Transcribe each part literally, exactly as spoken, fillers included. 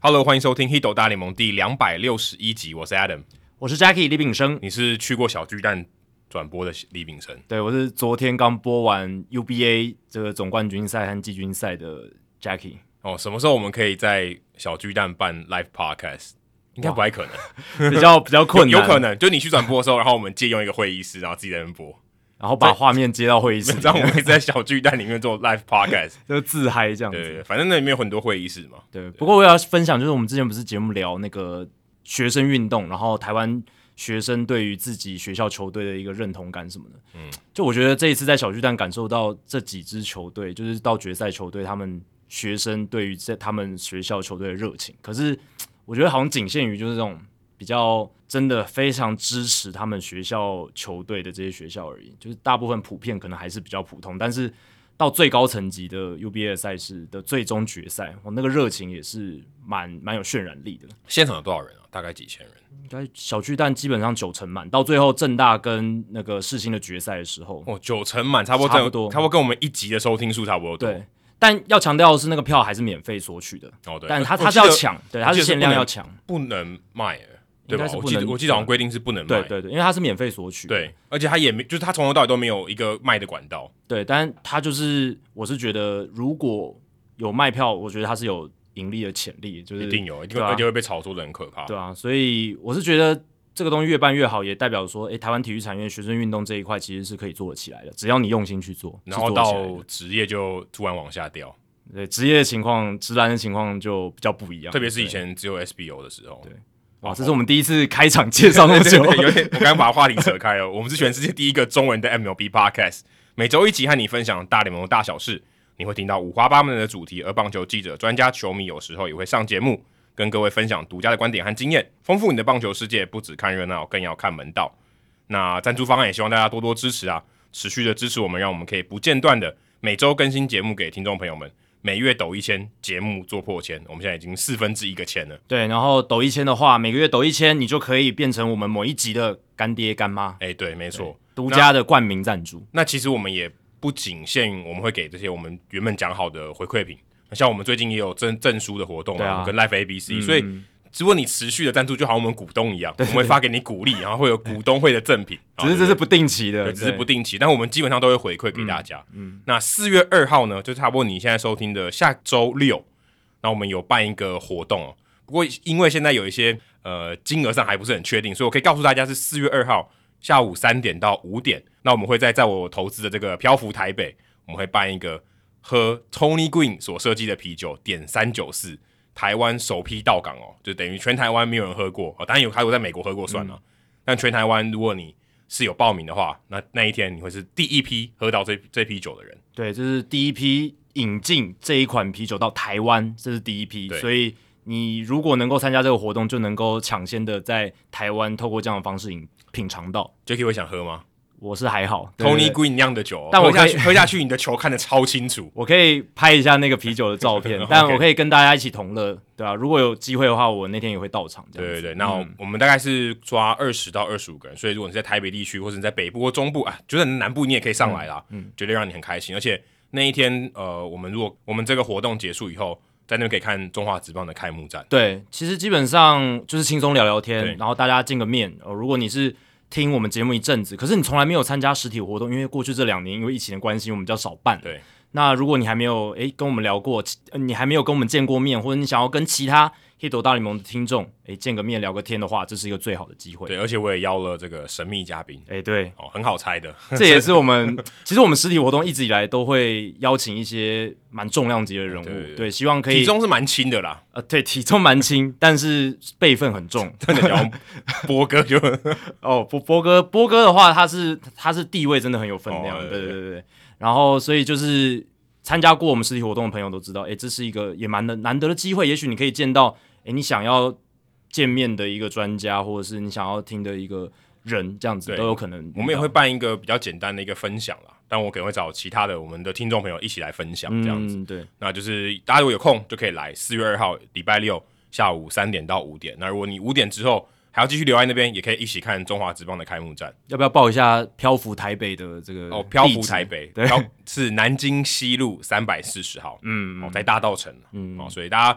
Hello， 欢迎收听《Hito 大联盟》第两百六十一集，我是 Adam， 我是 Jackie 李炳生。 你是去过小巨蛋转播的李炳生？ 对，我是昨天刚播完 U B A 这个总冠军赛和季军赛的 Jackie。 哦，什么时候我们可以在小巨蛋办 live podcast？ 应该不太可能， 比较比较困难。 有, 有可能，就你去转播的时候，然后我们借用一个会议室，然后自己在那边播， 然后把画面接到会议室， 这样我们可以在小巨蛋里面做 live podcast， 就自嗨这样子。 对, 对，反正那里面有很多会议室嘛。 对，不过我要分享，就是我们之前不是节目聊那个学生运动，然后台湾学生对于自己学校球队的一个认同感什么的。嗯，就我觉得这一次在小巨蛋感受到这几支球队，就是到决赛球队，他们学生对于在他们学校球队的热情，可是我觉得好像仅限于就是这种比较真的非常支持他们学校球队的这些学校而已，就是大部分普遍可能还是比较普通，但是到最高层级的 U B A 赛事的最终决赛，我那个热情也是蛮蛮有渲染力的。 现场有多少人啊？大概几千人？ 应该小巨蛋基本上九成满，到最后政大跟那个世新的决赛的时候， 哦，九成满，差不多差不多，差不多跟我们一集的收听数差不多多。 对。但要强调的是，那个票还是免费索取的。 哦，对， 但他他是要抢，对，他是限量要抢， 不能卖，对吧？我记得我记得好像规定是不能卖， 对对对，因为他是免费索取， 对，而且他也没，就是他从头到尾都没有一个卖的管道， 对，但他就是，我是觉得如果有卖票，我觉得他是有盈利的潜力，就是一定有，一定而且会被炒作的很可怕， 对啊，所以我是觉得这个东西越办越好，也代表说，哎，台湾体育产业学生运动这一块其实是可以做得起来的，只要你用心去做， 然后到职业就突然往下掉。 对，职业的情况、职篮的情况就比较不一样， 特别是以前只有 S B O 的时候。 对，哇，这是我们第一次开场介绍那么久， 对对对有点，我刚刚把话题扯开了。我们是全世界第一个中文的 M L B Podcast， 每周一集和你分享大联盟的大小事。你会听到五花八门的主题，而棒球记者、专家、球迷有时候也会上节目，跟各位分享独家的观点和经验，丰富你的棒球世界。不只看热闹，更要看门道。那赞助方案也希望大家多多支持啊，持续的支持我们，让我们可以不间断的每周更新节目给听众朋友们。每月抖一千，节目做破千，我们现在已经四分之一个千了。 对，然后抖一千的话，每个月抖一千，你就可以变成我们某一集的干爹干妈。 哎，对，没错， 独家的冠名赞助那。那其实我们也不仅限于我们会给这些我们原本讲好的回馈品，像我们最近也有证证书的活动啊，啊跟 Live A B C，、嗯、所以如果你持续的赞助，就好像我们股东一样， 对对对， 我们会发给你鼓励，然后会有股东会的赠品， 只是这是不定期的， 对，只是不定期，但我们基本上都会回馈给大家。嗯，嗯那四月二号呢，就差不多你现在收听的下周六，那我们有办一个活动哦。不过因为现在有一些呃金额上还不是很确定，所以我可以告诉大家是四月二号下午三点到五点，那我们会在在我投资的这个漂浮台北，我们会办一个喝 Tony Green 所设计的啤酒点三九四。台湾首批到港哦，就等于全台湾没有人喝过哦，当然有还有在美国喝过算了、嗯，但全台湾如果你是有报名的话，那那一天你会是第一批喝到这这批酒的人。 对，这是第一批引进这一款啤酒到台湾，这是第一批，所以你如果能够参加这个活动，就能够抢先的在台湾透过这样的方式饮品尝到。 Jackie 会想喝吗？ 我是还好 ，Tony Green 酿的酒， 但我可以喝下去，你的球看得超清楚。 我可以拍一下那个啤酒的照片，但我可以跟大家一起同乐，对啊，如果有机会的话，我那天也会到场。这样子对对对，那我们大概是抓二十到二十五个人，所以如果你在台北地区，或者你在北部或中部啊，觉得南部你也可以上来啦，嗯，嗯绝对让你很开心。而且那一天，呃，我们如果我们这个活动结束以后，在那边可以看中华职棒的开幕战。 对，其实基本上就是轻松聊聊天，然后大家见个面。呃，如果你是听我们节目一阵子，可是你从来没有参加实体活动，因为过去这两年因为疫情的关系，我们比较少办。 对， 那如果你还没有诶跟我们聊过，你还没有跟我们见过面，或者你想要跟其他Hito大联盟的听众诶见个面聊个天的话，这是一个最好的机会。 对，而且我也邀了这个神秘嘉宾。 诶，对， 哦，很好猜的。 这也是我们其实我们实体活动一直以来都会邀请一些蛮重量级的人物，对, 对, 对, 对，希望可以体重是蛮轻的啦。 呃，对，体重蛮轻，但是辈分很重。 真的讲波哥就哦，波波哥，波哥的话，他是他是地位真的很有分量，哦、对, 对对对。然后，所以就是参加过我们实体活动的朋友都知道，哎，这是一个也蛮难得的机会。也许你可以见到，哎，你想要见面的一个专家，或者是你想要听的一个人，这样子都有可能。 我们也会办一个比较简单的一个分享啦。但我可能会找其他的我们的听众朋友一起来分享，这样子。 嗯、对， 那就是大家如果有空就可以来，四月二号礼拜六下午三点到五点。那如果你五点之后还要继续留在那边，也可以一起看中华职棒的开幕战。 要不要报一下漂浮台北的这个哦？漂浮台北，对，是南京西路三百四十号，嗯，哦，在大稻埕，嗯，哦，所以大家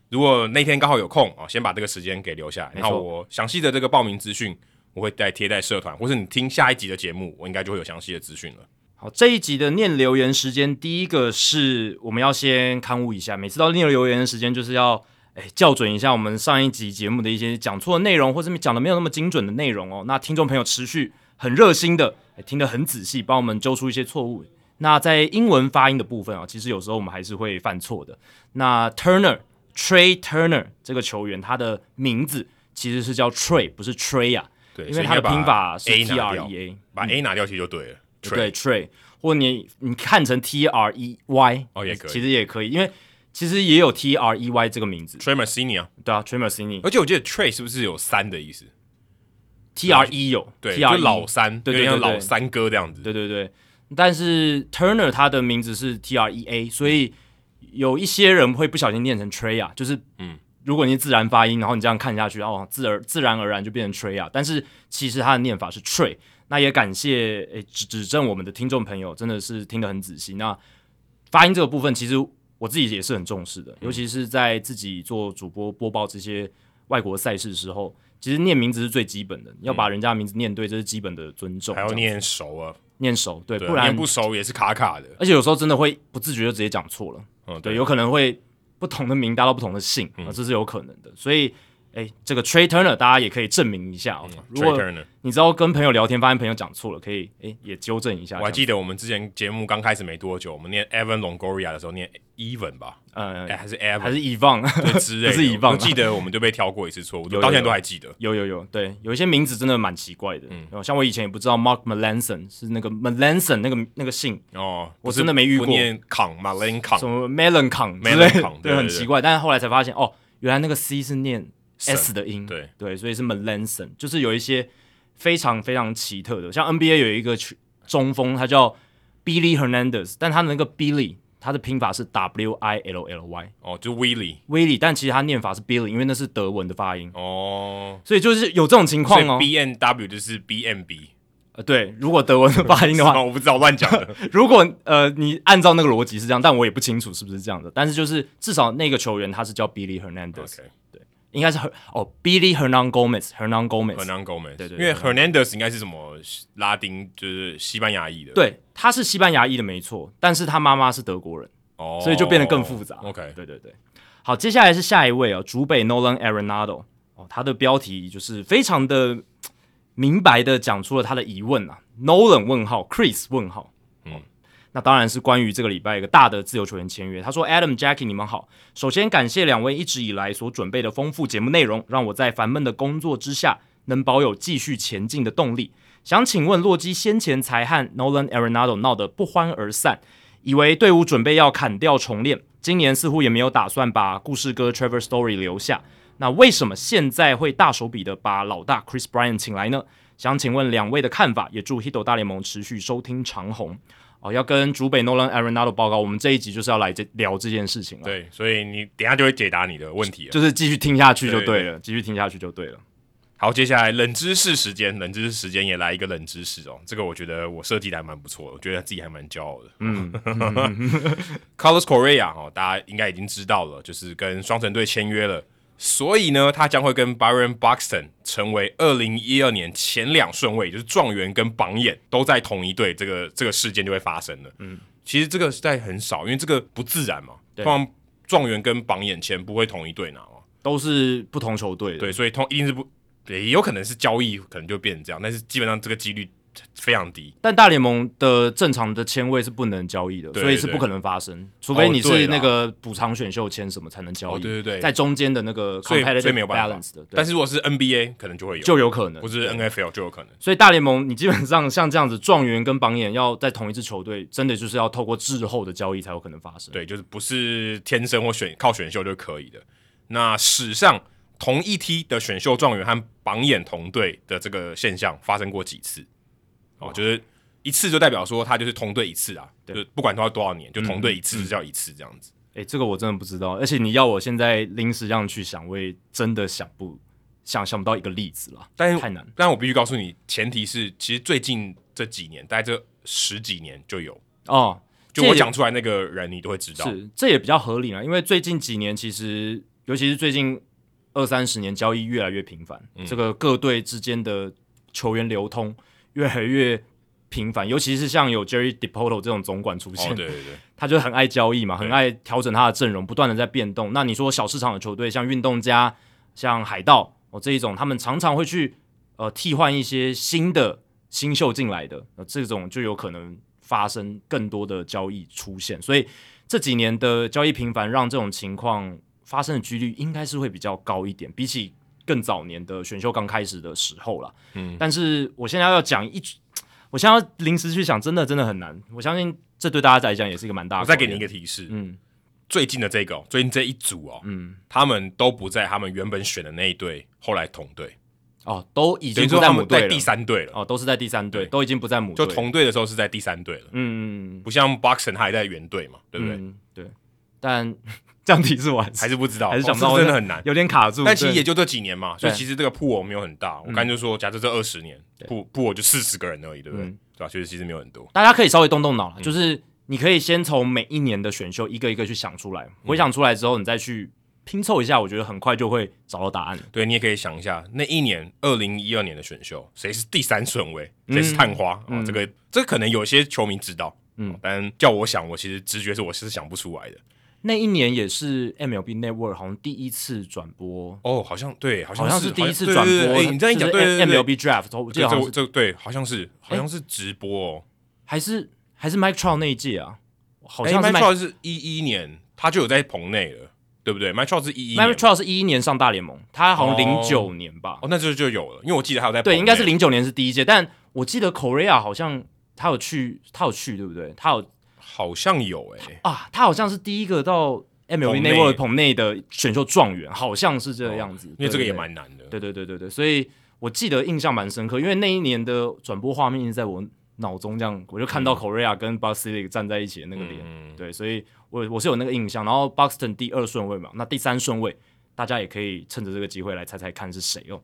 如果那天刚好有空啊，先把这个时间给留下来，然后我详细的这个报名资讯我会再贴在社团，或是你听下一集的节目，我应该就会有详细的资讯了。 好，这一集的念留言时间，第一个是我们要先勘误一下，每次到念留言的时间就是要哎校准一下我们上一集节目的一些讲错的内容，或是讲的没有那么精准的内容哦。那听众朋友持续很热心的听得很仔细，帮我们揪出一些错误。那在英文发音的部分啊，其实有时候我们还是会犯错的。那 Turner Trey Turner 这个球员，他的名字其实是叫 Trey， 不是 Trey 啊， 对， 因为他的拼法是 T R E A， 把 A 拿掉其实就对了。 Trey 对 Trey， 或你你看成 T R E Y 哦也可以， 其实也可以，因为其实也有 T R E Y 这个名字 ，Trey Mancini 啊， 对啊 ，Trey Mancini， 而且我记得 Trey 是不是有三的意思 ？T R E 有， 对， T R E 就老三， 对对对， 有点像老三哥这样子， 对对对。但是 Turner 他的名字是 T R E A， 所以有一些人会不小心念成 Trey 啊，就是嗯，如果你是自然发音，然后你这样看下去，哦，自而自然而然就变成 Trey 啊，但是其实他的念法是 Trey。那也感谢诶指指正我们的听众朋友，真的是听得很仔细。那发音这个部分，其实我自己也是很重视的，尤其是在自己做主播播报这些外国赛事的时候，其实念名字是最基本的，要把人家的名字念对，这是基本的尊重。 还要念熟啊， 念熟，对， 对不然念不熟也是卡卡的。 而且有时候真的会不自觉就直接讲错了， 嗯， 对，有可能会不同的名搭到不同的姓，嗯、这是有可能的。所以，哎，这个 Trey Turner 大家也可以证明一下哦。嗯、如果你知道跟朋友聊天，发现朋友讲错了，可以哎也纠正一下。 我还记得我们之前节目刚开始没多久，我们念 Evan Longoria 的时候念 Even 吧，呃，欸、还是 Evan 还是 Evan 对之类的， 不是 Evan。 我记得我们就被挑过一次错误，到现在都还记得。 有有有，对，有一些名字真的蛮奇怪的。嗯，像我以前也不知道 Mark Melanson 是那个 Melanson 那个那个姓哦， 我真的没遇过。 不念康 Malen 康， 什么 Melon 康之类的，对，很奇怪。但是后来才发现，哦，原来那个 C 是念 S 的音， 对对，所以是 Melanson， 就是有一些非常非常奇特的，像 N B A 有一个中锋，他叫 Billy Hernandez， 但他的那个 Billy， 他的拼法是 W I L L Y， 哦，就 Willie Willie， 但其实他念法是 Billy， 因为那是德文的发音， 哦， 所以就是有这种情况哦。 B N W 就是 B M B， 呃，对，如果德文的发音的话， 我不知道乱讲的。 如果呃你按照那个逻辑是这样，但我也不清楚是不是这样的，但是就是至少那个球员他是叫 Billy Hernandez， okay. 对。应该是哦 ，Billy Hernan Gomez，Hernan Gomez，Hernan Gomez， 对对，因为 Hernandez 应该是什么拉丁，就是西班牙裔的， 对，他是西班牙裔的没错，但是他妈妈是德国人，哦，所以就变得更复杂。 OK， 对对对，好，接下来是下一位哦，主北 Nolan Arenado， 哦，他的标题就是非常的明白的讲出了他的疑问啊 ，Nolan 问号 ，Chris 问号，嗯。那当然是关于这个礼拜一个大的自由球员签约。他说 ：“Adam、Jackie， 你们好。首先感谢两位一直以来所准备的丰富节目内容，让我在烦闷的工作之下能保有继续前进的动力。想请问，洛基先前才和 Nolan Arenado 闹得不欢而散，以为队伍准备要砍掉重练，今年似乎也没有打算把故事哥 Trevor Story 留下。那为什么现在会大手笔的把老大 Chris Bryant 请来呢？想请问两位的看法，也祝 Hito 大联盟持续收听长红。”哦，要跟主北 Nolan Arenado 报告，我们这一集就是要来这聊这件事情了。 对，所以你等一下就会解答你的问题了， 就是继续听下去就对了，继续听下去就对了。 好，接下来冷知识时间，冷知识时间也来一个冷知识哦。这个我觉得我设计的还蛮不错的，我觉得自己还蛮骄傲的。嗯，Carlos Correa 哦，大家应该已经知道了，就是跟双城队签约了。所以呢，他将会跟 Byron Buxton 成为二零一二年前两顺位，就是状元跟榜眼都在同一队，这个这个事件就会发生了。嗯，其实这个实在很少，因为这个不自然嘛。通常状元跟榜眼签不会同一队拿嘛， 都是不同球队的。 对，所以通一定是不，也有可能是交易，可能就变成这样，但是基本上这个几率非常低。 但大联盟的正常的签位是不能交易的，所以是不可能发生，除非你是那个补偿选秀签什么才能交易。 哦、对对对， 在中间的那个 competitive balance 的， 但是如果是 N B A 可能就会有， 就有可能， 不是 N F L 就有可能。 所以大联盟你基本上像这样子，状元跟榜眼要在同一支球队，真的就是要透过滞后的交易才有可能发生。 对，就是不是天生或选靠选秀就可以的。那史上同一梯的选秀状元和榜眼同队的这个现象发生过几次？哦，就是一次就代表说他就是同队一次啊，就不管他多少年，就同队一次就叫一次这样子。 哎、嗯嗯欸，这个我真的不知道，而且你要我现在临时这样去想，我也真的想不想想不到一个例子啦， 但是太难。 但我必须告诉你，前提是其实最近这几年，大概这十几年就有哦， 就我讲出来那个人，你都会知道。 是，这也比较合理啦，因为最近几年其实尤其是最近二三十年交易越来越频繁，嗯、这个各队之间的球员流通越来越频繁，尤其是像有 Jerry Dipoto 这种总管出现， 哦、对对对， 他就很爱交易嘛，很爱调整他的阵容，不断的在变动。那你说小市场的球队，像运动家、像海盗哦这一种，他们常常会去呃替换一些新的新秀进来的，呃，这种就有可能发生更多的交易出现。所以这几年的交易频繁，让这种情况发生的几率应该是会比较高一点，比起更早年的选秀刚开始的时候啦。嗯，但是我现在要讲一。我现在要临时去想，真的真的很难。我相信这对大家来讲也是一个蛮大的。 我再给你一个提示，嗯，最近的这个、哦，最近这一组哦，嗯，他们都不在他们原本选的那一队，后来同队哦，都已经不在母队了， 在第三队了哦，都是在第三队，都已经不在母队， 就同队的时候是在第三队了，嗯，不像 Buxton 他还在原队嘛，对不对？ 嗯，对，但。这样提示我还是不知道， 还是想不到、 哦、真的很难， 有点卡住。 但其实也就这几年嘛，所以其实这个铺我没有很大。我刚才就说，假设这二十年铺铺我就四十个人而已，对不对？嗯、对吧？所以其实没有很多。 大家可以稍微动动脑、嗯、就是你可以先从每一年的选秀一个一个去想出来，回想出来之后，你再去拼凑一下，我觉得很快就会找到答案。 对，你也可以想一下，那一年二零一二年的选秀，谁是第三顺位，谁是探花、嗯哦、这个这个可能有些球迷知道，嗯，哦、但叫我想，我其实直觉是我是想不出来的。 那一年也是 M L B Network 好像第一次转播哦，好像对，好像 是, 好像是第一次转播。 对对对你这样一讲，对对对 ，M L B Draft， 我记得好像是这对，好像是好像是直播哦， 还是还是 Mike Trout 那一届啊？好像是 Mike Trout 是一一年，他就有在棚内了，对不对 ？Mike Trout 是一一年 ，Mike Trout 是一一年上大联盟，他好像零九年吧？ 哦，那就就有了，因为我记得他有在对，应该是零九年是第一届，但我记得 Correa 好像他有去，他有去，对不对？他有好像有哎、欸、 啊，他好像是第一个到。M L B Network 棚内的选秀状元好像是这个样子、哦， 因为这个也蛮难的。 对对对对对，所以我记得印象蛮深刻，因为那一年的转播画面一直在我脑中这样，我就看到 Correa 跟 Buxton 站在一起的那个脸、嗯，对，所以我我是有那个印象。然后 Buxton 第二顺位嘛，那第三顺位大家也可以趁着这个机会来猜猜看是谁哦。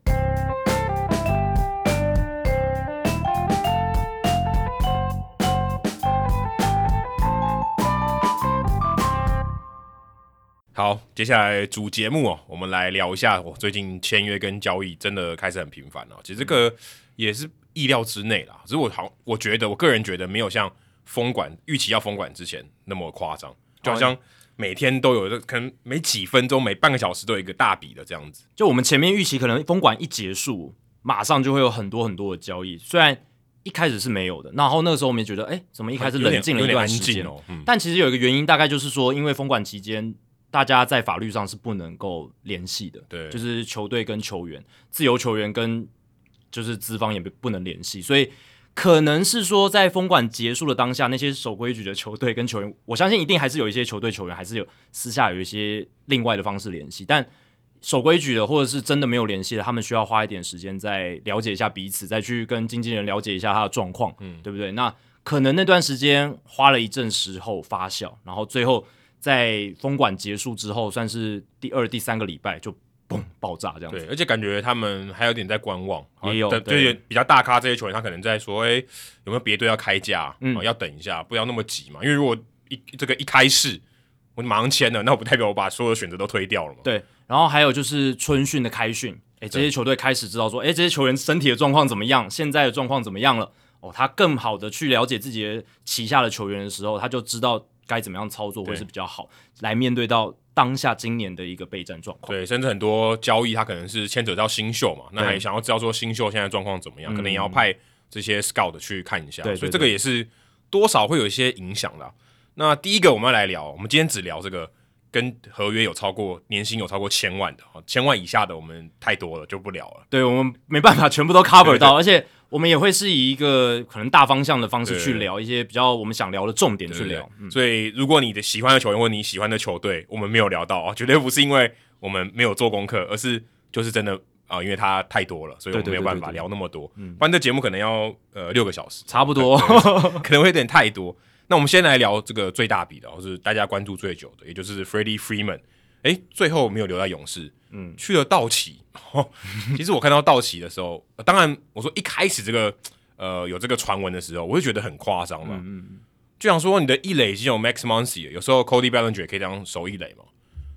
好，接下来主节目哦，我们来聊一下我、哦、最近签约跟交易真的开始很频繁了、哦。其实这个也是意料之内啦，只是我好，我觉得我个人觉得没有像封馆预期要封馆之前那么夸张，就好像每天都有，可能每几分钟、每半个小时都有一个大笔的这样子。 就我们前面预期可能封馆一结束，马上就会有很多很多的交易，虽然一开始是没有的，然后那个时候我们也觉得，哎，怎么一开始冷静了一段时间哦、嗯？ 但其实有一个原因，大概就是说，因为封馆期间。大家在法律上是不能够联系的， 对， 就是球队跟球员、自由球员跟就是资方也不能联系，所以可能是说在封馆结束的当下，那些守规矩的球队跟球员，我相信一定还是有一些球队球员还是有私下有一些另外的方式联系，但守规矩的或者是真的没有联系的，他们需要花一点时间再了解一下彼此，再去跟经纪人了解一下他的状况，嗯，对不对？那可能那段时间花了一阵时候发酵，然后最后。在封馆结束之后，算是第二、第三个礼拜就嘣爆炸这样子。 对，而且感觉他们还有点在观望， 也有就是比较大咖这些球员，他可能在说，哎、欸，有没有别队要开价、嗯哦？要等一下，不要那么急嘛。因为如果一这个一开市，我马上签了，那我不代表我把所有的选择都推掉了嘛。 对，然后还有就是春训的开训，哎、欸，这些球队开始知道说，哎、欸，这些球员身体的状况怎么样，现在的状况怎么样了？哦，他更好的去了解自己的旗下的球员的时候，他就知道。该怎么样操作会是比较好，来面对到当下今年的一个备战状况。 对，甚至很多交易他可能是牵扯到新秀嘛，那还想要知道说新秀现在状况怎么样，可能也要派这些 scout 去看一下， 对对对， 所以这个也是多少会有一些影响的。那第一个我们要来聊，我们今天只聊这个跟合约有超过年薪有超过千万的，千万以下的我们太多了就不聊了。 对，我们没办法全部都 cover 到，而且。我们也会是以一个可能大方向的方式去聊一些比较我们想聊的重点去聊， 对对对嗯、所以如果你的喜欢的球员或你喜欢的球队，我们没有聊到啊，绝对不是因为我们没有做功课，而是就是真的啊、呃，因为它太多了，所以我们没有办法聊那么多。嗯，不然这节目可能要呃六个小时， 差不多， 可能会有点太多。那我们先来聊这个最大笔的，或是大家关注最久的，也就是 Freddie Freeman。哎，最后没有留在勇士，嗯，去了道奇。哦、其实我看到道奇的时候，呃、当然我说一开始这个呃有这个传闻的时候，我就觉得很夸张嘛，嗯嗯就想说你的一垒已经有 Max Muncy了，有时候 Cody Bellinger 也可以当守一垒嘛，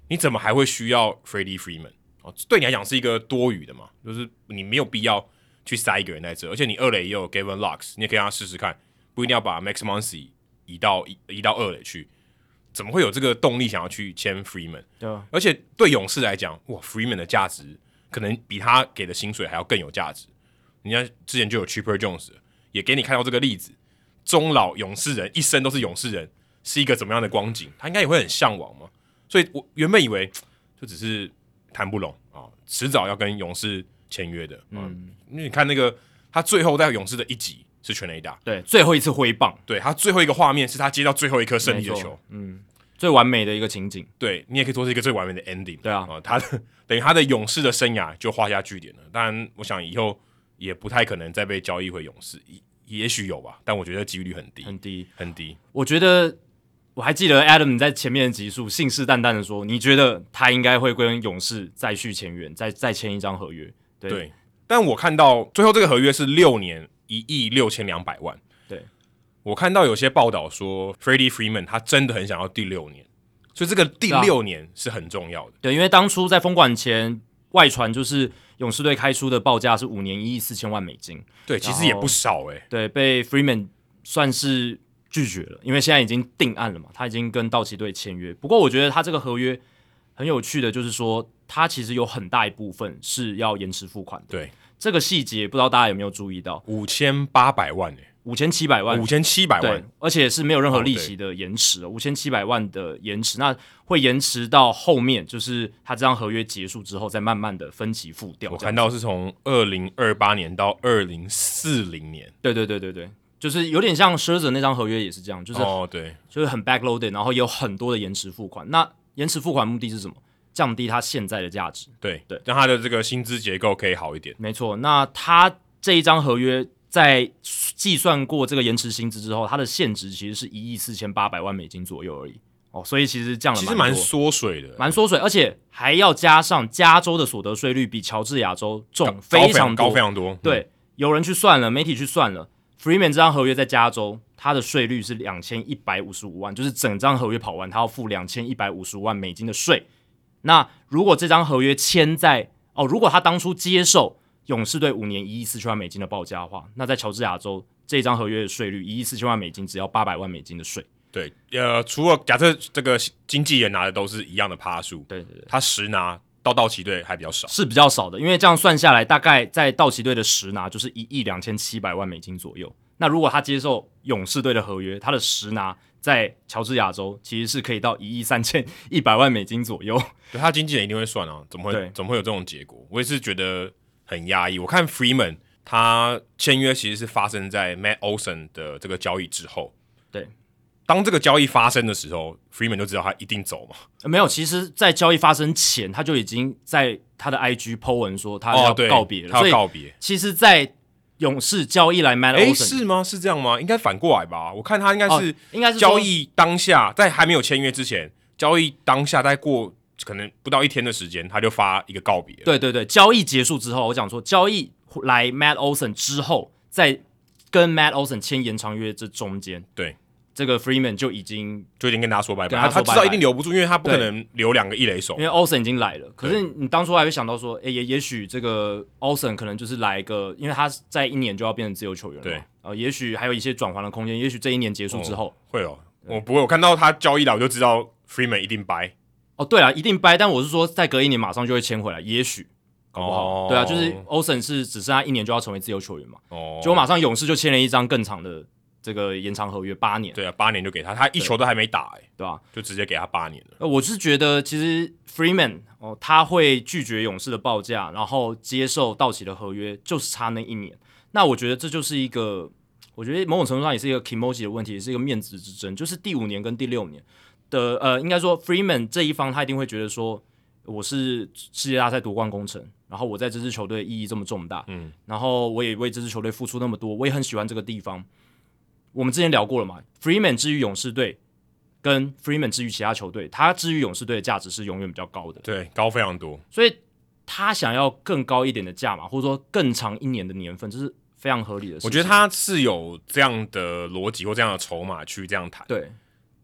你怎么还会需要 Freddie Freeman？ 哦，对你来讲是一个多余的嘛，就是你没有必要去塞一个人在这，而且你二垒也有 Gavin Lux， 你也可以让他试试看，不一定要把 Max Muncy 移到移移到二垒去，怎么会有这个动力想要去签 Freeman？ 对啊， 而且对勇士来讲，哇 ，Freeman 的价值可能比他给的薪水还要更有价值。人家之前就有 Chipper Jones， 也给你看到这个例子，终老勇士人一生都是勇士人，是一个怎么样的光景？他应该也会很向往嘛。所以我原本以为就只是谈不拢啊，迟早要跟勇士签约的。嗯，因为你看那个他最后在勇士的一集是全垒打， 对，最后一次挥棒， 对他最后一个画面是他接到最后一颗胜利的球， 嗯，最完美的一个情景。 对你也可以说是一个最完美的 ending。 对啊， 啊他的等于他的勇士的生涯就画下句点了。当然，我想以后也不太可能再被交易回勇士，也许有吧，但我觉得几率很低， 很低， 很低。 我觉得。我还记得 Adam 你在前面的集数信誓旦旦的说，你觉得他应该会跟勇士再续前缘，再再签一张合约。对， 对，但我看到最后这个合约是六年一亿六千两百万。 对， 我看到有些报道说 Freddie Freeman 他真的很想要第六年，所以这个第六年是很重要的。 对，因为当初在封馆前外传就是勇士队开出的报价是五年一亿四千万美金。 对，其实也不少哎、欸。 对，被 Freeman 算是。拒绝了，因为现在已经定案了嘛，他已经跟道奇队签约。不过我觉得他这个合约很有趣的，就是说他其实有很大一部分是要延迟付款的。 对， 这个细节不知道大家有没有注意到？ 五千八百万诶、欸， 五千七百万， 五千七百万， 而且是没有任何利息的延迟，五千七百万的延迟，那会延迟到后面，就是他这张合约结束之后，再慢慢的分期付掉。 我看到是从二零二八年到二零四零年。 对对对对对。就是有点像Scherzer那张合约也是这样，就是哦对， 就是很 backloaded， 然后也有很多的延迟付款。那延迟付款目的是什么？降低它现在的价值。 对对， 让它的这个薪资结构可以好一点。 没错，那他这一张合约在计算过这个延迟薪资之后，它的现值其实是一亿四千八百万美金左右而已。哦，所以其实降了蛮多， 其实蛮缩水的， 蛮缩水，而且还要加上加州的所得税率比乔治亚州重非常多，高非常多。 对，嗯、有人去算了，媒体去算了。Freeman 这张合约在加州，他的税率是两千一百五十五万，就是整张合约跑完，他要付两千一百五十五万美金的税。那如果这张合约签在哦，如果他当初接受勇士队五年一亿四千万美金的报价的话，那在乔治亚州这张合约的税率一亿四千万美金，只要八百万美金的税。 对，呃，除了假设这个经纪人拿的都是一样的趴数， 对对对， 他实拿。到道奇队还比较少， 是比较少的，因为这样算下来，大概在道奇队的实拿就是一亿两千七百万美金左右。那如果他接受勇士队的合约，他的实拿在乔治亚州其实是可以到一亿三千一百万美金左右。 对，他经纪人一定会算啊，怎么会怎么会有这种结果？我也是觉得很压抑。我看 Freeman 他签约其实是发生在 Matt Olson 的这个交易之后， 对。 当这个交易发生的时候 ，Freeman 就知道他一定走嘛。 没有，其实，在交易发生前，他就已经在他的 I G po 文说他要告别了。 哦、他要告别。 其实，在勇士交易来 Matt Olson， 是吗？是这样吗？应该反过来吧？我看他应该是、 哦，应该是交易当下，在还没有签约之前，交易当下再过可能不到一天的时间，他就发一个告别。 对对对，交易结束之后，我讲说交易来 Matt Olson 之后，在跟 Matt Olson 签延长约这中间， 对。 这个 Freeman 就已经就已经跟大家说拜拜， 他, 他知道一定留不住，因为他不可能留两个一垒手， 因为 Olsen 已经来了。可是你当初还会想到说，哎、欸，也也许这个 Olsen 可能就是来一个，因为他在一年就要变成自由球员了， 对， 呃，也许还有一些转换的空间，也许这一年结束之后、 哦、会哦，我不会，我看到他交易了，我就知道 Freeman 一定掰。 哦，对啊，一定掰，但我是说，再隔一年马上就会签回来，也许。搞不好， 哦、 对啊，就是 Olsen 是只剩下一年就要成为自由球员嘛， 哦， 结果马上勇士就签了一张更长的这个延长合约，八年。 对啊，八年就给他，他一球都还没打、欸，哎， 对吧、啊？ 就直接给他八年了。 呃，我是觉得其实 Freeman 哦，他会拒绝勇士的报价，然后接受道奇的合约，就是差那一年。那我觉得这就是一个，我觉得某种程度上也是一个 Kimoji 的问题，也是一个面子之争，就是第五年跟第六年的，呃，应该说 Freeman 这一方他一定会觉得说，我是世界大赛夺冠功臣，然后我在这支球队意义这么重大， 嗯， 然后我也为这支球队付出那么多，我也很喜欢这个地方。我们之前聊过了嘛 ，Freeman 之于勇士队跟 Freeman 之于其他球队，他之于勇士队的价值是永远比较高的， 对，高非常多， 所以他想要更高一点的价码，或者说更长一年的年份，这是非常合理的事情。 我觉得他是有这样的逻辑或这样的筹码去这样谈， 对。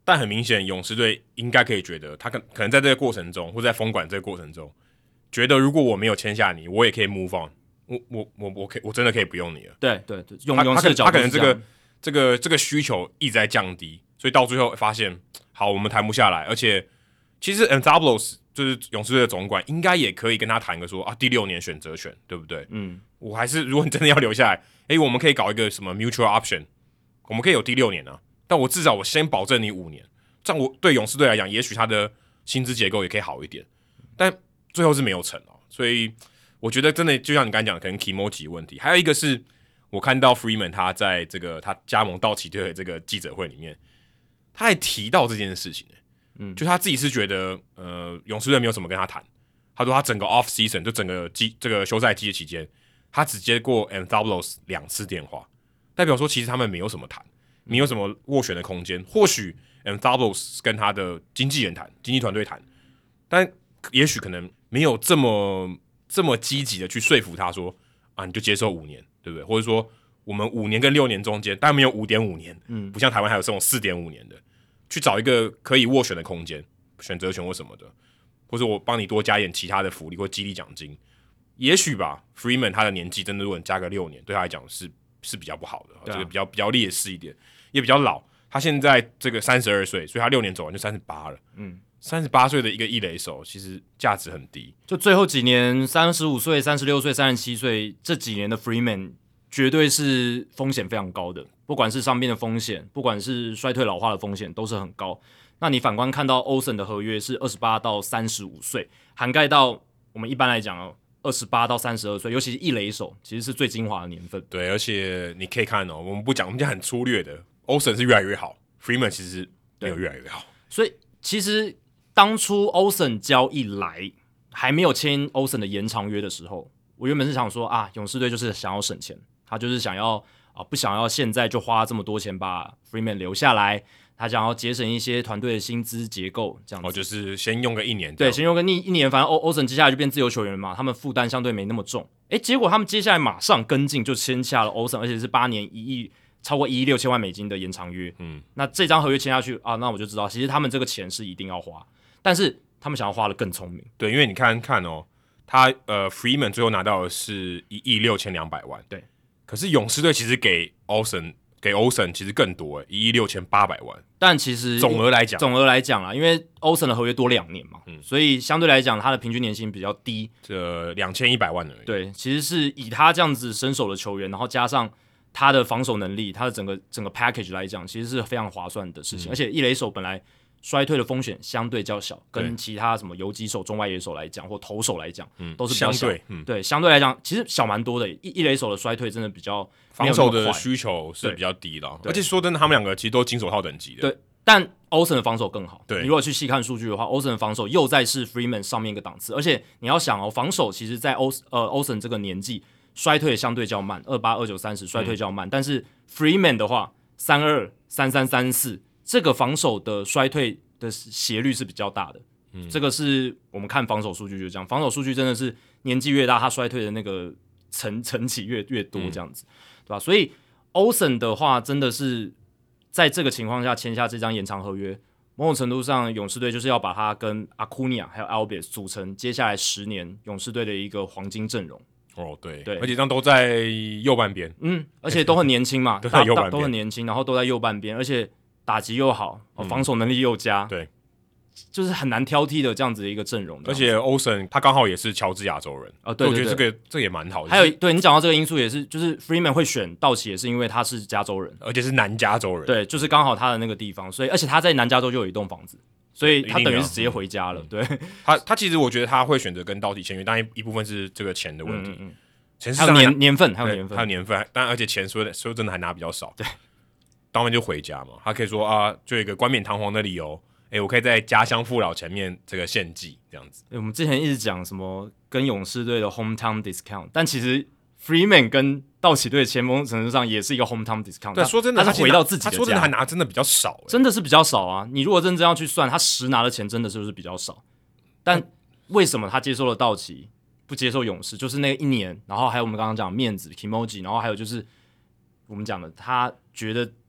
但很明显，勇士队应该可以觉得，他可可能在这个过程中，或在封管这个过程中，觉得如果我没有签下你，我也可以 move on， 我我我我可以我真的可以不用你了。 对对对，勇勇士的角度他可能这个这个这个需求一直在降低，所以到最后发现，好，我们谈不下来，而且其实 Anthopoulos 就是勇士队的总管，应该也可以跟他谈个说啊，第六年选择权，对不对？嗯，我还是如果你真的要留下来，哎，我们可以搞一个什么 mutual option， 我们可以有第六年啊。但我至少我先保证你五年，这样我对勇士队来讲，也许他的薪资结构也可以好一点，但最后是没有成哦。所以我觉得真的就像你刚才讲的，可能 Kimoji 问题，还有一个是我看到 Freeman 他在这个他加盟道奇队的这个记者会里面，他还提到这件事情，嗯，就他自己是觉得呃勇士队没有什么跟他谈，他说他整个 off season 就整个季这个休赛季的期间，他只接过 Anthopoulos 两次电话，代表说其实他们没有什么谈。没有什么斡旋的空间，或许 Anthopoulos 跟他的经纪人谈，经纪团队谈，但也许可能没有这么这么积极的去说服他说啊，你就接受五年，对不对？或者说我们五年跟六年中间，当然没有五点五年，嗯，不像台湾还有这种四点五年的，去找一个可以斡旋的空间，选择权或什么的，或者我帮你多加点其他的福利或激励奖金，也许吧。Freeman 他的年纪真的如果你加个六年，对他来讲是。是比较不好的，这个比较比较劣势一点，也比较老。他现在这个三十二岁，所以他六年走完就三十八了。嗯，三十八岁的一个一垒手，其实价值很低。 就最后几年，三十五岁、三十六岁、三十七岁这几年的 Freeman， 绝对是风险非常高的。不管是伤病的风险，不管是衰退老化的风险，都是很高。那你反观看到 Olsen 的合约是二十八到三十五岁，涵盖到我们一般来讲哦。二十八到三十二岁，尤其是一垒手，其实是最精华的年份。 对，而且你可以看哦，我们不讲，我们讲很粗略的 ，Olsen 是越来越好 ，Freeman 其实没有越来越好。 所以其实当初 Olsen 交易来还没有签 Olsen 的延长约的时候，我原本是想说啊，勇士队就是想要省钱，他就是想要啊不想要现在就花这么多钱把 Freeman 留下来。他想要节省一些团队的薪资结构，这样子。 哦，就是先用个一年。 对，先用个一一年，反正欧欧森接下来就变自由球员了嘛，他们负担相对没那么重。诶，结果他们接下来马上跟进，就签下了欧森，而且是八年一亿，超过一亿六千万美金的延长约。嗯，那这张合约签下去啊，那我就知道，其实他们这个钱是一定要花，但是他们想要花的更聪明。 对，因为你看看哦，他呃 Freeman 最后拿到的是一亿六千两百万。 对， 可是勇士队其实给欧森。给 Olsen 其实更多，一亿六千八百万， 但其实总额来讲， 总额来讲啦，因为 Olsen 的合约多两年嘛，嗯，所以相对来讲，他的平均年薪比较低， 这两千一百万而已。 对，其实是以他这样子身手的球员，然后加上他的防守能力，他的整个整个 package 来讲，其实是非常划算的事情。嗯、而且一垒手本来衰退的风险相对较小，跟其他什么游击手、中外野手来讲，或投手来讲，嗯、都是比较小。 相对，嗯、 对，相对来讲，其实小蛮多的。一一垒手的衰退真的比较防守的需求是比较低的，而且说真的，他们两个其实都金手套等级的。 对，但 Olsen 的防守更好。 对， 你如果去细看数据的话 ，Olsen 的防守又在是 Freeman 上面一个档次。而且你要想哦，防守其实在 O 呃 Olsen 这个年纪衰退相对较慢，二八、二九、三十衰退较慢，嗯、但是 Freeman 的话，三二、三三、三四这个防守的衰退的斜率是比较大的。嗯，这个是我们看防守数据就是这样，防守数据真的是年纪越大，他衰退的那个层层级越越多这样子，嗯、对吧？所以 Olsen 的话，真的是在这个情况下签下这张延长合约，某种程度上，勇士队就是要把他跟 Acuna 还有 Albies 组成接下来十年勇士队的一个黄金阵容。 哦，对， 对， 而且这样都在右半边， 嗯，而且都很年轻嘛， 都在右半边， 都很年轻，然后都在右半边，而且打击又好，嗯、防守能力又佳， 对。 就是很难挑剔的这样子的一个阵容， 而且 Olsen 他刚好也是乔治亚洲人啊，对, 对, 对， 我觉得这个这也蛮好的。 还有，对你讲到这个因素也是，就是 Freeman 会选道奇也是因为他是加州人， 而且是南加州人， 对，就是刚好他的那个地方，所以而且他在南加州就有一栋房子，所以他等于是直接回家了。嗯、对他，他其实我觉得他会选择跟道奇签约，当然一部分是这个钱的问题，嗯嗯钱还有年年份，还有年份， 还有年份，但而且钱说的说真的还拿比较少，对，当然就回家嘛，他可以说啊，就有一个冠冕堂皇的理由。欸、我可以在家乡父老前面这个献祭这样子、 欸。我们之前一直讲什么跟勇士队的 hometown discount， 但其实 Freeman 跟道奇队的前锋程度上也是一个 hometown discount。 对，说真的， 他是回到自己的家， 他说真的还拿真的比较少、欸， 真的是比较少啊。你如果认真要去算，他实拿的钱真的是不是比较少？但为什么他接受了道奇，不接受勇士？就是那一年，然后还有我们刚刚讲面子 Kimoji， 然后还有就是我们讲的，他觉得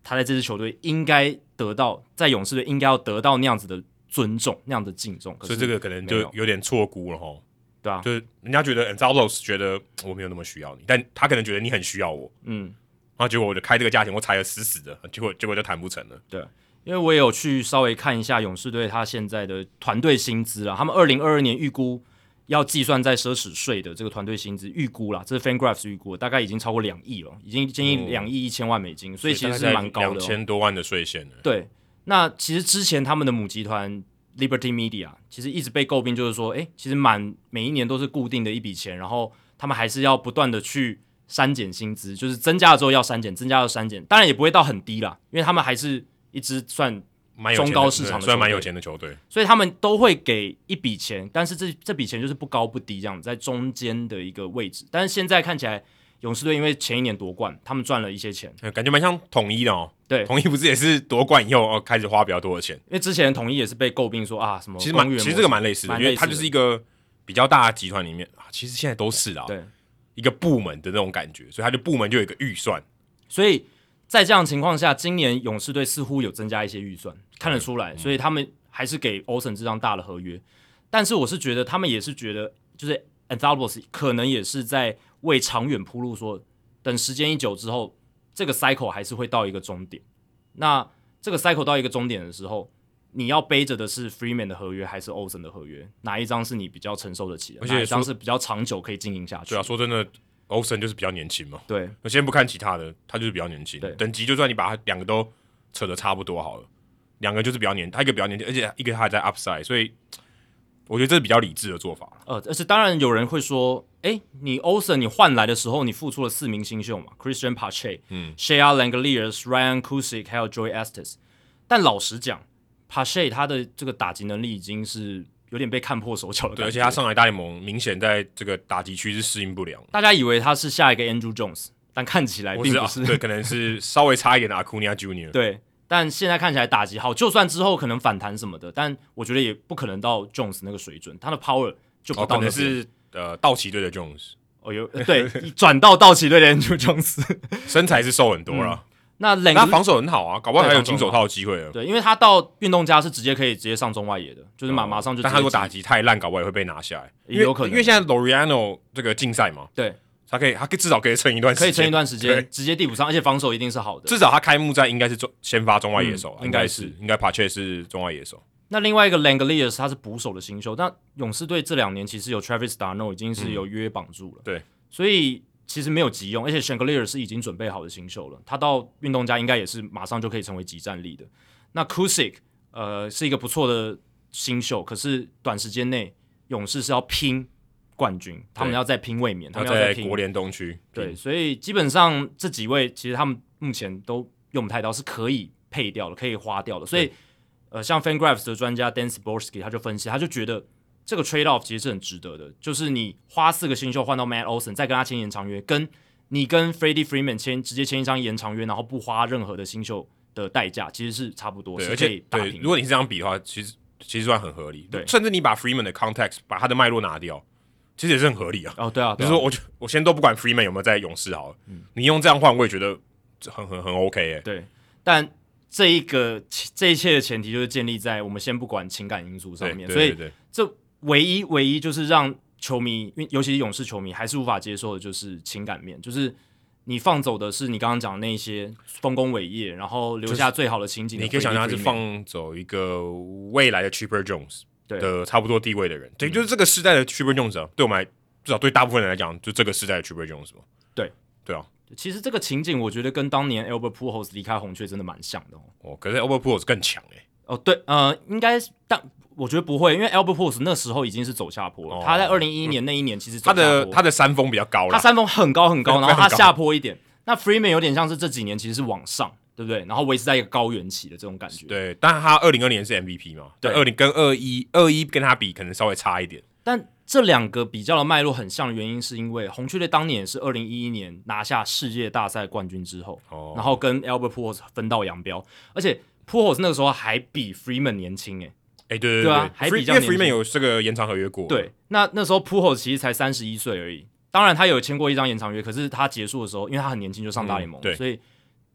他在这支球队应该得到，在勇士队应该要得到那样子的尊重，那样的敬重。可是所以这个可能就有点错估了哈。 对啊， 就是人家觉得 Anthopoulos 觉得我没有那么需要你，但他可能觉得你很需要我，嗯，然后结果我就开这个价钱，我踩得死死的，结果结果就谈不成了。 对，因为我也有去稍微看一下勇士队他现在的团队薪资啦，他们二零二二年预估要计算在奢侈税的这个团队薪资预估啦，这是 FanGraphs 预估，大概已经超过两亿了，已经接近两亿一千万美金，哦、所以其实是蛮高的、哦， 两千多万的税线了。 对，那其实之前他们的母集团 Liberty Media 其实一直被诟病，就是说，哎，其实满每一年都是固定的一笔钱，然后他们还是要不断的去删减薪资，就是增加了之后要删减，增加了删减，当然也不会到很低啦，因为他们还是一支算中高市场的球队， 算蛮有钱的球队， 所以他们都会给一笔钱，但是这这笔钱就是不高不低，这样在中间的一个位置。但是现在看起来，勇士队因为前一年夺冠，他们赚了一些钱， 感觉蛮像统一的哦。 对， 统一不是也是夺冠以后哦开始花比较多的钱？ 因为之前统一也是被诟病说啊什么， 其实蛮其实这个蛮类似的， 因为它就是一个比较大的集团里面啊，其实现在都是啊， 对， 一个部门的那种感觉，所以它的部门就有一个预算， 所以在这样的情况下，今年勇士队似乎有增加一些预算，看得出来，所以他们还是给 Olsen 这张大的合约。但是我是觉得他们也是觉得，就是 Anthopoulos 可能也是在为长远铺路说，等时间一久之后，这个 cycle 还是会到一个终点。那这个 cycle 到一个终点的时候，你要背着的是 Freeman 的合约还是 Olsen 的合约？哪一张是你比较承受得起的？而且哪一张是比较长久可以经营下去？ 对啊，说真的。Olsen 就是比较年轻嘛， 对， 我先不看其他的，他就是比较年轻。等级就算你把他两个都扯得差不多好了，两个就是比较年，他一个比较年轻，而且一个他还在 upside， 所以我觉得这是比较理智的做法。 呃，而且当然有人会说，哎，你 Olsen 你换来的时候，你付出了四名新秀嘛 ，Christian Pache、嗯 Shea Langeliers、Ryan Kusick 还有 Joey Estes。但老实讲 ，Pache 他的这个打击能力已经是有点被看破手脚了， 对，而且他上来大联盟明显在这个打击区是适应不良。 大家以为他是下一个 Andrew Jones， 但看起来并不是， 是、啊、对，可能是稍微差一点的 Acuna Junior 对，但现在看起来打击好，就算之后可能反弹什么的，但我觉得也不可能到 Jones 那个水准，他的 power 就不到那边、 哦、可能是呃道奇队的 Jones， 哦有对转到道奇队的 Andrew Jones， 身材是瘦很多了。嗯那他防守很好啊，搞不好还有金手套的机会了。 对，因为他到运动家是直接可以直接上中外野的，就是马、哦、马上就直接。 但他如果打击太烂，搞不好也会被拿下来。 也有可能， 因为现在 Laureano 这个竞赛嘛， 对， 他可以，他可以至少可以撑一段时间， 可以撑一段时间，直接递补上，而且防守一定是好的。 至少他开幕战应该是先发中外野手、啊嗯，应该是， 应该 Pache 是中外野手。 那另外一个 Langeliers 他是捕手的新秀，但勇士队这两年其实有 Travis d'Arnaud 已经是有约绑住了， 嗯、对， 所以。其实没有急用，而且 Langeliers 是已经准备好的新秀了，他到运动家应该也是马上就可以成为即战力的。那 Kusick 呃是一个不错的新秀，可是短时间内勇士是要拼冠军，他们要再拼卫冕，他们要再拼国联东区。 对，所以基本上这几位其实他们目前都用不太到，是可以配掉的，可以花掉的。所以呃，像 FanGraphs 的专家 Dan Szymborski 他就分析，他就觉得。这个 trade off 其实是很值得的，就是你花四个新秀换到 Matt Olson， 再跟他签延长约，跟你跟 Freddie Freeman 签直接签一张延长约，然后不花任何的新秀的代价，其实是差不多， 对， 是可以打平。 对，如果你是这样比的话，其实其实算很合理。 对， 甚至你把 Freeman 的 context 把他的脉络拿掉，其实也是很合理啊。 哦，对啊， 就是说我我先都不管 Freeman 有没有在勇士好了，嗯、你用这样换，我也觉得很很很 OK 哎、欸。 对，但这一个这一切的前提就是建立在我们先不管情感因素上面， 对对对对， 所以这。唯一唯一就是让球迷，尤其是勇士球迷，还是无法接受的，就是情感面，就是你放走的是你刚刚讲的那些丰功伟业，然对，然后留下最好的情景、就是。 你可以想象是放走一个未来的 Chipper Jones 的差不多地位的人，对，就是这个世代的 Chipper Jones 啊，对我们来，至少对大部分人来讲，就这个世代的 Chipper Jones 嘛。 对， 对啊。 其实这个情景，我觉得跟当年 Albert Pujols 离开红雀真的蛮像的哦。 哦，可是 Albert Pujols 更强哎、欸。 哦，对，呃，应该但。我觉得不会，因为 Albert Pujols 那时候已经是走下坡了。哦、他在二零一一年那一年其实走下坡， 他的他的山峰比较高了， 他山峰很高很高，然后他下坡一点。那 Freeman 有点像是这几年其实是往上，对不对？然后维持在一个高原期的这种感觉。 对，但他二零二年是 M V P 嘛？对，二零跟二一二一跟他比，可能稍微差一点。 但这两个比较的脉络很像的原因，是因为红雀队当年也是二零一一年拿下世界大赛冠军之后，哦、然后跟 Albert Pujols 分道扬镳，而且 Pujols 那个时候还比 Freeman 年轻诶、欸。 哎、欸，对对对, 对啊，还比较因为 Freeman 有这个延长合约过。 对，那那时候 Pujols 其实才三十一岁而已。当然，他有签过一张延长约，可是他结束的时候，因为他很年轻就上大联盟、嗯，所以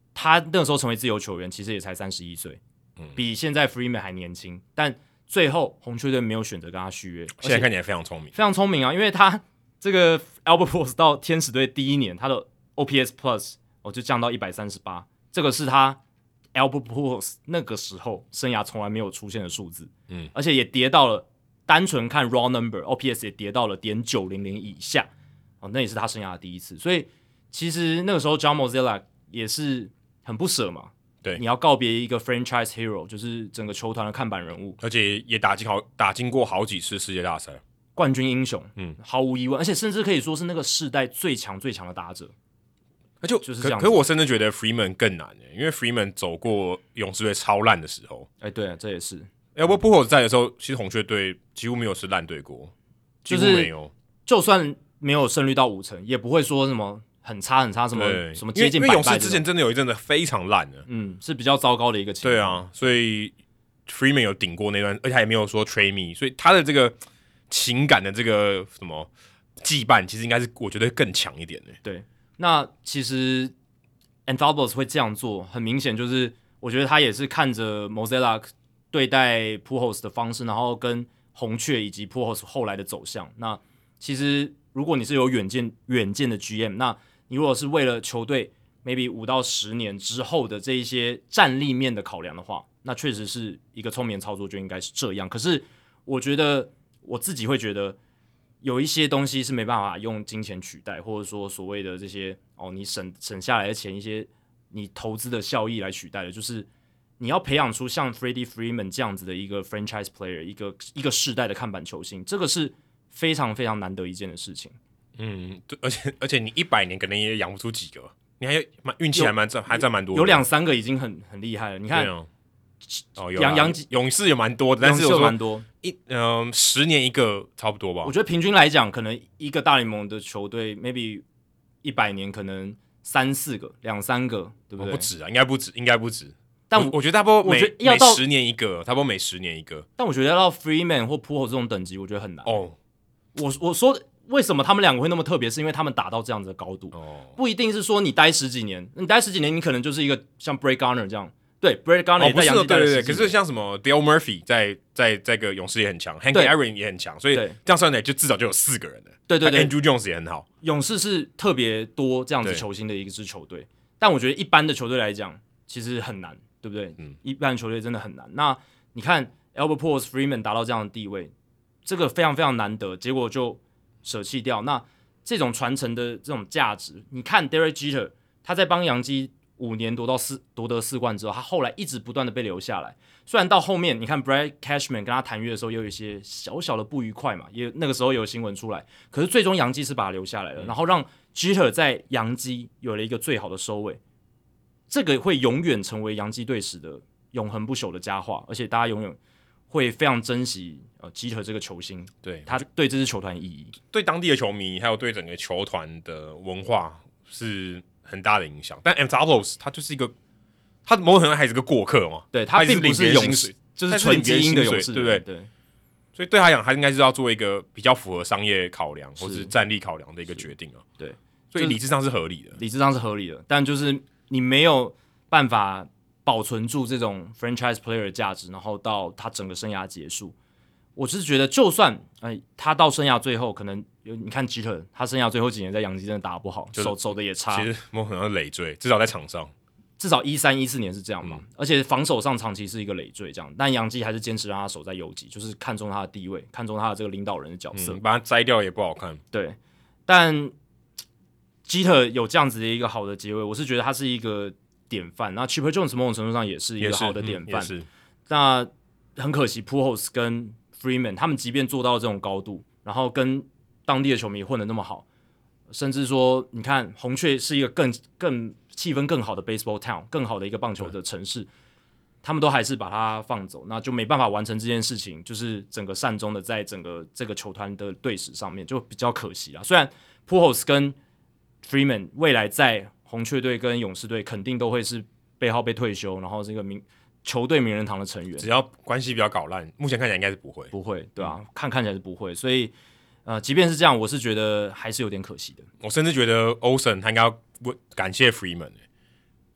他那个时候成为自由球员，其实也才三十一岁，比现在 Freeman 还年轻。但最后红雀队没有选择跟他续约， 现在看起来非常聪明， 非常聪明啊！因为他这个 Albert Pujols 到天使队第一年，他的 O P S Plus 哦就降到一百三十八，这个是他 Albert Pujols 那个时候生涯从来没有出现的数字，嗯，而且也跌到了单纯看 raw number O P S 也跌到了点九零零以下，哦，那也是他生涯的第一次。所以其实那个时候 John Mozeliak 也是很不舍嘛。 对， 你要告别一个 franchise hero， 就是整个球团的看板人物， 而且也打进好打进过好几次世界大赛， 冠军英雄， 嗯， 毫无疑问，而且甚至可以说是那个世代最强最强的打者。 那就就是这样子。 可可我甚至觉得 Freeman 更难耶，因为 Freeman 走过勇士队超烂的时候， 哎，对、啊，这也是。 Albert Pujols 在的时候，其实红雀队几乎没有是烂队过，几乎没有。 就算没有胜率到五成，也不会说什么。很差很差，什么什么接近百败， 因为勇士之前真的有一阵子非常烂的， 嗯，是比较糟糕的一个情况。 对啊，所以 Freeman 有顶过那段，而且还没有说 trade me， 所以他的这个情感的这个什么羁绊，其实应该是我觉得更强一点的。 对，那其实 Anthopoulos 会这样做，很明显就是我觉得他也是看着 Mozeliak 对待 Pujols 的方式，然后跟红雀以及 Pujols 后来的走向。那其实如果你是有远见远见的 G M， 那你如果是为了球队 maybe 五到十年之后的这一些战力面的考量的话，那确实是一个聪明的操作，就应该是这样。可是我觉得我自己会觉得有一些东西是没办法用金钱取代，或者说所谓的这些哦，你省省下来的钱，一些你投资的效益来取代的，就是你要培养出像 Freddie Freeman 这样子的一个 franchise player， 一个一个世代的看板球星，这个是非常非常难得一件的事情。 嗯，对，而且而且你一百年可能也养不出几个，你还运气还蛮占，还占蛮多的， 有两三个已经很很厉害了。你看， 哦，哦杨杨勇士有蛮多的，但是有蛮多一嗯、呃、十年一个差不多吧。 我觉得平均来讲，可能一个大联盟的球队 maybe 一百年可能三四个、两三个，对不对？ 哦、不止啊，应该不止，应该不止。 但我, 我觉得差不多每我觉得要到每十年一个，差不多每十年一个。 但我觉得要到 Freeman 或 Pujols 这种等级，我觉得很难。 哦， 我我说为什么他们两个会那么特别，是因为他们达到这样子的高度。哦，不一定是说你待十几年，你待十几年，你可能就是一个像 Brett Gardner 这样。对 ，Brett Gardner 也在洋基待了十几年。 对对对，可是像什么 Dale Murphy 在在在个勇士也很强 ，Hank Aaron 也很强，所以这样算起来就至少就有四个人了。 对对对 ，Andrew Jones 也很好。 勇士是特别多这样子球星的一支球队，但我觉得一般的球队来讲，其实很难，对不对？嗯，一般的球队真的很难。那你看 Albert Pujols、Freeman 达到这样的地位，这个非常非常难得，结果就舍弃掉。那这种传承的这种价值，你看 Derek Jeter 他在帮洋基五年夺到四夺得四冠之后，他后来一直不断的被留下来。虽然到后面你看 Brad Cashman 跟他谈约的时候，也有一些小小的不愉快嘛，也那个时候有新闻出来，可是最终洋基是把他留下来了，嗯、然后让 Jeter 在洋基有了一个最好的收尾。这个会永远成为洋基队史的永恒不朽的佳话，而且大家永远会非常珍惜呃基特这个球星， 对他对这支球团的意义， 对当地的球迷还有对整个球团的文化是很大的影响。但 Anthopoulos 他就是一个，他某种程度还是个过客嘛， 对他并不是勇士，就是纯基因的勇士， 对不对？ 对， 所以对他讲，他应该是要做一个比较符合商业考量或是战力考量的一个决定啊。 对， 所以理智上是合理的， 理智上是合理的，但就是你没有办法保存住这种 franchise player 的价值，然后到他整个生涯结束，我是觉得，就算哎他到生涯最后，可能你看基特，他生涯最后几年在洋基真的打不好，手手的也差， 其实某种程度是累赘，至少在场上， 至少一三一四年是这样嘛、嗯，而且防守上长期是一个累赘这样，但洋基还是坚持让他守在游击，就是看中他的地位，看中他的这个领导人的角色， 嗯、把他摘掉也不好看， 对，但基特有这样子的一个好的结尾，我是觉得他是一个典范。那 Chipper Jones 某种程度上也是一个好的典范。 嗯、 那很可惜 ，Pujols 跟 Freeman 他们即便做到了这种高度，然后跟当地的球迷混得那么好，甚至说，你看红雀是一个更更气氛更好的 baseball town， 更好的一个棒球的城市，他们都还是把它放走，那就没办法完成这件事情，就是整个善终的在整个这个球团的队史上面就比较可惜啦。虽然 Pujols 跟 Freeman 未来在红雀队跟勇士队肯定都会是背号被退休，然后这个名球队名人堂的成员， 只要关系比较搞烂，目前看起来应该是不会， 不会，对啊，嗯、看看起来是不会，所以呃，即便是这样，我是觉得还是有点可惜的。 我甚至觉得 Olsen 他应该要感谢 Freeman，、欸、因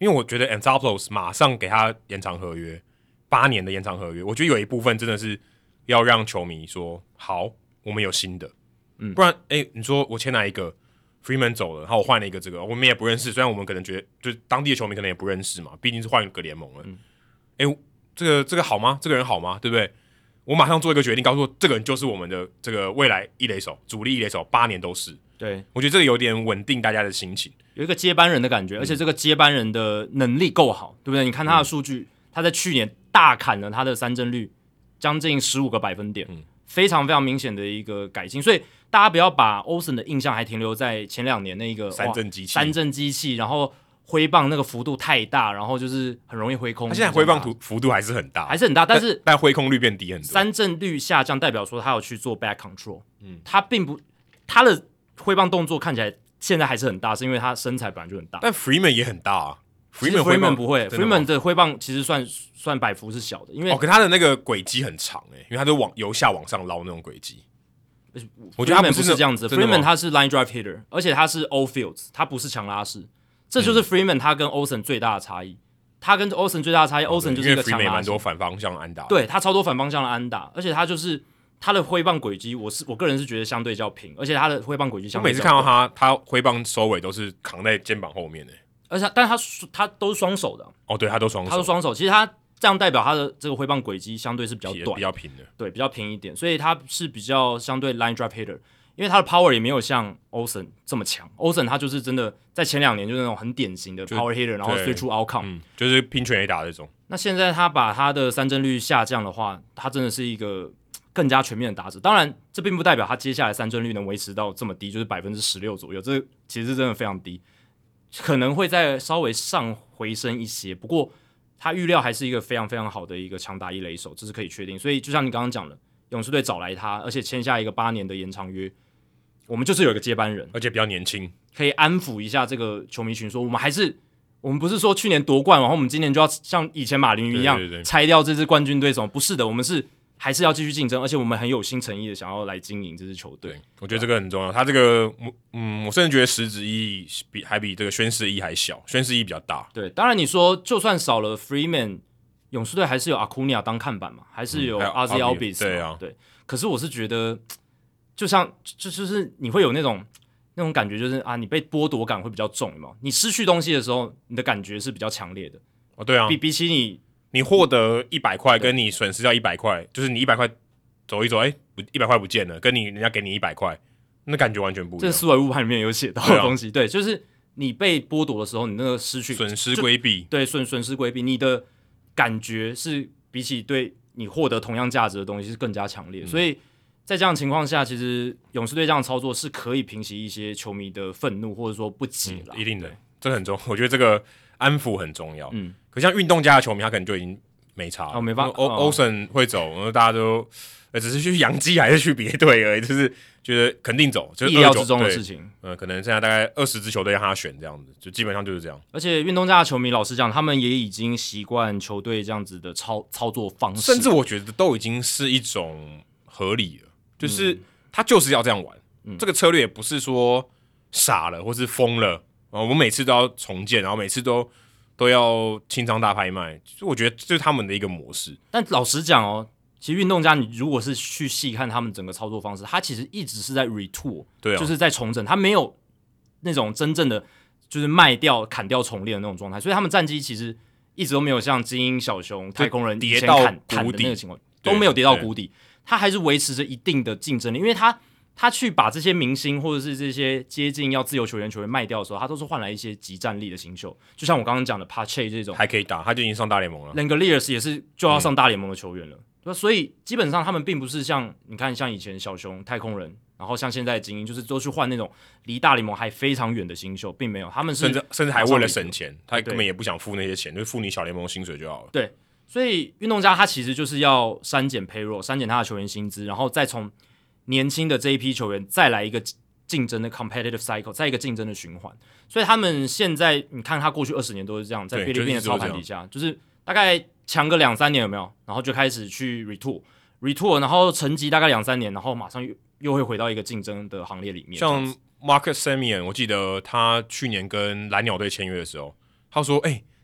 因为我觉得 Anthopoulos 马上给他延长合约，八年的延长合约，我觉得有一部分真的是要让球迷说好，我们有新的，嗯，不然哎、欸，你说我签哪一个 Freeman 走了，然后我换了一个这个，我们也不认识，虽然我们可能觉得就是当地的球迷可能也不认识嘛，毕竟是换一个联盟了，哎、嗯欸，这个这个好吗？这个人好吗？对不对？我马上做一个决定，告诉我这个人就是我们的这个未来一垒手，主力一垒手，八年都是。 对， 我觉得这个有点稳定大家的心情， 有一个接班人的感觉，嗯、而且这个接班人的能力够好，对不对？你看他的数据，嗯、他在去年大砍了他的三振率，将近十五个百分点，嗯、非常非常明显的一个改进。所以大家不要把 Olsen 的印象还停留在前两年那个三振机器， 三振机器，然后挥棒那个幅度太大，然后就是很容易挥空。 他现在挥棒幅度还是很大， 还是很大，但是但挥空率变低很多。 三振率下降，代表说他有去做 back control，嗯，他并不他的挥棒动作看起来现在还是很大，是因为他身材本来就很大。 但 Freeman 也很大啊 ，Freeman Freeman 不会 ，Freeman 的挥棒其实算算摆幅是小的，因为哦，可他的那个轨迹很长诶、欸，因为他是往由下往上捞那种轨迹。我觉得他不是这样子 ，Freeman 他是 line drive hitter， 而且他是 all fields， 他不是强拉式，这就是 Freeman 他跟 Olsen 最大的差异。他跟 Olsen 最大的差异 ，Olsen 就是一个强拉式， 蛮多反方向安打， 对他超多反方向的安打，而且他就是他的挥棒轨迹，我是我个人是觉得相对较平，而且他的挥棒轨迹相对较。 我每次看到他，他挥棒收尾都是扛在肩膀后面的、欸， 而且但他他都是双手的， 哦，对他都双手， 他都双手，其实他这样代表他的这个挥棒轨迹相对是比较短， 比较平的， 对，比较平一点，所以他是比较相对 line drive hitter。因为他的 power 也没有像 Olsen 这么强 ，Olsen 他就是真的在前两年就是那种很典型的 power hitter， 然后追出 outcome，、嗯、 就是拼全垒打这种。 那现在他把他的三振率下降的话，他真的是一个更加全面的打者。当然，这并不代表他接下来三振率能维持到这么低，就是百分之十六左右，这其实真的非常低，可能会再稍微上回升一些。不过他预料还是一个非常非常好的一个强打一垒手，这是可以确定。所以就像你刚刚讲的，勇士队找来他，而且签下一个八年的延长约。我们就是有一个接班人， 而且比较年轻， 可以安抚一下这个球迷群，说我们还是我们不是说去年夺冠，然后我们今年就要像以前马林鱼一样对对对拆掉这支冠军对手，不是的，我们是还是要继续竞争，而且我们很有心诚意的想要来经营这支球队。 我觉得这个很重要，他这个嗯，我甚至觉得实质意义比还比这个宣示意义还小，宣示意义比较大。 对，当然你说就算少了 Freeman， 勇士队还是有 Acuna 当看板嘛，还是有 R Z Albies，、嗯、 对啊， 对。可是我是觉得。就像就就是你会有那种那种感觉，就是啊，你被剥夺感会比较重嘛。你失去东西的时候，你的感觉是比较强烈的。 哦，对啊， 比比起你你获得一百块，跟你损失掉一百块，就是你一百块走一走，哎、欸，一百块不见了，跟你人家给你一百块，那感觉完全不一样。 这思维误判里面有写到的东西，对，啊、对，就是你被剥夺的时候，你那个失去损失规避， 对，损损失规避，你的感觉是比起对你获得同样价值的东西是更加强烈，嗯、所以。在这样的情况下，其实勇士队这样的操作是可以平息一些球迷的愤怒或者说不解啦、 嗯、一定的，这很重要。我觉得这个安抚很重要。嗯，可像运动家的球迷，他可能就已经没差了。 哦，没办法。 欧 Olsen 会走，然后大家都呃只是去洋基还是去别队而已，就是觉得肯定走，就是意料之中的事情。 呃，可能现在大概二十支球队让他选这样子，就基本上就是这样。 而且运动家的球迷，老实讲，他们也已经习惯球队这样子的操操作方式， 甚至我觉得都已经是一种合理了，就是。嗯他就是要这样玩，嗯、这个策略也不是说傻了或是疯了，我们每次都要重建，然后每次都都要清仓大拍卖，就我觉得这是他们的一个模式。 但老实讲哦，其实运动家你如果是去细看他们整个操作方式，他其实一直是在 retool， 对、啊， 就是在重整，他没有那种真正的就是卖掉、砍掉、重练的那种状态，所以他们战绩其实一直都没有像精英、小熊、太空人跌到谷底的那个情况，都没有跌到谷底。他还是维持着一定的竞争力，因为他他去把这些明星或者是这些接近要自由球员球员卖掉的时候，他都是换来一些极战力的新秀，就像我刚刚讲的 Pache 这种还可以打，他就已经上大联盟了。 Langeliers 也是就要上大联盟的球员了，嗯、所以基本上他们并不是像你看像以前小熊、太空人，然后像现在的精英，就是都去换那种离大联盟还非常远的新秀，并没有，他们是甚至甚至还为了省钱，他根本也不想付那些钱，就付你小联盟薪水就好了。 对。所以运动家他其实就是要删减 payroll， 删减他的球员薪资，然后再从年轻的这一批球员再来一个竞争的 competitive cycle， 再一个竞争的循环。所以他们现在你看他过去二十年都是这样，在菲律宾的操盘底下，就是、就是大概强个两三年有没有？然后就开始去 retool retool， 然后沉寂大概两三年，然后马上又又会回到一个竞争的行列里面。 像 Marcus Semien， 我记得他去年跟蓝鸟队签约的时候，他说：“哎、欸，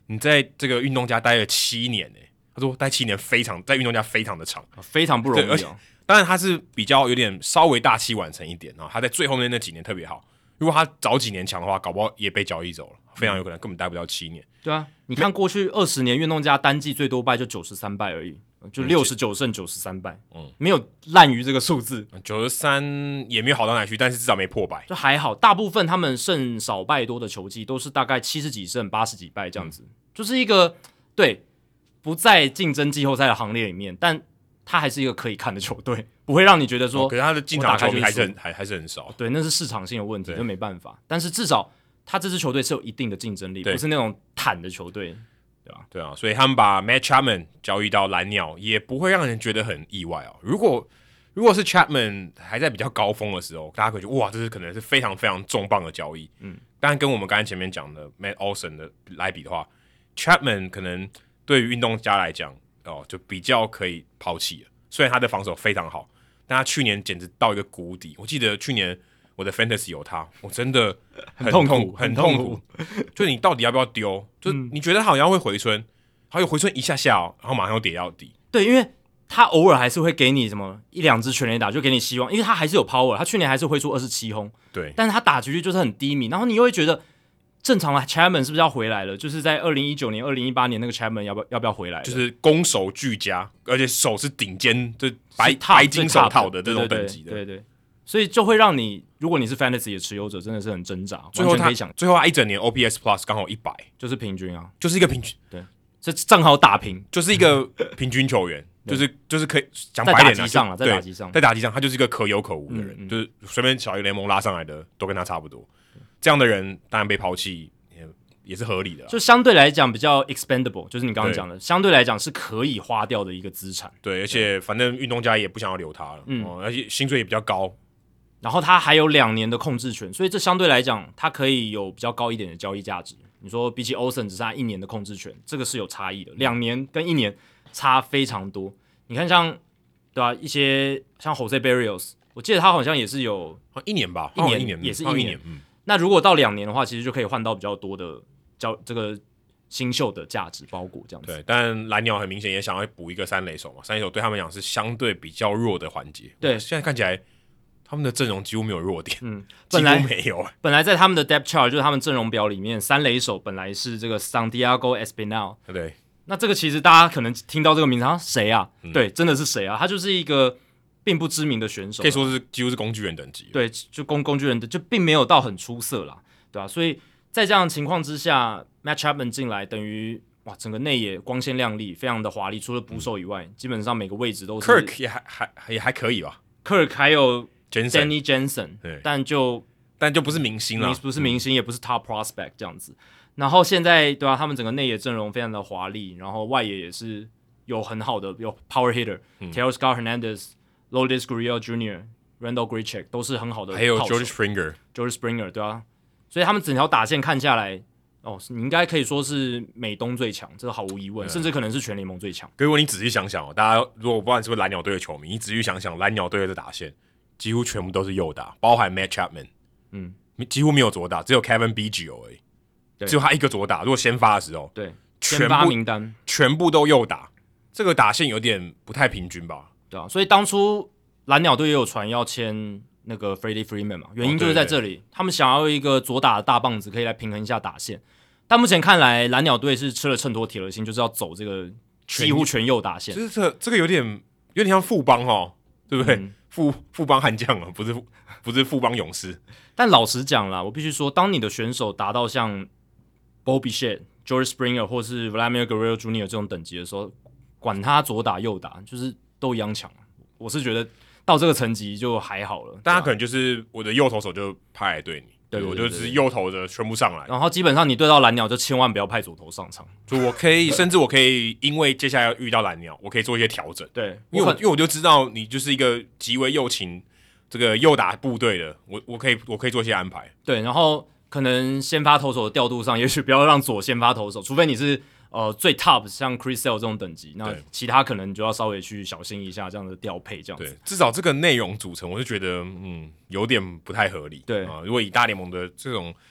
你在这个运动家待了七年诶、欸，他说待七年非常在运动家非常的长， 非常不容易哦。 当然他是比较有点稍微大器晚成一点啊，他在最后面那几年特别好。如果他早几年强的话，搞不好也被交易走了，非常有可能根本待不到七年。 对啊，你看过去二十年运动家单季最多败就九十三败而已，就六十九胜九十三败，嗯，没有烂于这个数字。 九十三也没有好到哪去，但是至少没破百， 就还好。大部分他们胜少败多的球季都是大概七十几胜、八十几败这样子，嗯、就是一个对不在竞争季后赛的行列里面，但他还是一个可以看的球队，不会让你觉得说，哦、 可是他的进场球迷还是很还还是很少。 对，那是市场性的问题，这没办法。但是至少他这支球队是有一定的竞争力，不是那种坦的球队。对啊， 对啊，所以他们把 Matt Chapman 交易到蓝鸟，也不会让人觉得很意外哦。如果如果是 Chapman 还在比较高峰的时候，大家会觉得哇，这是可能是非常非常重磅的交易。嗯，但跟我们刚才前面讲的 Matt Olson 的来比的话 ，Chapman 可能对于运动家来讲哦，就比较可以抛弃了。虽然他的防守非常好，但他去年简直到一个谷底。我记得去年我的 Fantasy 有他，我真的很痛苦，很痛苦。就你到底要不要丢？就你觉得他好像会回春，好有回春一下下哦，然后马上又跌到底。 对，因为他偶尔还是会给你什么一两支全垒打，就给你希望，因为他还是有 power。他去年还是挥出二十七轰， 对， 但是他打击率就是很低迷，然后你又会觉得。正常的 Chapman 是不是要回来了？就是在二零一九年、二零一八年那个 Chapman 要不要要不要回来了？ 就是攻守俱佳，而且手是顶尖，就白白金手套的这种等级的。 对 对, 对, 对，所以就会让你，如果你是 Fantasy 的持有者，真的是很挣扎。 最后他可以想， 最后他一整年 O P S Plus 刚好一百， 就是平均啊， 就是一个平均， 对，这正好打平， 就是一个平均球员，就是就是可以讲白点在打击上了，在打击上， 在打击上，他就是一个可有可无的人，嗯嗯就是随便小一联盟拉上来的都跟他差不多。这样的人当然被抛弃。也是合理的， 就相对来讲比较 expendable， 就是你刚刚讲的，相对来讲是可以花掉的一个资产。 对，而且反正运动家也不想要留他了，嗯、哦，而且薪水也比较高， 然后他还有两年的控制权，所以这相对来讲，他可以有比较高一点的交易价值。你说比起 Olsen 只剩下一年的控制权，这个是有差异的，两年跟一年差非常多。你看像对吧、啊，一些像 Jose Barrios， 我记得他好像也是有一年吧， 一年一年也是一年。 一年嗯、 那如果到两年的话，其实就可以换到比较多的。交这个新秀的价值包裹这样子， 对，但蓝鸟很明显也想要补一个三垒手嘛，三垒手对他们讲是相对比较弱的环节。 对， 现在看起来他们的阵容几乎没有弱点， 嗯， 本来没有。 本来在他们的 depth chart 就是他们阵容表里面，三垒手本来是这个 Santiago Espinal， 对， 那这个其实大家可能听到这个名字，啊，谁啊？嗯、对，真的是谁啊？他就是一个并不知名的选手， 可以说是几乎是工具人等级。 对，就工工具人的，就并没有到很出色啦，对吧、啊？所以。在这样的情况之下 ，Matt Chapman 进来，等于哇，整个内野光鲜亮丽，非常的华丽。除了捕手以外，嗯、基本上每个位置都是。 Kirk 也还还也还可以吧 ，Kirk 还有 Danny Jansen， 但就但就不是明星了， 不是明星，嗯、也不是 Top Prospect 这样子。然后现在对啊，他们整个内野阵容非常的华丽，然后外野也是有很好的有 Power Hitter，Teoscar、嗯、Hernandez、Lourdes Gurriel Junior、Randall Grichuk 都是很好的， 还有 George Springer，George Springer 对啊。所以他们整条打线看下来，哦，你应该可以说是美东最强，这个毫无疑问，甚至可能是全联盟最强。 如果你仔细想想哦，大家如果不管是不是蓝鸟队的球迷，你仔细想想，蓝鸟队的打线几乎全部都是右打，包含 Matt Chapman， 嗯，几乎没有左打，只有 Kevin Biggio 而已，只有他一个左打。如果先发的时候， 对，先发名单全部都右打，这个打线有点不太平均吧？ 对啊，所以当初蓝鸟队也有传要签。那个 Freddie Freeman 嘛，原因就是在这里，哦、对对他们想要一个左打的大棒子，可以来平衡一下打线。但目前看来，蓝鸟队是吃了秤砣铁了心，就是要走这个几乎全右打线。 就是这这个有点有点像富邦哦，对不对？嗯、富富邦悍将啊，不是不是富邦勇士。 但老实讲啦，我必须说，当你的选手达到像 Bobby Shett、George Springer 或是 Vladimir Guerrero Junior 这种等级的时候，管他左打右打，就是都一样强。我是觉得。到这个层级就还好了， 但他可能就是我的右投手就派来对你，对, 对, 对, 对我就是右投的全部上来， 然后基本上你对到蓝鸟就千万不要派左投上场， 就我可以甚至我可以因为接下来要遇到蓝鸟，我可以做一些调整， 对， 因为我因为我就知道你就是一个极为右倾这个右打部队的，我我可以我可以做一些安排， 对，然后可能先发投手的调度上，也许不要让左先发投手，除非你是。呃，最 top 像 Chris Sale 这种等级，那其他可能就要稍微去小心一下这样的调配，这样子。 对，至少这个内容组成，我是觉得嗯有点不太合理。 对啊、呃，如果以大联盟的这种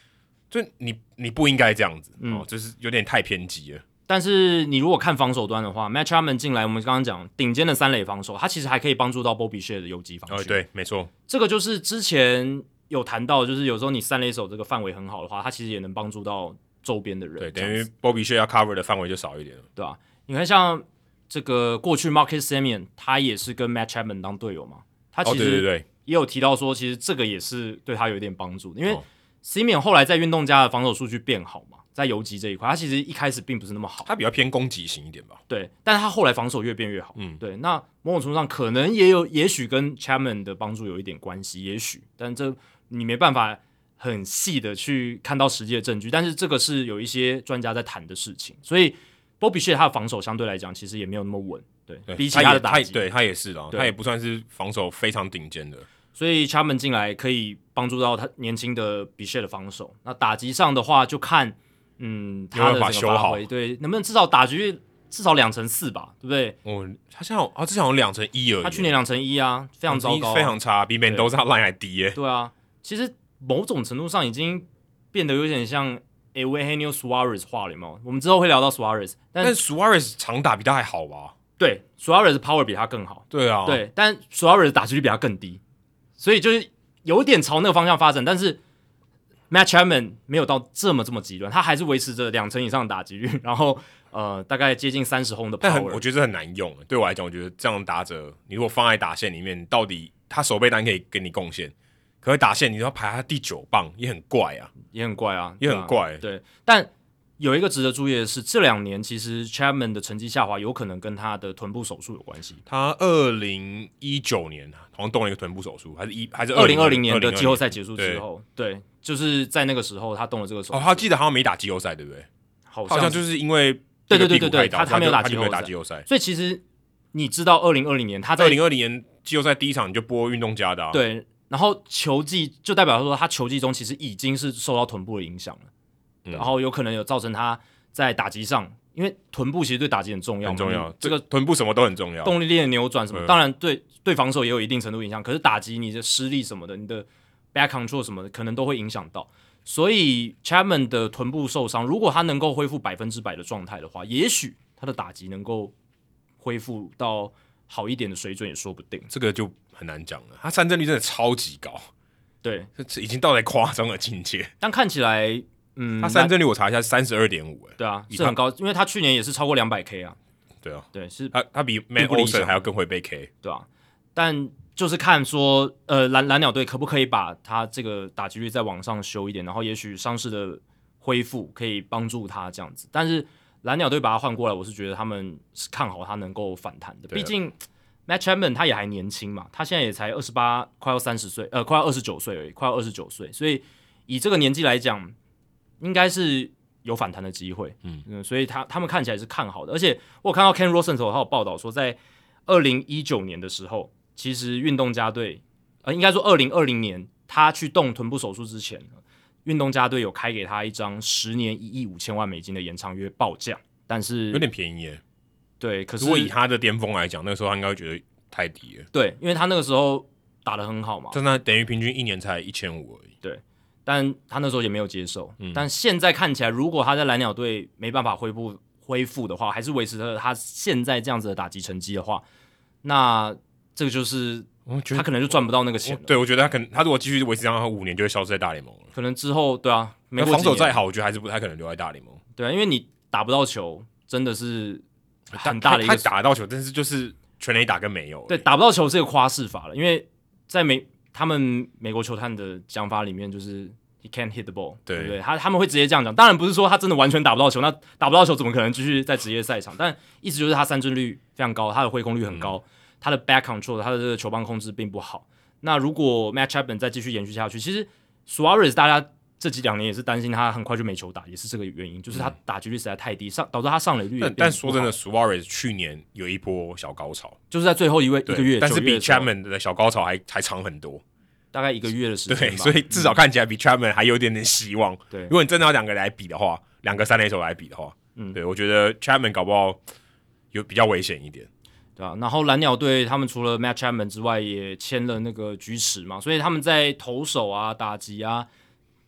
就你你不应该这样子，嗯、哦，就是有点太偏激了。 但是你如果看防守端的话 ，Matt Chapman 进来，我们刚刚讲顶尖的三垒防守，他其实还可以帮助到 Bobby Shea 的游击防守。 哦，对，没错， 这个就是之前有谈到，就是有时候你三垒手这个范围很好的话，他其实也能帮助到周边的人。 对，等于 Bobby Shea 要 cover 的范围就少一点了， 对吧、啊？你看像这个过去 Marcus Semien， 他也是跟 Matt Chapman 当队友嘛，他其实也有提到说，其实这个也是对他有一点帮助，因为 Semien 后来在运动家的防守数据变好嘛。在游击这一块，他其实一开始并不是那么好， 他比较偏攻击型一点吧。 对，但是他后来防守越变越好。嗯，对。那某种程度上可能也有，也许跟 Chapman 的帮助有一点关系，也许，但这你没办法很细的去看到实际的证据。但是这个是有一些专家在谈的事情，所以 Bobby Shea 他的防守相对来讲其实也没有那么稳，对， 对比起他的打击， 对他也是的，他也不算是防守非常顶尖的。 所以 Chapman 进来可以帮助到他年轻的 Bobby Shea 的防守。那打击上的话，就看。嗯，他的整个发挥，对，能不能至少打局至少两成四吧，对不对？ 哦，他现在啊，之前有两成一而已， 他去年两成一啊，非常糟糕、啊， 非常差，比 Mendoza line 还低耶。 对啊，其实某种程度上已经变得有点像 Eugenio Suarez 化了嘛。我们之后会聊到 Suarez， 但, 但 Suarez 长打比他还好吧？ 对 ，Suarez power 比他更好。 对啊， 对，但 Suarez 打击率比他更低，所以就是有点朝那个方向发展，但是。Matt Chapman 没有到这么这么极端，他还是维持着两成以上的打击率，然后呃大概接近三十轰的 power。 但我觉得这很难用，对我来讲，我觉得这样打者，你如果放在打线里面，到底他守备单可以给你贡献，可是打线你要排他第九棒，也很怪啊， 也很怪啊， 也很怪。 对,、啊、对，但有一个值得注意的是，这两年其实 Chapman 的成绩下滑，有可能跟他的臀部手术有关系。 他二零一九年好像动了一个臀部手术，还是一还是二零二零年的季后赛结束之后，对。对就是在那个时候，他动了这个手术。 哦，他记得好像没打季后赛，对不对？ 好像好像就是因为对对对对对， 他他没有打季后打季后赛。 所以其实你知道，二零二零年他在二零二零年季后赛第一场你就播运动家的、啊， 对。然后球季就代表说，他球季中其实已经是受到臀部的影响了、嗯，然后有可能有造成他在打击上，因为臀部其实对打击很重要， 很重要。 这个臀部什么都很重要， 动力链的扭转什么，嗯、当然对对防守也有一定程度影响。可是打击你的施力什么的，你的 back control 什么的，可能都会影响到。所以 Chapman 的臀部受伤，如果他能够恢复百分之百的状态的话，也许他的打击能够恢复到好一点的水准也说不定。 这个就很难讲了，他三振率真的超级高， 对， 这已经到了夸张的境界。 但看起来，嗯， 他三振率我查一下是三十二点五，哎， 对啊，是很高，因为他去年也是超过两百 K 啊。 对啊， 对，是他他比 Matt Olson 还要更会被 K， 对啊，但。就是看说，呃，蓝蓝鸟队可不可以把他这个打击率再往上修一点，然后也许伤势的恢复可以帮助他这样子。但是蓝鸟队把他换过来，我是觉得他们是看好他能够反弹的。毕竟 Matt Chapman 他也还年轻嘛，他现在也才二十八，快要三十岁，呃，快要二十九岁而已，快要二十九岁，所以以这个年纪来讲，应该是有反弹的机会。嗯, 嗯，所以他他们看起来是看好的。而且我有看到 Ken Rosenthal 他有报道说，在二零一九年的时候。其实运动家队，呃，应该说二零二零年他去动臀部手术之前，运动家队有开给他一张十年一亿五千万美金的延长约报价，但是有点便宜耶。 对，可是如果以他的巅峰来讲，那个时候他应该会觉得太低了。 对，因为他那个时候打得很好嘛， 真的等于平均一年才一千五而已。 对，但他那时候也没有接受。嗯、但现在看起来，如果他在蓝鸟队没办法恢复恢复的话，还是维持着他现在这样子的打击成绩的话，那。这个就是他可能就赚不到那个钱了。 对，我觉得他可能他如果继续维持这样，他五年就会消失在大联盟了。 可能之后对啊， 那防守再好，我觉得还是不太可能留在大联盟。 对啊，因为你打不到球，真的是很大的一个。 他打得到球，但是就是全垒打跟没有。 对，打不到球是一个夸饰法了，因为在美他们美国球探的讲法里面，就是 he can't hit the ball， 对, 对不对？他他们会直接这样讲。当然不是说他真的完全打不到球，那打不到球怎么可能继续在职业赛场？但意思就是他三振率非常高，他的挥空率很高。嗯，他的 back control， 他的这个球棒控制并不好。那如果 Matt Chapman 再继续延续下去，其实 Suarez 大家这几两年也是担心他很快就没球打，也是这个原因，就是他打击率实在太低，上导致他上垒率也变不好。 但说真的 ，Suarez 去年有一波小高潮， 就是在最后一位一个月， 但是比 Chapman 的小高潮还还长很多， 大概一个月的时间。 对，所以至少看起来比 Chapman 还有一点点希望。 对， 如果你真的要两个来比的话，两个三垒手来比的话，嗯，对我觉得 Chapman 搞不好有比较危险一点。 对啊，然后蓝鸟队他们除了 Matt Chapman 之外，也签了那个菊池嘛，所以他们在投手啊、打击啊，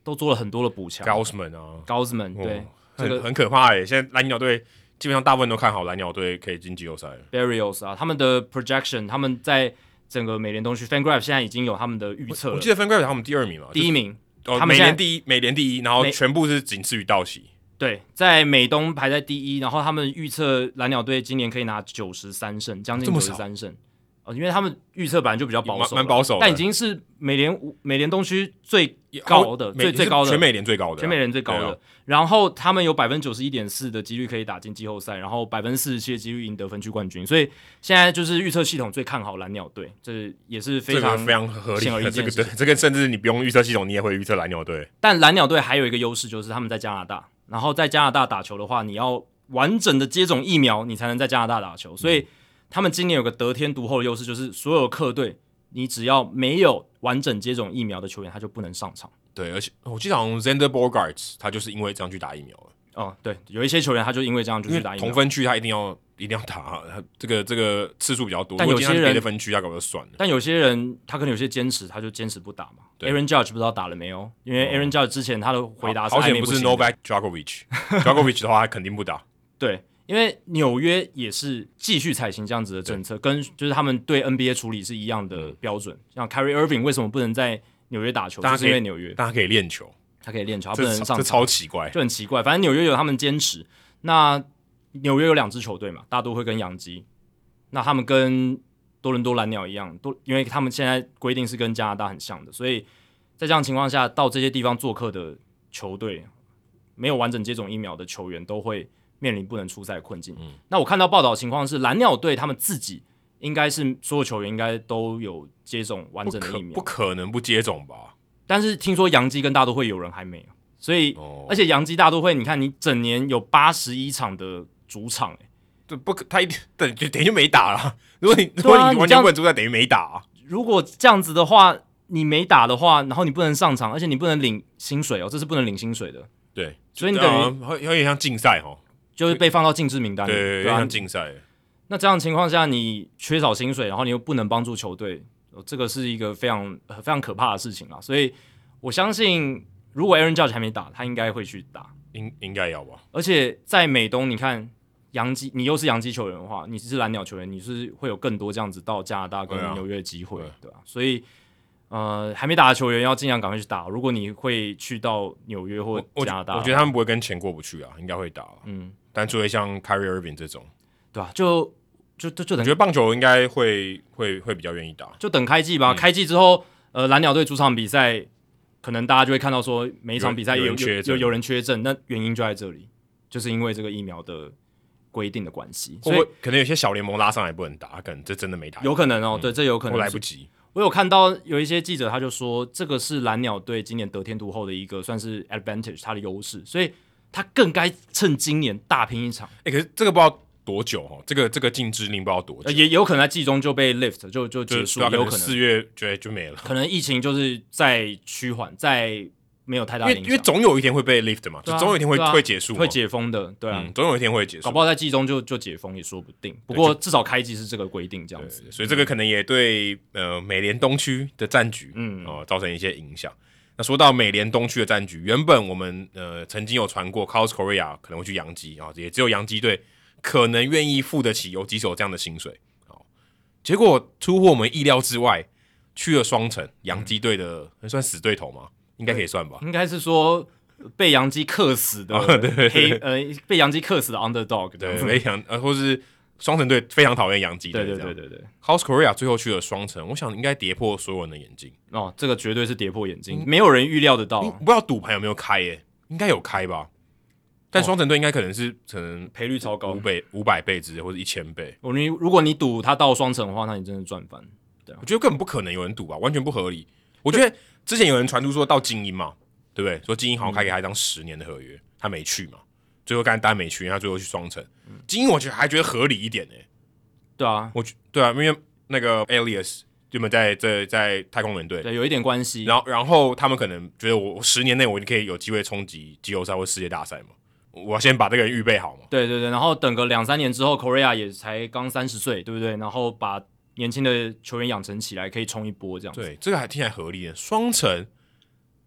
都做了很多的补强。 Gausman 啊 ，Gausman 对， 哦、 这个很很可怕耶！现在蓝鸟队基本上大部分都看好蓝鸟队可以进季后赛了。 Barrios 啊，他们的 projection， 他们在整个美联东区 FanGraph 现在已经有他们的预测了。 我记得 FanGraph 他们第二名嘛， 第一名， 哦、 他们美联第一，美联第一，然后全部是仅次于道奇。 对，在美东排在第一，然后他们预测蓝鸟队今年可以拿九十三胜，将近九十三胜。哦，因为他们预测本来就比较保守， 蛮保守的， 但已经是美联美联东区最高的、最最高的全美联最高的、啊， 全美联最高的。然后他们有百分之九十一点四的几率可以打进季后赛，然后百分之四十七的几率赢得分区冠军。所以现在就是预测系统最看好蓝鸟队，这也是非常、 这个、非常合理的。 这个对，这个甚至你不用预测系统，你也会预测蓝鸟队。 但蓝鸟队还有一个优势就是他们在加拿大，然后在加拿大打球的话，你要完整的接种疫苗，你才能在加拿大打球，所以。嗯他们今年有个得天独厚的优势，就是所有客队，你只要没有完整接种疫苗的球员，他就不能上场。 对，而且我记得好像 Xander Bogaerts 他就是因为这样去打疫苗了。 哦，对，有一些球员他就因为这样就去打疫苗。 同分区他一定要一定要打，他这个这个次数比较多。 但有些人别的分区他搞就算了。 但有些人他可能有些坚持，他就坚持不打嘛。Aaron Judge 不知道打了没有？因为 Aaron Judge 之前他的回答是好险不是 Novak Djokovic，Djokovic 的话他肯定不打。 对。因为纽约也是继续采行这样子的政策，跟就是他们对 N B A 处理是一样的标准。嗯、像 Kyrie Irving 为什么不能在纽约打球？就是因为纽约， 但他可以练球， 他可以练球，他不能上场， 这超奇怪， 就很奇怪。反正纽约有他们坚持。那纽约有两支球队嘛，大都会跟洋基。那他们跟多伦多蓝鸟一样，都因为他们现在规定是跟加拿大很像的，所以在这样的情况下，到这些地方做客的球队，没有完整接种疫苗的球员都会。面临不能出赛的困境。嗯、那我看到报道情况是，蓝鸟队他们自己应该是所有球员应该都有接种完整的疫苗， 不 可, 不可能不接种吧？ 但是听说洋基跟大都会有人还没有，所以、哦、而且洋基大都会，你看你整年有八十一场的主场、欸， 对，不可他一等就等于就没打了。如果你、啊、如果你完全不能出赛，等于没打、啊。 如果这样子的话，你没打的话，然后你不能上场，而且你不能领薪水哦，这是不能领薪水的。 对， 所以你等于、 呃、有点像竞赛哦。 就是被放到禁制名单里， 对， 对啊， 像竞赛。 那这样的情况下，你缺少薪水，然后你又不能帮助球队，这个是一个非常非常可怕的事情啦。所以我相信，如果 Aaron Judge 还没打，他应该会去打， 应应该要吧。 而且在美东，你看洋基，你又是洋基球员的话，你是蓝鸟球员，你是会有更多这样子到加拿大跟纽约的机会，对吧、对啊？所以。呃，还没打的球员要尽量赶快去打。如果你会去到纽约或加拿大， 我, 我觉得他们不会跟钱过不去啊，应该会打。嗯，但除非像 Kyrie Irving 这种， 对吧、啊？就就就就等， 我觉得棒球应该会会会比较愿意打， 就等开季吧。嗯、开季之后，呃，蓝鸟队主场比赛，可能大家就会看到说，每一场比赛有有 有, 有, 有人缺阵，那原因就在这里，就是因为这个疫苗的规定的关系，所以可能有些小联盟拉上来不能打，可能这真的没打， 有可能哦， 嗯、 对，这有可能来不及。 我有看到有一些记者他就说，这个是蓝鸟队今年得天独厚的一个算是 advantage， 他的优势，所以他更该趁今年大拼一场。 哎、欸，可是这个不知道多久哦，这个这个禁制令不知道多久， 呃、也有可能在季中就被 lift 就就结束， 也有可能四月就就没了， 可能疫情就是在趋缓，在没有太大的影响， 因为因为总有一天会被 lift 嘛， 啊、 就总有一天会、 啊、 会结束， 会解封的，对啊、 嗯，总有一天会结束， 搞不好在季中就就解封也说不定。不过至少开季是这个规定这样子， 所以这个可能也对呃美联东区的战局嗯哦、呃、造成一些影响。那说到美联东区的战局，原本我们呃曾经有传过 Carlos Correa 可能会去洋基啊，也只有洋基队可能愿意付得起游击手这样的薪水。哦，结果出乎我们意料之外，去了双城，洋基队的能算死对头吗？应该可以算吧， 应该是说被洋基克死的黑、哦、对对对呃被洋基克死的 underdog， 对，被洋呃或是双城队非常讨厌洋基队， 对对对对对。 Carlos Correa 最后去了双城，我想应该跌破所有人的眼镜哦，这个绝对是跌破眼镜，嗯、没有人预料得到。 不知道赌盘有没有开耶、欸？应该有开吧，但双城队应该可能是可能赔率超高， 五倍、五百倍之类，或者一千倍。 哦，你如果你赌他到双城的话，那你真的赚翻。对、啊， 我觉得根本不可能有人赌吧，完全不合理。我觉得之前有人传出说到精英嘛。对不对？说精英好像开给他一张十年的合约，嗯、他没去嘛，最后干单没去，他最后去双城。嗯、精英我觉得还觉得合理一点呢、欸。 对啊， 我对啊，因为那个 Elias 原本在在在太空人队， 对，有一点关系。 然后然后他们可能觉得我十年内我就可以有机会冲击季后赛或世界大赛嘛，我要先把这个人预备好嘛。 对对对，然后等个两三年之后 ，Correa 也才刚三十岁，对不对？然后把年轻的球员养成起来，可以冲一波这样子。 对，这个还听起来合理的。双城。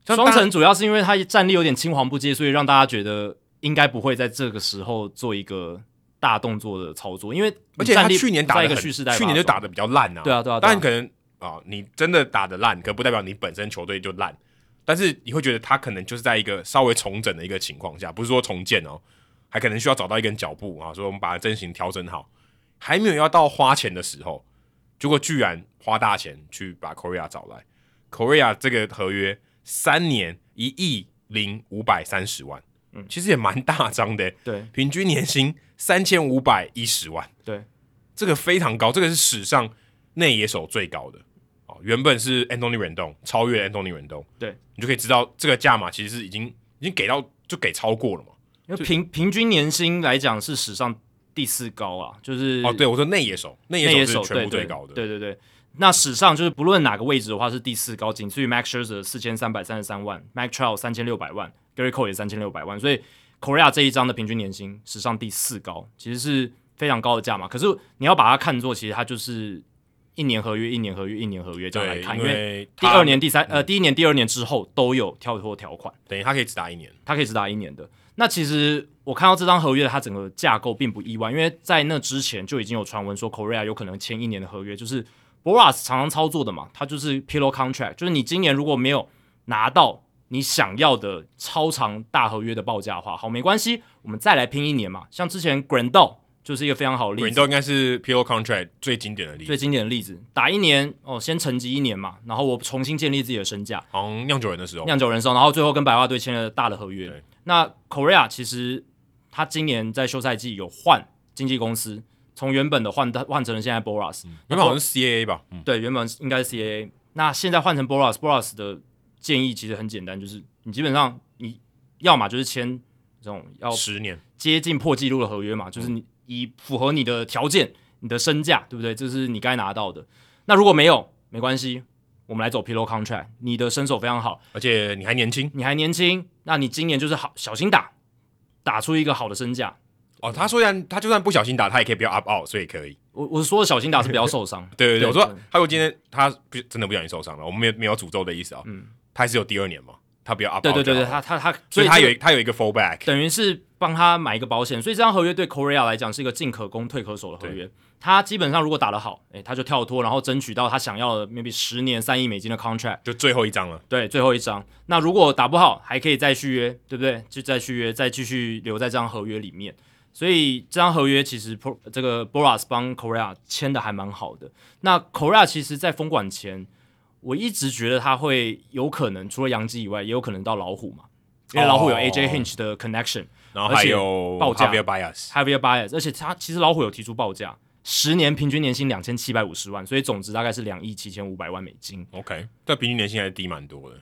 双城主要是因为他战力有点青黄不接，所以让大家觉得应该不会在这个时候做一个大动作的操作，因为而且他去年打的一个蓄势待发， 去年就打的比较烂啊。 对啊，对啊， 当然可能啊、哦，你真的打的烂，可不代表你本身球队就烂，但是你会觉得他可能就是在一个稍微重整的一个情况下，不是说重建哦，还可能需要找到一根脚步啊，所以我们把阵型调整好，还没有要到花钱的时候，结果居然花大钱去把 Correa 找来 ，Correa 这个合约三年一亿零五百三十万。嗯，其实也蛮大张的， 对， 平均年薪三千五百一十万， 对， 这个非常高，这个是史上内野手最高的哦。原本是 Anthony Rendon 超越 Anthony Rendon， 对， 你就可以知道这个价码其实是已经已经给到就给超过了嘛。 因为平平均年薪来讲是史上第四高啊，就是哦，对我说内野手，内野手是全部最高的， 对对 对, 对, 对。那史上就是不论哪个位置的话是第四高，仅次于 Max Scherzer 四千三百三十三万 ，Mike Trout 三千六百万。Gary Cole 也三千六百万，所以 Correa 这一张的平均年薪史上第四高，其实是非常高的价码。可是你要把它看作，其实它就是一年合约、一年合约、一年合约这样来看，因为第二年、第三呃第一年、第二年之后都有跳脱条款， 等于他可以只打一年， 他可以只打一年的。那其实我看到这张合约的它整个架构并不意外，因为在那之前就已经有传闻说 Correa 有可能签一年的合约，就是 Boras 常常操作的嘛，他就是 pillow contract， 就是你今年如果没有拿到你想要的超长大合约的报价的话，好，没关系，我们再来拼一年嘛。像之前 Grandal 就是一个非常好的例子 ，Grandal 应该是 pillow contract 最经典的例子， 最经典的例子，打一年哦，先沉寂一年嘛，然后我重新建立自己的身价， 好像酿酒人的时候， 酿酒人的时候，然后最后跟白袜队签了大的合约。那 Correa 其实他今年在休赛季有换经纪公司，从原本的换换成了现在 Boras，、嗯、 原本好像是 C A A 吧、嗯？ 对，原本应该是 C A A， 那现在换成 Boras，Boras 的建议其实很简单，就是你基本上你要嘛就是签这种要十年接近破纪录的合约嘛，就是你以符合你的条件、你的身价，对不对？这是你该拿到的。那如果没有，没关系，我们来走 pillow contract。你的身手非常好， 而且你还年轻， 你还年轻，那你今年就是好小心打，打出一个好的身价。 哦，他虽然他就算不小心打，他也可以不要 up out， 所以可以。 我我说的小心打是不要受伤。 对对对，我说他如果今天他不真的不小心受伤了，我们没有没有诅咒的意思啊。嗯，他还是有第二年嘛，他不要 up out。 对对对对，他他他， 所以他有他有一个 fallback， 等于是帮他买一个保险，所以这张合约对 Correa 来讲是一个进可攻退可守的合约。他基本上如果打得好，哎，他就跳脱，然后争取到他想要的 maybe 十年三亿美金的 contract， 就最后一张了。 对，最后一张。那如果打不好，还可以再续约，对不对？就再续约，再继续留在这张合约里面。所以这张合约其实这个 Boras 帮 Correa 签的还蛮好的。那 Correa 其实在封馆前，我一直觉得他会有可能除了洋基以外，也有可能到老虎嘛，因为老虎有 A J Hinch 的 connection，、哦、 然后还有报价 Javier Baez，Javier Baez， 而且他其实老虎有提出报价，十年平均年薪两千七百五十万，所以总值大概是两亿七千五百万美金。 OK， 这平均年薪还是低蛮多的。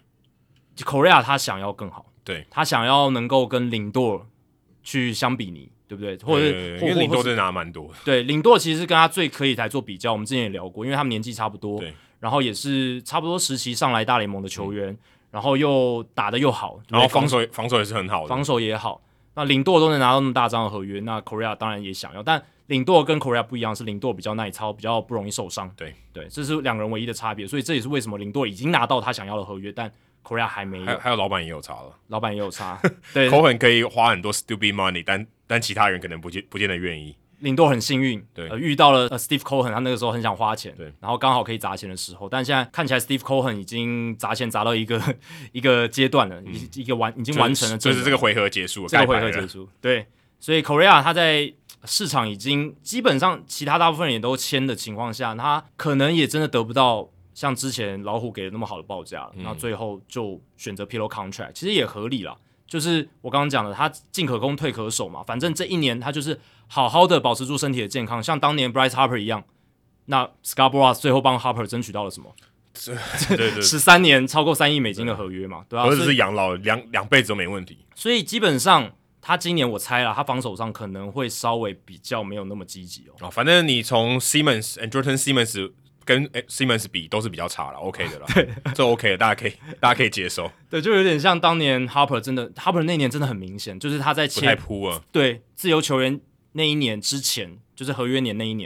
Correa 他想要更好， 对， 他想要能够跟领舵去相比拟。对不对？或者是因为领舵真的拿蛮多的。 对，领舵其实是跟他最可以来做比较。我们之前也聊过，因为他们年纪差不多， 对， 然后也是差不多时期上来大联盟的球员，嗯、然后又打得又好， 然后防守防守也是很好的， 防守也好。那领舵都能拿到那么大张的合约，那 Correa 当然也想要，但领舵跟 Correa 不一样，是领舵比较耐操，比较不容易受伤。 对对，这是两个人唯一的差别，所以这也是为什么领舵已经拿到他想要的合约，但 Correa 还没有。 还, 还有老板也有差了， 老板也有差。对 ，Cohen 可以花很多 stupid money， 但但其他人可能不见不见得愿意。 领舵很幸运， 对， 呃，遇到了、呃、Steve Cohen， 他那个时候很想花钱， 对， 然后刚好可以砸钱的时候，但现在看起来 Steve Cohen 已经砸钱砸到一个一个阶段了，嗯、一个完已经完成了， 就是这个回合结束了， 这个回合结束，对，所以 Correa 他在市场已经基本上其他大部分人也都签的情况下，他可能也真的得不到像之前老虎给的那么好的报价，那、嗯、最后就选择 pillow contract， 其实也合理啦。就是我刚刚讲的，他进可攻退可守嘛，反正这一年他就是好好的保持住身体的健康，像当年 Bryce Harper 一样。那 Scarborough 最后帮 Harper 争取到了什么？ 对对对， 十三年超过三亿美金的合约嘛，对吧、啊？ 儿子是养老两两辈子都没问题。 所以基本上他今年我猜啦，他防守上可能会稍微比较没有那么积极哦。 哦，反正你从 Simmons Andrelton Simmons。跟 Simmons 比都是比较差了 ，OK 的啦，这 OK 的，大家可以大家可以接受。 对，就有点像当年 Harper 真的 Harper 那年真的很明显，就是他在不太扑啊。 对，自由球员那一年之前，就是合约年那一年，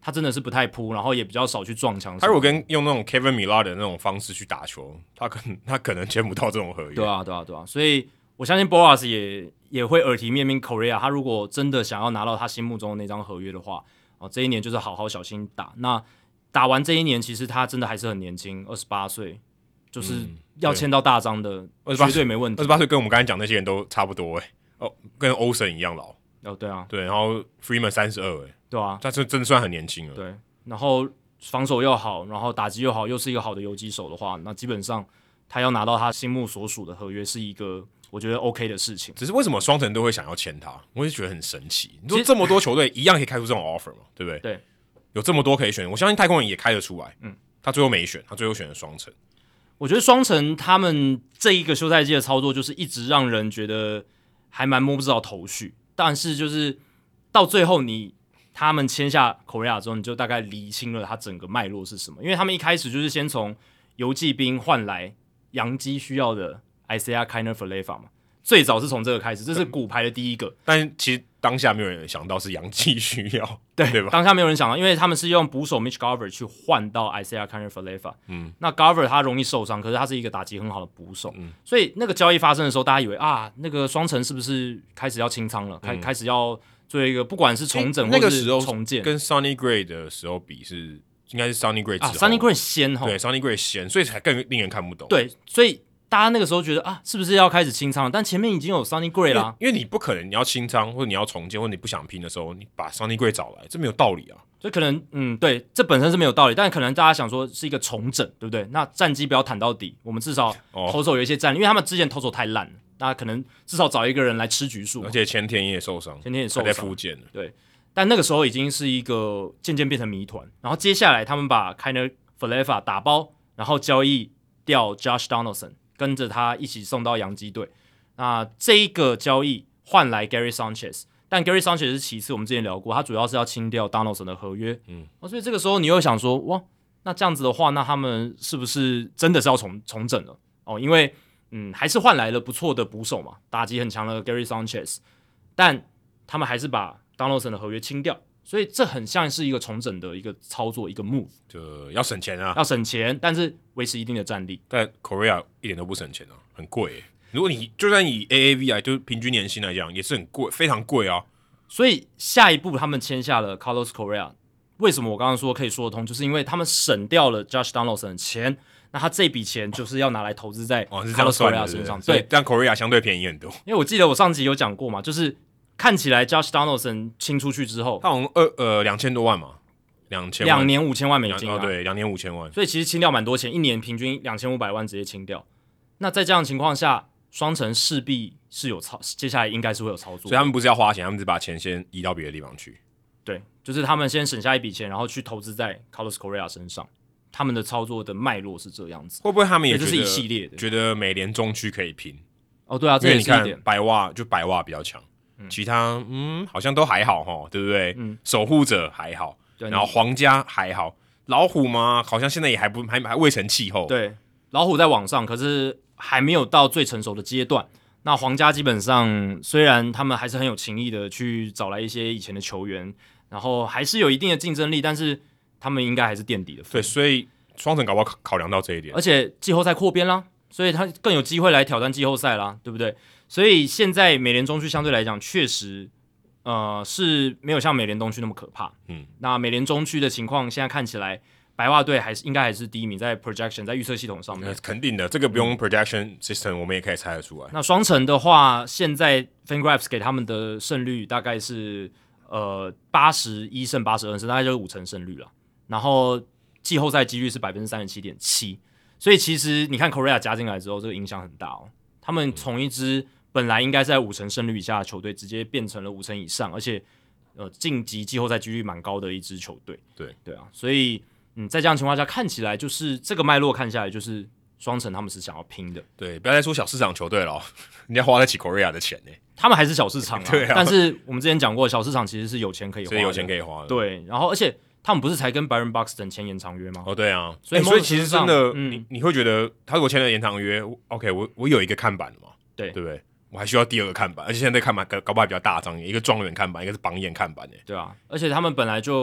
他真的是不太扑，然后也比较少去撞墙。 他如果跟用那种 Kevin Millar 的那种方式去打球，他可能他可能签不到这种合约。 对啊，对啊，对啊，所以我相信 Boras 也也会耳提面命 Correa， 他如果真的想要拿到他心目中的那张合约的话，哦，这一年就是好好小心打。那打完这一年，其实他真的还是很年轻，二十八岁，就是要签到大张的，嗯、绝对没问题。 二十八岁跟我们刚才讲那些人都差不多哎、欸，哦，跟 Olsen 一样老。 哦，对啊， 对，然后 Freeman 三十二，哎， 对啊， 他这真的算很年轻了。 对，然后防守又好，然后打击又好，又是一个好的游击手的话，那基本上他要拿到他心目所属的合约是一个我觉得 OK 的事情。 只是为什么双城都会想要签他，我也觉得很神奇。你说这么多球队一样可以开出这种 offer 嘛，对不对？ 对， 有这么多可以选，我相信太空人也开得出来。嗯，他最后没选，他最后选了双城。 我觉得双城他们这一个休赛季的操作，就是一直让人觉得还蛮摸不着头绪，但是就是到最后你他们签下 Correa 之后，你就大概理清了他整个脉络是什么。因为他们一开始就是先从游骑兵换来洋基需要的 Isaiah Kiner-Falefa 嘛，最早是从这个开始，这是骨牌的第一个。 但其实当下没有人想到是洋基需要， 对对吧？ 当下没有人想到，因为他们是用捕手 Mitch Garver 去换到 Isaiah Kiner-Falefa。嗯，那 Garver 他容易受伤，可是他是一个打击很好的捕手，嗯，所以那个交易发生的时候，大家以为啊，那个双城是不是开始要清仓了？开、嗯、开始要做一个不管是重整或是重建， 那个时候跟 Sonny Gray 的时候比是应该是 Sonny Gray 之后、 啊、Sonny Gray 先哈， 对 Sonny Gray 先，所以才更令人看不懂。 对，所以大家那个时候觉得啊，是不是要开始清仓了？但前面已经有 Sonny Gray 啦， 因为你不可能你要清仓或者你要重建或者你不想拼的时候，你把 Sonny Gray 找来，这没有道理啊。 所以可能嗯，对，这本身是没有道理，但可能大家想说是一个重整，对不对？那战绩不要谈到底，我们至少投手有一些战力，因为他们之前投手太烂了，那可能至少找一个人来吃局数。 而且前田也受伤， 前田也受伤， 还在复健了。 对，但那个时候已经是一个渐渐变成谜团。然后接下来他们把 Kiner-Falefa 打包，然后交易掉 Josh Donaldson， 跟着他一起送到洋基队。那这一个交易换来 Gary Sanchez。但 Gary Sanchez 是其次，我们之前聊过，他主要是要清掉 Donaldson 的合约，嗯、哦，所以这个时候你又想说，哇，那这样子的话，那他们是不是真的是要重重整了？哦，因为嗯，还是换来了不错的捕手嘛，打击很强的 Gary Sanchez， 但他们还是把 Donaldson 的合约清掉，所以这很像是一个重整的一个操作，一个 move， 就要省钱啊， 要省钱，但是维持一定的战力。 但 Correa 一点都不省钱啊，很贵耶。如果你就算以 A A V 来，就是平均年薪来讲，也是很贵，非常贵啊。 所以下一步他们签下了 Carlos Correa， 为什么我刚刚说可以说得通，就是因为他们省掉了 Josh Donaldson 的钱，那他这笔钱就是要拿来投资在 Carlos Correa 身上。 对，但 Correa 相对便宜很多。 因为我记得我上集有讲过嘛，就是看起来 Josh Donaldson 清出去之后， 他好像二呃两千多万嘛，两千两年五千万美金啊， 哦对，两年五千万， 所以其实清掉蛮多钱，一年平均两千五百万直接清掉。那在这样的情况下，双城势必是有操，接下来应该是会有操作， 所以他们不是要花钱，他们只把钱先移到别的地方去。 对，就是他们先省下一笔钱，然后去投资在 Carlos Correa 身上。他们的操作的脉络是这样子， 会不会他们也觉得这是一系列的， 觉得美联中区可以拼？ 哦，对啊，这也是一点。 因为你看白袜就白袜比较强、嗯，其他嗯好像都还好齁，对不对？嗯，守护者还好，然后皇家还好，老虎嘛，好像现在也还不还还未成气候。 对，老虎在往上，可是还没有到最成熟的阶段。那皇家基本上虽然他们还是很有情义的去找来一些以前的球员，然后还是有一定的竞争力，但是他们应该还是垫底的。 对，所以双城搞不好考量到这一点， 而且季后赛扩编啦，所以他更有机会来挑战季后赛啦，对不对？所以现在美联中区相对来讲确实呃是没有像美联东区那么可怕。嗯，那美联中区的情况现在看起来，白袜队还是应该还是第一名，在 projection 在预测系统上面， 肯定的，这个不用 projection system，、嗯、我们也可以猜得出来。 那双城的话，现在 FanGraphs 给他们的胜率大概是呃八十一胜八十二胜，大概就是五成胜率了。然后季后赛几率是百分之三十七点七，所以其实你看 Correa 加进来之后，这个影响很大哦。他们从一支本来应该在五成胜率以下的球队，直接变成了五成以上，而且呃晋级季后赛几率蛮高的一支球队。 对对啊，所以。嗯，在这样的情况下，看起来就是这个脉络看下来，就是双城他们是想要拼的。 对，不要再说小市场球队了，人家花得起 Correa 的钱呢。 他们还是小市场啊， 对啊。 但是我们之前讲过，小市场其实是有钱可以花的， 所以有钱可以花的。 对，然后而且他们不是才跟 Byron Buxton 签延长约吗？ 哦，对啊。 所以、 欸、所以其实真的， 嗯、 你你会觉得他如果签了延长约 ，OK， 我我有一个看板了嘛， 对对不对？我还需要第二个看板，而且现在看板搞不好比较大张，一个状元看板，一个是榜眼看板诶。 对啊，而且他们本来就。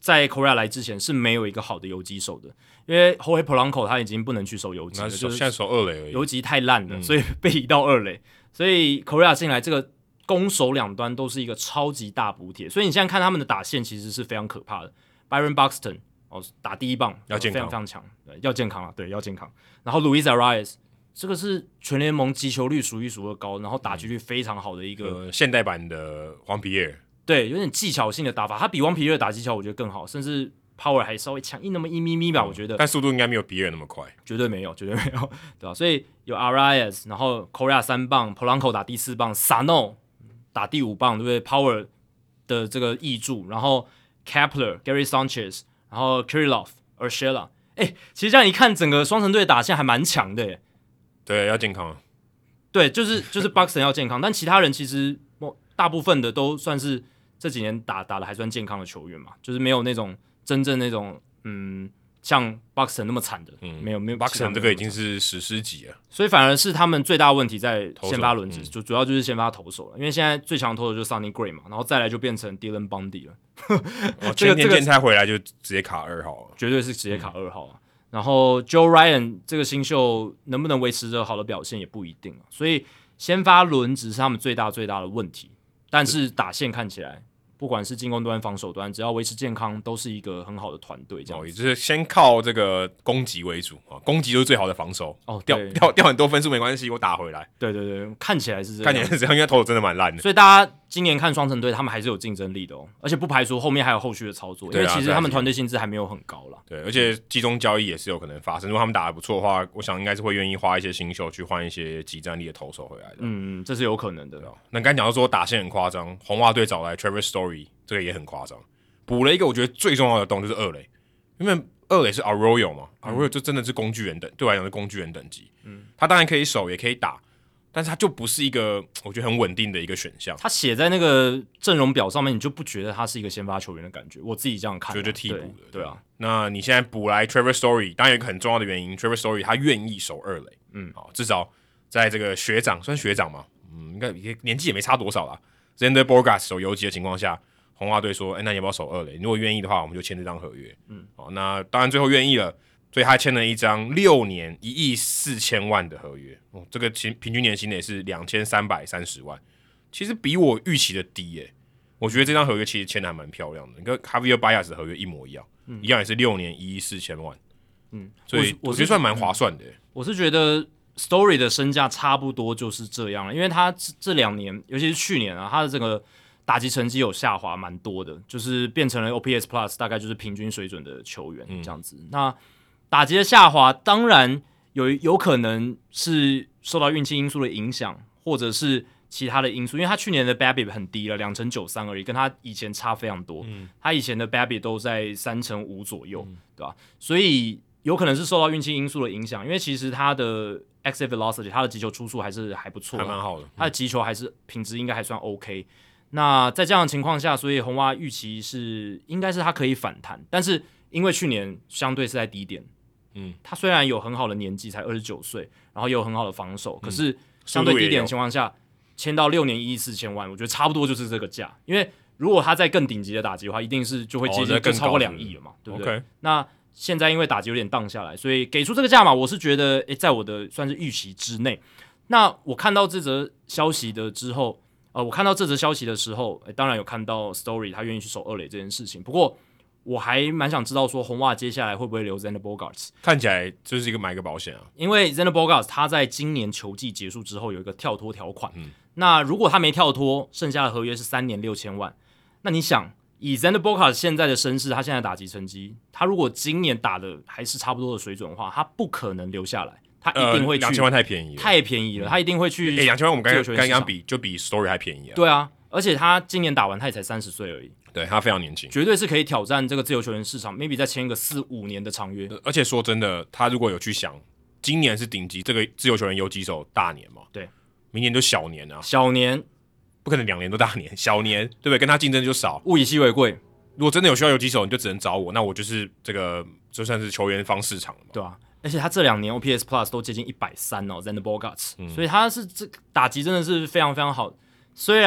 在 Correa 来之前是没有一个好的游击手的，因为 Jorge Polanco 他已经不能去守游击了，就是现在守二垒而已， 游击太烂了， 嗯、 所以被移到二垒。所以 Correa 进来，这个攻守两端都是一个超级大补贴。所以你现在看他们的打线其实是非常可怕的。Byron Buxton 哦，打第一棒要健康， 非常非常强，要健康啊，对，要健康。然后 Luis Arias 这个是全联盟击球率数一数二高，然后打击率非常好的一个、 呃、现代版的黄皮耶尔， 对，有点技巧性的打法，他比黄皮耶尔打技巧我觉得更好，甚至 power 还稍微强一那么一咪咪吧， 嗯、 我觉得， 但速度应该没有皮耶尔那么快， 绝对没有，绝对没有，对吧、啊？所以有 Arias， 然后 Correa 三棒 ，Polanco 打第四棒 ，Sano 打第五棒，对不对 ？Power 的这个挹注，然后 Kepler、Gary Sanchez， 然后 Kirilloff、Urshela， 哎，其实这样一看，整个双城队打线还蛮强的耶。 对，要健康。 对，就是就是 Buxton 要健康，但其他人其实大部分的都算是这几年打打的还算健康的球员嘛，就是没有那种真正那种嗯像 Buxton 那么惨的，嗯，没有没有 Buxton 这个已经是史诗级了， 所以反而是他们最大的问题在先发轮值，就、嗯、主要就是先发投手了，因为现在最强投手就是 Sonny Gray 嘛，然后再来就变成 Dylan Bundy 了， 哦，前年建才回来就直接卡二号了， 绝对是直接卡二号啊。嗯，然后 Joe Ryan 这个新秀能不能维持着好的表现也不一定啊，所以先发轮值是他们最大最大的问题。但是打线看起来，不管是进攻端、防守端，只要维持健康，都是一个很好的团队。这样子， 哦，也就是先靠这个攻击为主啊，攻击就是最好的防守。 哦， 掉掉掉很多分数没关系，我打回来。 对对对，看起来是这样， 看起来是这样，因为投的真的蛮烂的。 所以大家今年看双城队，他们还是有竞争力的哦，而且不排除后面还有后续的操作，因为其实他们团队薪资还没有很高啦。 对，而且集中交易也是有可能发生。如果他们打得不错的话，我想应该是会愿意花一些新秀去换一些集战力的投手回来的。 嗯，这是有可能的。 那刚才讲到说打线很夸张，红袜队找来 Trevor Story， 这个也很夸张，补了一个我觉得最重要的洞就是二垒，因为二垒是 Arroyo 嘛、嗯、，Arroyo 就真的是工具人等，对我来讲是工具人等级。嗯，他当然可以守也可以打，但是他就不是一个我觉得很稳定的一个选项。 他写在那个阵容表上面，你就不觉得他是一个先发球员的感觉。我自己这样看、啊， 觉得替补的， 对啊。 那你现在补来 Trevor Story， 当然有一个很重要的原因 ，Trevor Story 他愿意守二垒，嗯，好，至少在这个学长算学长嘛，嗯，应该年纪也没差多少啦。Xander Bogaerts 守游击的情况下，红袜队说，哎、欸，那你要不要守二垒？如果愿意的话，我们就签这张合约，嗯，好，那当然最后愿意了。所以他签了一张六年一亿四千万的合约，哦，这个平均年薪也是两千三百三十万，其实比我预期的低耶。我觉得这张合约其实签的还蛮漂亮的，跟 Javier Baez 的合约一模一样，嗯、一样也是六年一亿四千万，嗯，所以我觉得算蛮划算的、嗯。 我是觉得 Story 的身价差不多就是这样了，因为他这两年，尤其是去年啊，他的这个打击成绩有下滑蛮多的，就是变成了 O P S Plus 大概就是平均水准的球员这样子。嗯、那打击的下滑，当然有有可能是受到运气因素的影响，或者是其他的因素。因为他去年的 B A B I P 很低了，两成九三而已，跟他以前差非常多。嗯、他以前的 B A B I P 都在三成五左右，嗯、对吧？所以有可能是受到运气因素的影响。因为其实他的 exit velocity， 他的击球出速还是还不错， 还蛮好的。嗯、 他的击球还是品质应该还算 OK。那在这样的情况下，所以红袜预期是应该是他可以反弹，但是因为去年相对是在低点。嗯，他虽然有很好的年纪，才二十九岁，然后也有很好的防守，嗯、可是相对低点的情况下，签到六年一亿四千万，我觉得差不多就是这个价。因为如果他在更顶级的打击的话，一定是就会接近、哦、就超过两亿了嘛，对不对？ Okay. 那现在因为打击有点荡下来，所以给出这个价码，我是觉得诶，在我的算是预期之内。那我看到这则消息的之后，呃，我看到这则消息的时候，诶当然有看到 Story 他愿意去守二垒这件事情，不过。我还蛮想知道说红袜接下来会不会留 Xander Bogaerts， 看起来就是一个买个保险啊。 因为 Xander Bogaerts 他在今年球季结束之后有一个跳脱条款，嗯、那如果他没跳脱，剩下的合约是三年六千万。那你想，以 Xander Bogaerts 现在的身世，他现在的打击成绩，他如果今年打的还是差不多的水准的话，他不可能留下来，他一定会去。 两千万太便宜了， 太便宜了，嗯、他一定会去。 哎，两千万我们刚刚刚比就比 Story 还便宜啊。 对啊，而且他今年打完，他也才三十岁而已。 对，他非常年轻， 绝对是可以挑战这个自由球员市场 ，maybe 再签一个四五年的长约。 而且说真的，他如果有去想，今年是顶级这个自由球员游击手大年嘛， 对， 明年就小年啊， 小年不可能两年都大年，小年对不对？跟他竞争就少， 物以稀为贵。 如果真的有需要游击手，你就只能找我，那我就是这个就算是球员方市场了嘛， 对啊。而且他这两年 O P S Plus 都接近一百三哦 ，Xander Bogaerts，、嗯、所以他是这打击真的是非常非常好。虽然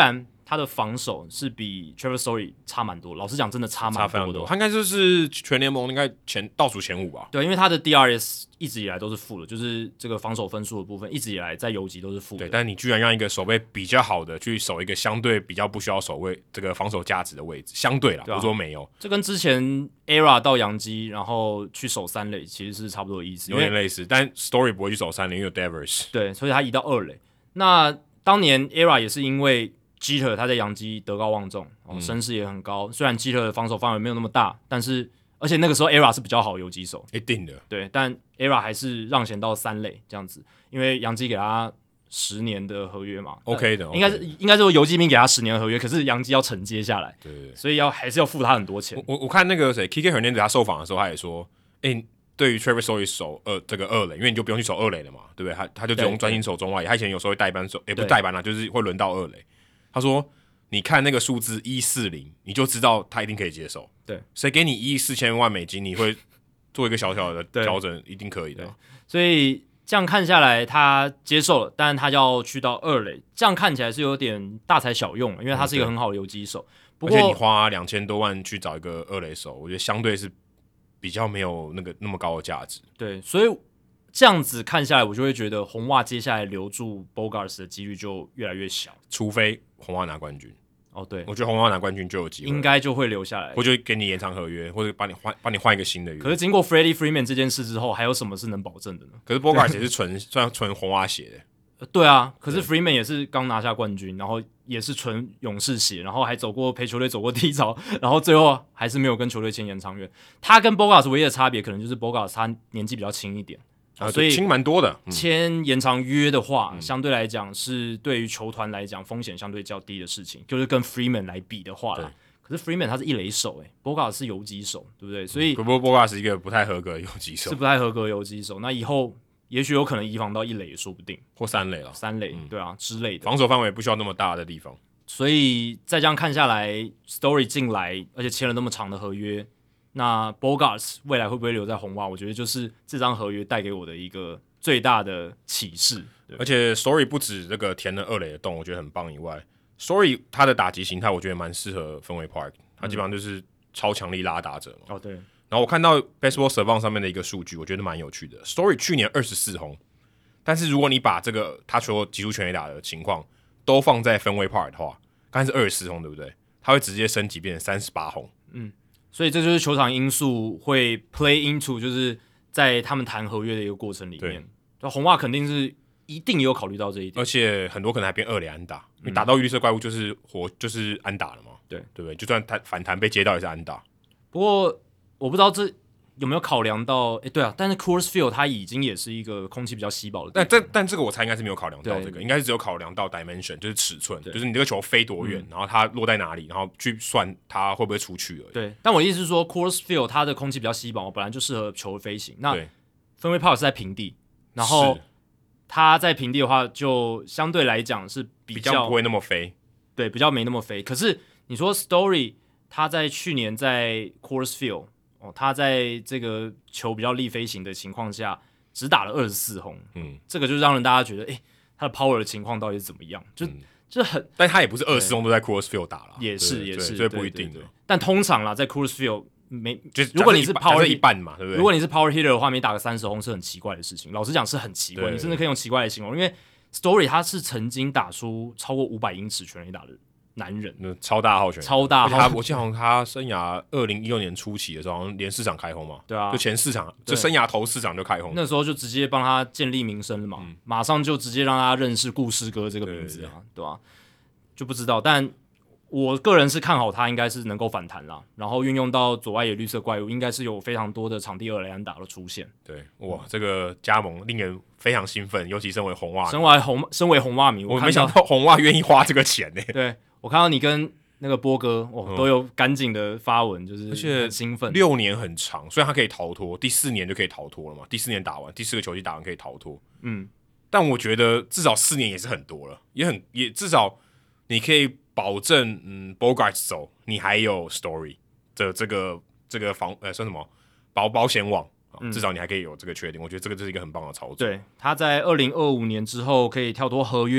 他的防守是比 Trevor Story 差蛮多，老实讲真的差蛮多的， 他应该就是全联盟应该前倒数前五吧？ 对，因为他的 D R S 一直以来都是负的，就是这个防守分数的部分一直以来在游击都是负的。 对，但你居然让一个守备比较好的去守一个相对比较不需要守卫这个防守价值的位置，相对啦，不、啊、说没有， 这跟之前 E R A 到洋基然后去守三垒其实是差不多的意思， 有点类似，但 Story 不会去守三垒，因为有 Devers。 对，所以他移到二垒。那当年 E R A 也是因为 Jeter 他在洋基德高望重，哦，声势也很高。虽然 Jeter 的防守范围没有那么大，但是而且那个时候 E R A 是比较好的游击手， 一定的。 对，但 E R A 还是让贤到三垒这样子，因为洋基给他十年的合约嘛 ，OK 的， 应该是应该是说游击兵给他十年的合约，可是洋基要承接下来， 对对对， 所以要还是要付他很多钱。 我我看那个谁 Kike Hernandez 他受访的时候，他也说，哎、欸。对于 Trevor Story 守二这个二垒，因为你就不用去守二垒了嘛，对不对？他他就只用专心守中外野。他以前有时候会代班守，也不是代班啦，就是会轮到二垒。他说：“你看那个数字一四零，你就知道他一定可以接受。 对， 谁给你一亿四千万美金，你会做一个小小的调整，一定可以的。 所以这样看下来，他接受了，但他要去到二垒，这样看起来是有点大材小用了，因为他是一个很好的游击手。不过而且你花两千多万去找一个二垒手，我觉得相对是。”比较没有那个那么高的价值， 对，所以这样子看下来，我就会觉得红袜接下来留住 Bogaerts 的几率就越来越小， 除非红袜拿冠军。 哦，对， 我觉得红袜拿冠军就有机会， 应该就会留下来， 或就给你延长合约，或者帮你换帮你换一个新的约。 可是经过 Freddie Freeman 这件事之后，还有什么是能保证的呢？ 可是 Bogaerts 也是纯算纯红袜血的。 对啊，可是 Freeman 也是刚拿下冠军，然后也是纯勇士血，然后还走过陪球队走过低潮，然后最后还是没有跟球队签延长约。他跟 Bogaerts 唯一的差别可能就是 Bogaerts 他年纪比较轻一点， 啊， 所以轻蛮多的。 签延长约的话， 嗯、相对来讲是对于球团来讲风险相对较低的事情，就是跟 Freeman 来比的话啦。可是 Freeman 他是一垒手、欸、Bogaerts 是游击手，对不对？所以不过 Bogaerts 是一个不太合格的游击手， 是不太合格的游击手。那以后。也许有可能移防到一垒也说不定， 或三垒了， 三垒、嗯、对啊之类的， 防守范围不需要那么大的地方。 所以再这样看下来 ，Story 进来，而且签了那么长的合约，那 Bogaerts 未来会不会留在红袜？我觉得就是这张合约带给我的一个最大的启示。 而且 Story 不止这个填了二垒的洞，我觉得很棒以外 ，Story 他的打击形态我觉得蛮适合氛围 Park， 他基本上就是超强力拉打者嘛。 哦，对。 然后我看到 Baseball Savant 上面的一个数据，我觉得蛮有趣的。Story 去年二十四轰，但是如果你把这个他球击出全垒打的情况都放在分位 part 的话，刚才是二十四轰，对不对？他会直接升级变成三十八轰。 嗯，所以这就是球场因素会 play into， 就是在他们谈合约的一个过程里面，红袜肯定是一定有考虑到这一点， 而且很多可能还变二垒安打，因为打到绿色怪物就是活就是安打了嘛， 对对不对？就算他反弹被接到也是安打。 不过我不知道这有没有考量到，哎，对啊，但是 Coors Field 它已经也是一个空气比较稀薄的地方， 但这但这个我猜应该是没有考量到这个，应该是只有考量到 dimension， 就是尺寸，就是你这个球飞多远、嗯，然后它落在哪里，然后去算它会不会出去而已。 对，但我的意思是说 Coors Field 它的空气比较稀薄，本来就适合球飞行。那分位 Park 是在平地，然后它在平地的话，就相对来讲是比较, 比较不会那么飞， 对，比较没那么飞。可是你说 Story 他在去年在 Coors Field。哦，他在这个球比较力飞行的情况下，只打了二十四轰，嗯，这个就让人大家觉得，哎、欸，他的 power 的情况到底是怎么样？就、嗯、就很， 但他也不是二十四轰都在 Coors Field 打了， 也是也是， 所以不一定的。 但通常啦，在 Coors Field 没， 就是如果你是 power 一半嘛，对不对？ 如果你是 power hitter 的话，你打个三十轰是很奇怪的事情。老实讲是很奇怪，你甚至可以用奇怪的形容，因为 Story 他是曾经打出超过五百英尺全垒打的人。男人， 超大号选手， 超大号。 我记得好像他生涯二零一六年初期的时候，好像连四场开轰嘛， 对啊， 就前四场，就生涯头四场就开轰。 那时候就直接帮他建立名声了嘛，嗯、马上就直接让他认识顾师哥这个名字啊， 对, 对吧、啊？就不知道，但我个人是看好他应该是能够反弹啦，然后运用到左外野绿色怪物，应该是有非常多的场地二垒安打的出现。 对，哇，这个加盟令人非常兴奋，尤其身为红袜， 身为红身为红袜迷， 我没想到红袜愿意花这个钱呢、欸。 对。我看到你跟那个波哥，哦，都有赶紧的发文，就是而且很兴奋。 六年很长，虽然他可以逃脱，第四年就可以逃脱了嘛。第四年打完，第四个球季打完可以逃脱。嗯，但我觉得至少四年也是很多了，也很也至少你可以保证，嗯 ，Bogaerts 走，你还有 Story 的这个这个防呃算什么保保险网。嗯、至少你还可以有这个确定，我觉得这个就是一个很棒的操作。 对，他在二零二五年之后可以跳脱合约，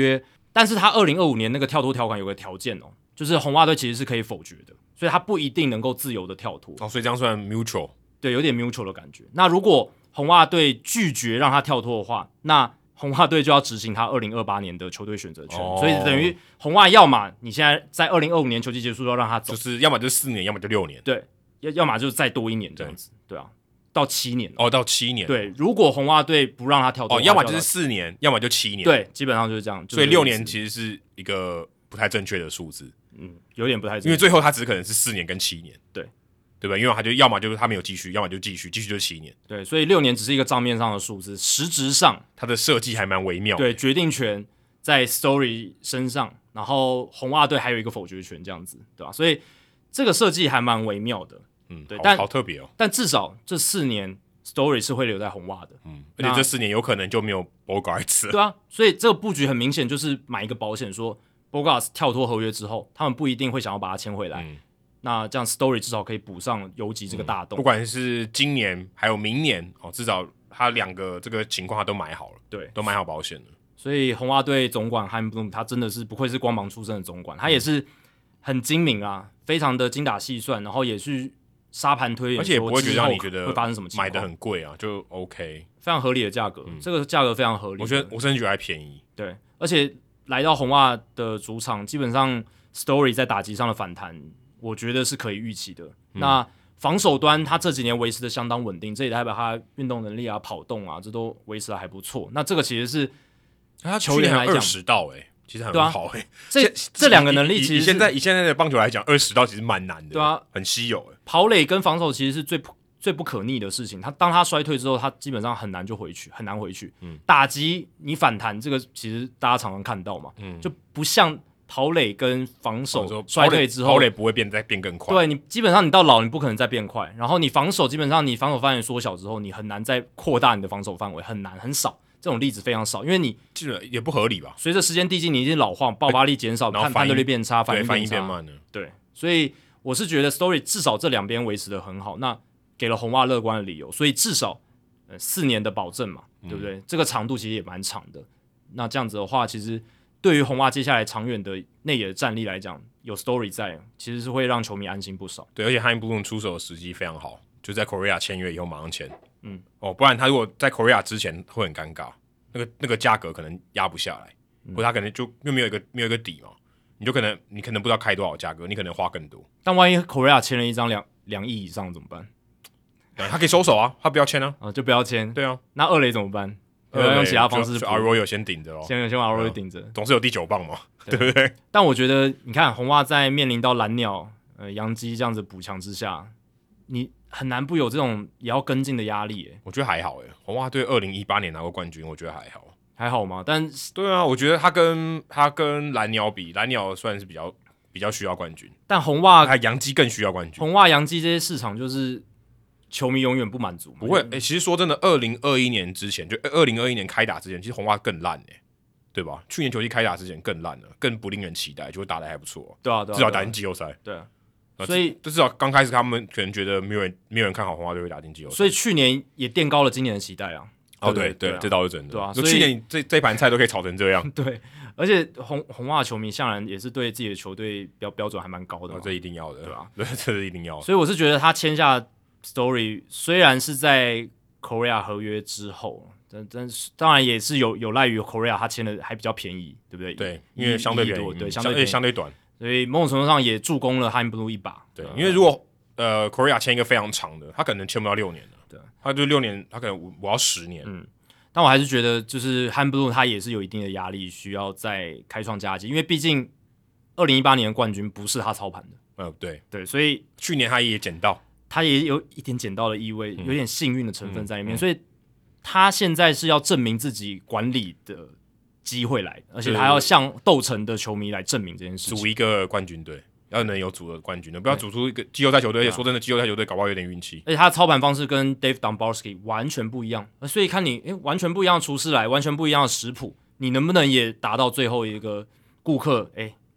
但是他二零二五年那个跳脱条款有个条件哦，就是红袜队其实是可以否决的，所以他不一定能够自由的跳脱。 哦，所以这样算 mutual， 对，有点 mutual 的感觉。那如果红袜队拒绝让他跳脱的话，那红袜队就要执行他二零二八年的球队选择权，哦、所以等于红袜要么你现在在二零二五年球季结束就要让他走， 就是要么就四年，要么就六年， 对，要要么就再多一年这样子，对, 对啊，到七年哦，到七年， 对，如果红袜队不让他跳脱， 哦，要么就是四年，要么就七年， 对，基本上就是这样， 所以六年其实是一个不太正确的数字， 嗯，有点不太正确， 因为最后他只可能是四年跟七年， 对。 对吧？因为他就要么就是他没有继续，要么就继续，继续就是七年。 对，所以六年只是一个账面上的数字，实质上它的设计还蛮微妙的。 对，决定权在 Story 身上，然后红袜队还有一个否决权，这样子，对吧？所以这个设计还蛮微妙的。 嗯， 对， 好但好特别哦。 但至少这四年 Story 是会留在红袜的。 嗯，而且这四年有可能就没有 Bogaerts 了。 对啊，所以这个布局很明显就是买一个保险，说 Bogaerts 跳脱合约之后，他们不一定会想要把他签回来。嗯，那这样 Story 至少可以补上游击这个大洞、嗯， 不管是今年还有明年哦，至少他两个这个情况他都买好了， 对， 都买好保险了。 所以红袜队总管 Chaim Bloom 他真的是不愧是光芒出身的总管，他也是很精明啊，非常的精打细算，然后也是沙盘推演， 而且也不会觉得让你觉得会发生什么情况， 买的很贵啊，就 OK， 非常合理的价格、嗯，这个价格非常合理。 我觉得我甚至觉得还便宜， 对，而且来到红袜的主场，基本上 Story 在打击上的反弹。我觉得是可以预期的、嗯。那防守端他这几年维持的相当稳定，这也代表他运动能力啊、跑动啊，这都维持的还不错。那这个其实是他球员来讲二十道哎、欸，其实很好哎、欸。 这这两个能力其实以现在以现在的棒球来讲，二十道其实蛮难的， 对啊， 很稀有哎、欸。 跑垒跟防守其实是最最不可逆的事情。他当他衰退之后，他基本上很难就回去，很难回去。嗯，打击你反弹这个其实大家常常看到嘛，嗯，就不像。跑垒跟防守衰退之后， 跑垒不会变再变更快。 对你基本上你到老你不可能再变快，然后你防守基本上你防守范围缩小之后，你很难再扩大你的防守范围，很难很少这种例子非常少，因为你这也不合理吧？ 随着时间递进，你已经老化，爆发力减少，判判断力变差，反应反应变慢了。 对，所以我是觉得 Story 至少这两边维持的很好，那给了红袜乐观的理由，所以至少呃四年的保证嘛，对不对？嗯、这个长度其实也蛮长的。那这样子的话，其实。对于红袜接下来长远的内野的战力来讲，有 Story 在，其实是会让球迷安心不少。 对，而且 Chaim Bloom 出手的时机非常好，就在 Correa 签约以后马上签。嗯，哦，不然他如果在 Correa 之前会很尴尬，那个那个价格可能压不下来，嗯、或他可能就又没有一个没有一个底嘛，你就可能你可能不知道开多少价格，你可能花更多。 但万一 Correa 签了一张两两亿以上怎么办？ 他可以收手啊，他不要签啊， 啊就不要签。 对啊， 那二垒怎么办？要用其他方式就 Arroyo 先顶着咯， 先先把 Arroyo 顶着， 总是有第九棒嘛，对不对？ 但我觉得，你看红袜在面临到蓝鸟、呃洋基这样子补强之下，你很难不有这种也要跟进的压力。哎， 我觉得还好哎，红袜队二零一八年拿过冠军，我觉得还好， 还好吗？但对啊，我觉得他跟他跟蓝鸟比，蓝鸟算是比较比较需要冠军， 但红袜还洋基更需要冠军。 红袜、洋基这些市场就是。球迷永远不满足， 不会。哎、欸，其实说真的，二零二一年之前，就二零二一年开打之前，其实红袜更烂哎、欸，对吧？去年球季开打之前更烂了，更不令人期待，就打得还不错。 对啊，对啊， 至少打进季后赛。 对啊，所以至少刚开始他们可能觉得没有人没有人看好红袜队会打进季后赛， 所以去年也垫高了今年的期待啊。 哦，对 对, 对, 对、啊，这倒是真的。 对啊， 所以去年这这盘菜都可以炒成这样。 对，而且红红袜球迷向然也是对自己的球队标标准还蛮高的、 哦，这一定要的， 对吧、啊？ 对，这是一定要的。 所以我是觉得他签下。Story 虽然是在 Correa 合约之后，但但是当然也是有有赖于 Correa 他签的还比较便宜，对不对？ 对，因为相对便宜， 对， 相对相对短， 所以某种程度上也助攻了 Chaim Bloom 一把。 对，因为如果呃 Correa 签一个非常长的，他可能签不到六年了， 对， 他就六年，他可能我要十年。 嗯，但我还是觉得就是 Chaim Bloom 他也是有一定的压力，需要再开创佳绩，因为毕竟二零一八年的冠军不是他操盘的。 嗯、呃，对对，所以去年他也捡到。 他也有一点捡到的意味，有点幸运的成分在里面，嗯嗯嗯、所以他现在是要证明自己管理的机会来的，而且他要向斗城的球迷来证明这件事情。 组一个冠军队，要能有组的冠军队，不要组出一个季后赛球队。而且说真的，季后赛球队搞不好有点运气。 而且他的操盘方式跟 Dave Dombrowski 完全不一样，所以看你诶完全不一样的厨师来，完全不一样的食谱，你能不能也达到最后一个顾客诶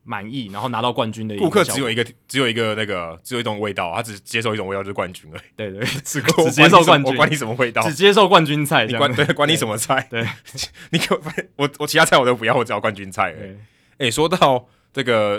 满意，然后拿到冠军的一个顾客只有一个，只有一个那个，只有一种味道，他只接受一种味道就是冠军而已。 对对， 只只接受冠军， 我管你什么味道， 只接受冠军菜， 你管对管你什么菜， 对， 你给我我我其他菜我都不要，我只要冠军菜而已。哎、欸，说到这个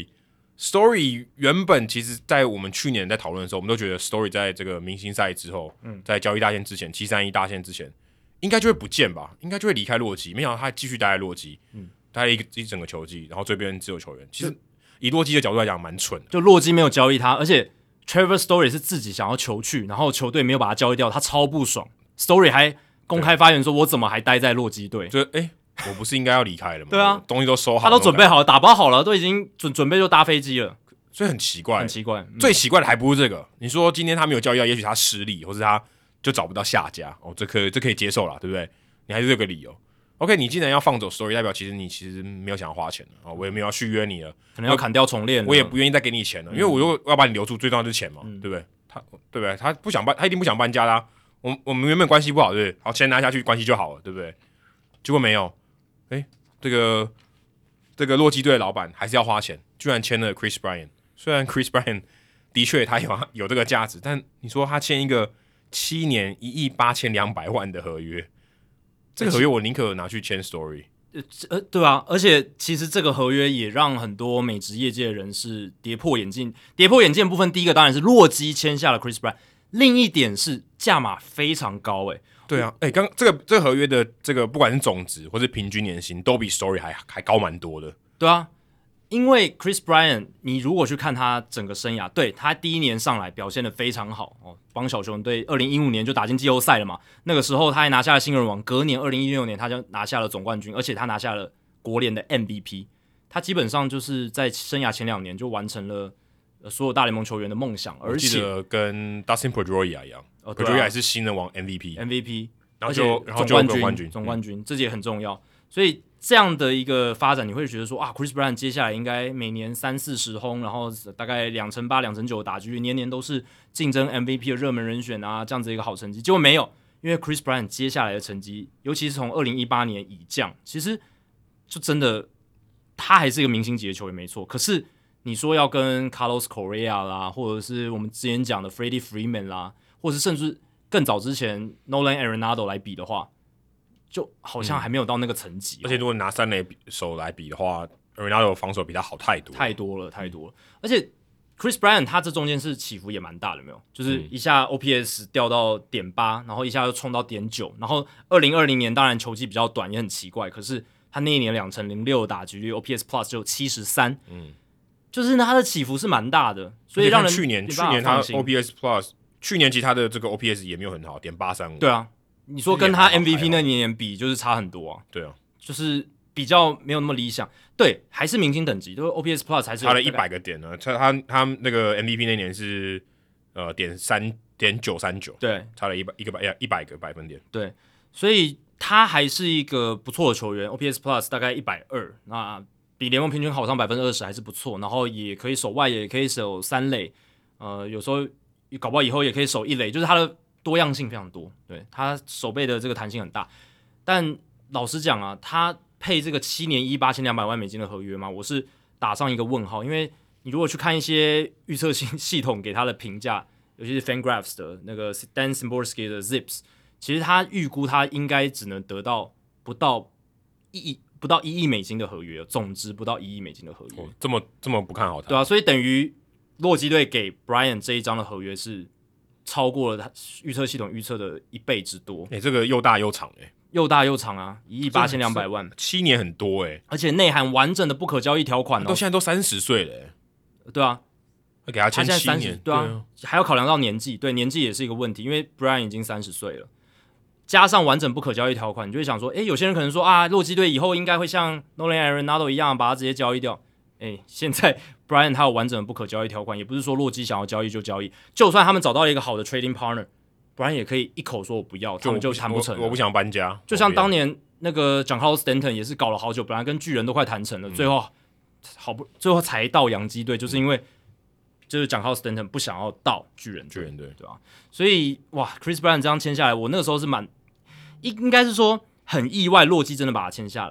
Story。Story 原本其实，在我们去年在讨论的时候，我们都觉得 Story 在这个明星赛之后，嗯，在交易大线之前，七三一大线之前，应该就会不见吧，应该就会离开洛基。没想到他继续待在洛基，嗯，待了一个一整个球季，然后这边自由球员，其实以洛基的角度来讲，蛮蠢的。 就洛基没有交易他，而且 Trevor Story 是自己想要求去，然后球队没有把他交易掉，他超不爽。Story 还公开发言说：“我怎么还待在洛基队？” 就哎。欸我不是应该要离开了吗？ 对啊， 东西都收好， 他都准备好了，打包好了，都已经准准备就搭飞机了， 所以很奇怪， 很奇怪。 嗯、最奇怪的还不是这个，你说今天他没有交易到，也许他失利，或是他就找不到下家，哦，这可以这可以接受啦，对不对？你还是这个理由。OK， 你既然要放走 Story， 代表其实你其实没有想要花钱了啊、哦，我也没有要续约你了， 可能要砍掉重练了， 我也不愿意再给你钱了，嗯、因为我如果要把你留住，最重要就是钱嘛，嗯、对不对？他对不对？他不想搬，他一定不想搬家啦、啊。我我们原本关系不好，对不对？好，钱拿下去，关系就好了，对不对？结果没有，哎。这个这个洛基队的老板还是要花钱，居然签了 Chris Bryant。虽然 Chris Bryant 的确他有有这个价值，但你说他签一个七年一亿八千两百万的合约，这个合约我宁可拿去签 Story。 呃，对啊，而且其实这个合约也让很多美职业界的人士跌破眼镜。跌破眼镜的部分，第一个当然是洛基签下了 Chris Bryant， 另一点是价码非常高诶、欸。 对啊，哎、欸，刚这个这个合约的这个不管是总值或是平均年薪，都比 Story 还还高蛮多的。 对啊，因为 Chris Bryant， 你如果去看他整个生涯，对他第一年上来表现得非常好哦，帮小熊队二零一五年就打进季后赛了嘛。那个时候他还拿下了新人王，隔年二零一六年他就拿下了总冠军，而且他拿下了国联的 M V P。他基本上就是在生涯前两年就完成了。所有大联盟球员的梦想，而且跟 Dustin Pedroia 一样、哦啊、，Pedroia 也是新人王 M V P，M V P， 然后就然后就总冠军，总冠军，这也很重要。所以这样的一个发展，你会觉得说啊 ，Chris Bryant 接下来应该每年三四十轰，然后大概两成八、两成九的打击率，年年都是竞争 M V P 的热门人选啊，这样子一个好成绩。结果没有，因为 Chris Bryant 接下来的成绩，尤其是从二零一八年以降，其实就真的他还是一个明星级的球员，没错，可是。你说要跟 Carlos Correa 啦，或者是我们之前讲的 Freddie Freeman 啦，或者是甚至更早之前 Nolan Arenado 来比的话，就好像还没有到那个层级、嗯。 而且如果拿三垒手来比的话 ，Arenado 防守比他好太多， 太多了，太多了。嗯、而且 Chris Bryant 他这中间是起伏也蛮大的，没有？就是一下 O P S 掉到点八，然后一下又冲到点九，然后二零二零年当然球季比较短，也很奇怪，可是他那一年两成零六打击率 ，O P S Plus 只有七十三，嗯。就是他的起伏是蛮大的，所以让人去年去年他 O P S Plus 去年其实他的这个 O P S 也没有很好，点八三五。 对啊，你说跟他 M V P 那年比，就是差很多啊。 对啊， 就是比较没有那么理想。对，还是明星等级，就是 O P S Plus 还是差了一百个点呢。他他他那个 M V P 那年是呃点三点九三九， 对， 差了一百一个百一百个百分点。 对，所以他还是一个不错的球员 ，O P S Plus 大概一百二，那。比联盟平均好上百分之二十还是不错，然后也可以守外野，也可以守三垒，呃，有时候搞不好以后也可以守一垒，就是他的多样性非常多，对他守备的这个弹性很大。但老实讲啊，他配这个七年一八千两百万美金的合约吗？我是打上一个问号，因为你如果去看一些预测性系统给他的评价，尤其是 FanGraphs 的那个 Dan Szymborski 的 Zips， 其实他预估他应该只能得到不到一亿。不到一亿美金的合约，总值不到一亿美金的合约、 哦，这么这么不看好他， 对啊，所以等于洛基队给 Bryant 这一张的合约是超过了他预测系统预测的一倍之多。 哎、欸，这个又大又长哎、欸， 又大又长啊，一亿八千两百万， 七年很多哎、欸， 而且内含完整的不可交易条款哦。 都现在都三十岁了、欸， 对啊， 给他签七年， 对啊，对啊，还要考量到年纪，对年纪也是一个问题，因为 Bryant 已经三十岁了。加上完整不可交易条款，你就会想说，诶，有些人可能说啊，洛基队以后应该会像 Nolan Arenado 一样，把它直接交易掉。诶，现在 Bryant 他有完整的不可交易条款，也不是说洛基想要交易就交易，就算他们找到了一个好的 trading partner，Bryant 也可以一口说我不要，他们就谈不成了。 我, 我不想搬家， 就像当年那个 Giancarlo Stanton 也是搞了好久，本来跟巨人都快谈成了，嗯、最后好不最后才到洋基队，就是因为。就是讲靠 Stanton 不想要到巨人队， 巨人队对吧？所以哇 ，Chris Bryant 这样签下来，我那个时候是蛮应应该是说很意外，洛基真的把他签下来。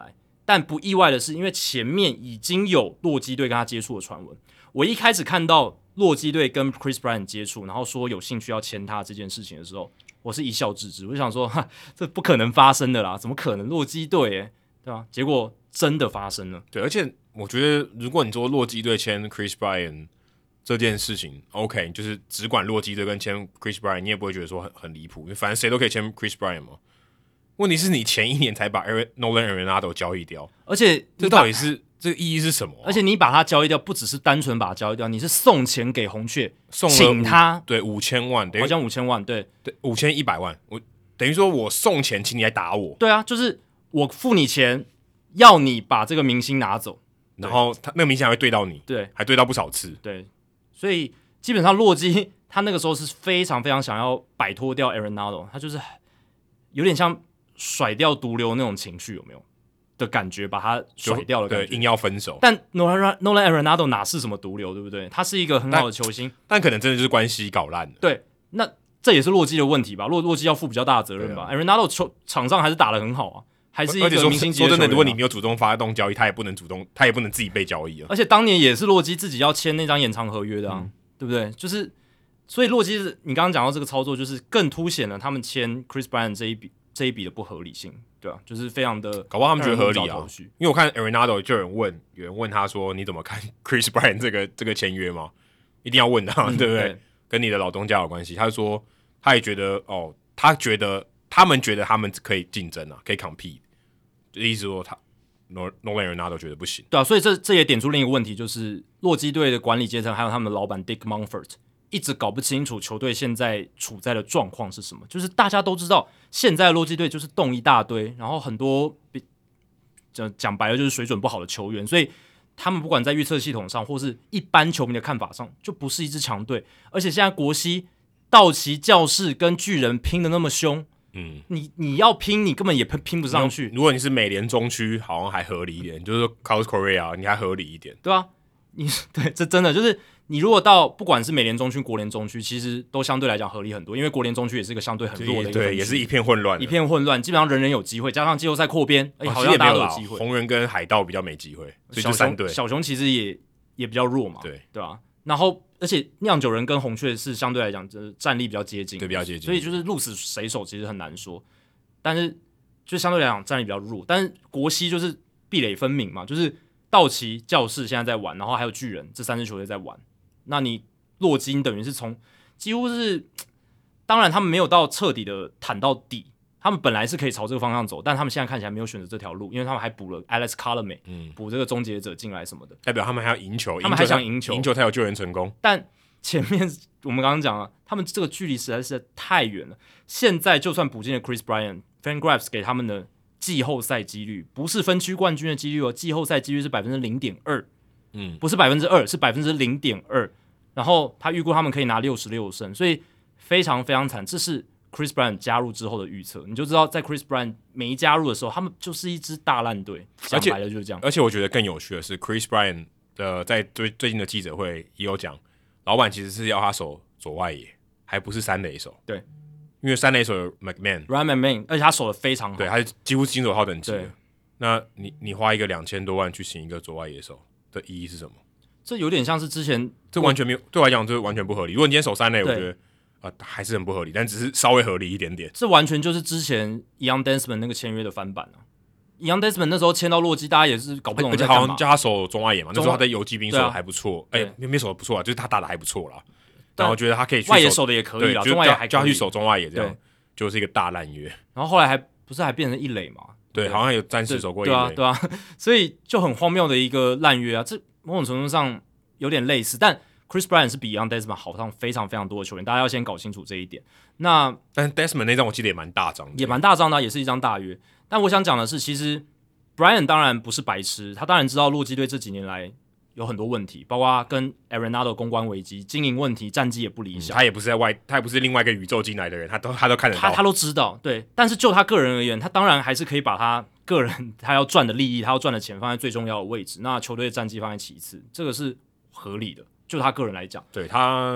但不意外的是，因为前面已经有洛基队跟他接触的传闻，我一开始看到洛基队跟 Chris Bryant 接触，然后说有兴趣要签他这件事情的时候，我是一笑置之，我就想说，哈，这不可能发生的啦，怎么可能？洛基队，哎，对吧？结果真的发生了。 对，而且我觉得，如果你说洛基队签 Chris Bryant 这件事情 ，OK， 就是只管洛基队跟签 Chris Bryant， 你也不会觉得说很很离谱，因为反正谁都可以签 Chris Bryant 嘛。问题是你前一年才把 Nolan Arenado 交易掉， 而且这到底是这个意义是什么、啊？ 而且你把他交易掉，不只是单纯把他交易掉，你是送钱给红雀， 送了请他对五千万， 好像五千万，对对五千一百万，我等于说我送钱请你来打我， 对啊，就是我付你钱，要你把这个明星拿走， 然后他那个明星还会对到你， 对， 还对到不少次， 对，所以基本上洛基他那个时候是非常非常想要摆脱掉 Arenado， 他就是有点像甩掉毒瘤那种情绪，有没有的感觉，把他甩掉了感觉， 对，硬要分手。 但 Nolan Nolan Arenado 哪是什么毒瘤，对不对？他是一个很好的球星， 但, 但可能真的就是关系搞烂了。 对，那这也是洛基的问题吧？洛洛基要负比较大的责任吧、啊、？Arenado 球场上还是打得很好啊，还是一个明星级的球员、啊。 说真的，如果你没有主动发动交易，他也不能主动，他也不能自己被交易啊。 而且当年也是洛基自己要签那张延长合约的啊，嗯、对不对？就是所以洛基是你刚刚讲到这个操作，就是更凸显了他们签 Chris Bryant 这一笔这一笔的不合理性。对啊，就是非常的， 搞不好他们觉得合理啊。因为我看 Arenado 就有人问，有人问他说：“你怎么看 Chris Bryant 这个这个签约吗？”一定要问他，嗯、对不对？对，跟你的老东家有关系。他说他也觉得哦，他觉得他们觉得他们可以竞争啊，可以 compete。就意思说他 Nolan Arenado 觉得不行。 对啊，所以这这也点出另一个问题，就是洛基队的管理阶层还有他们的老板 Dick Monfort。一直搞不清楚球队现在处在的状况是什么，就是大家都知道现在的洛基队就是动一大堆，然后很多讲白了就是水准不好的球员，所以他们不管在预测系统上或是一般球迷的看法上，就不是一支强队。而且现在国西、道奇、教士跟巨人拼的那么凶，嗯，你你要拼，你根本也拼拼不上去。 如果你是美联中区，好像还合理一点，就是说 Carlos Correa 你还合理一点， 对啊，你对这真的就是。你如果到不管是美联中区、国联中区，其实都相对来讲合理很多，因为国联中区也是一个相对很弱的一个分区， 对，也是一片混乱， 一片混乱，基本上人人有机会，加上季后赛扩编，哎、欸，好像大家都有机会。 红人跟海盗比较没机会，所以就三队。 小熊其实也也比较弱嘛， 对对吧？然后而且酿酒人跟红雀是相对来讲，就是战力比较接近， 对，比较接近， 所以就是鹿死谁手其实很难说。但是就相对来讲战力比较弱，但是国西就是壁垒分明嘛，就是道奇、教士现在在玩，然后还有巨人这三支球队在玩，那你。洛基等于是从几乎是，当然他们没有到彻底的坦到底，他们本来是可以朝这个方向走，但他们现在看起来没有选择这条路，因为他们还补了 Alex Colomé， 嗯，补这个终结者进来什么的， 代表他们还要赢球， 他们还想赢球， 赢球才有救援成功。 但前面我们刚刚讲了，他们这个距离实在是太远了。现在就算补进了 Chris Bryant，Fangraphs 给他们的季后赛几率不是分区冠军的几率哦，季后赛几率是百分之零点二，嗯，不是百分之二，是百分之零点二。然后他预估他们可以拿六十六胜，所以非常非常惨。这是 Chris Bryant 加入之后的预测，你就知道在 Chris Bryant 没加入的时候，他们就是一支大烂队。讲白了就是这样。 而且我觉得更有趣的是 ，Chris Bryant 的在最最近的记者会也有讲，老板其实是要他守左外野，还不是三垒手。 对， 因为三垒手有 McMahon，Ryan McMahon， 而且他守的非常好， 对，他几乎是金手套等级的。那你你花一个两千多万去请一个左外野手的意义是什么？ 这有点像是之前， 这完全没有对我来讲，这完全不合理。如果你今天守三垒，我觉得啊、呃、还是很不合理，但只是稍微合理一点点。 这完全就是之前 Young Desmond 那个签约的翻版啊。Young Desmond 那时候签到洛基，大家也是搞不懂在干嘛， 而且好像叫他守中外野嘛，那时候他在游击兵守的还不错，哎、啊，没、欸、守的不错啊，就是他打的还不错啦。然后我觉得他可以去外野守的也可以啦，中外野还叫他去守中外野，这样就是一个大烂约。 然后后来还不是还变成一垒嘛？ 对，好像有暂时守过一垒， 对啊，对啊，所以就很荒谬的一个烂约啊。这某种程度上有点类似，但 Chris Bryant 是比 Young Desmond 好上非常非常多的球员，大家要先搞清楚这一点。那但 Desmond 那张我记得也蛮大张的， 也蛮大张的，也是一张大约。但我想讲的是，其实 Bryant 当然不是白痴，他当然知道洛基队这几年来有很多问题，包括跟 Arenado 公关危机、经营问题、战绩也不理想。 嗯、他也不是在外，他也不是另外一个宇宙进来的人，他都他都看得到， 他他都知道。对，但是就他个人而言，他当然还是可以把他个人他要赚的利益、他要赚的钱放在最重要的位置，那球队的战绩放在其次，这个是合理的。就他个人来讲， 对他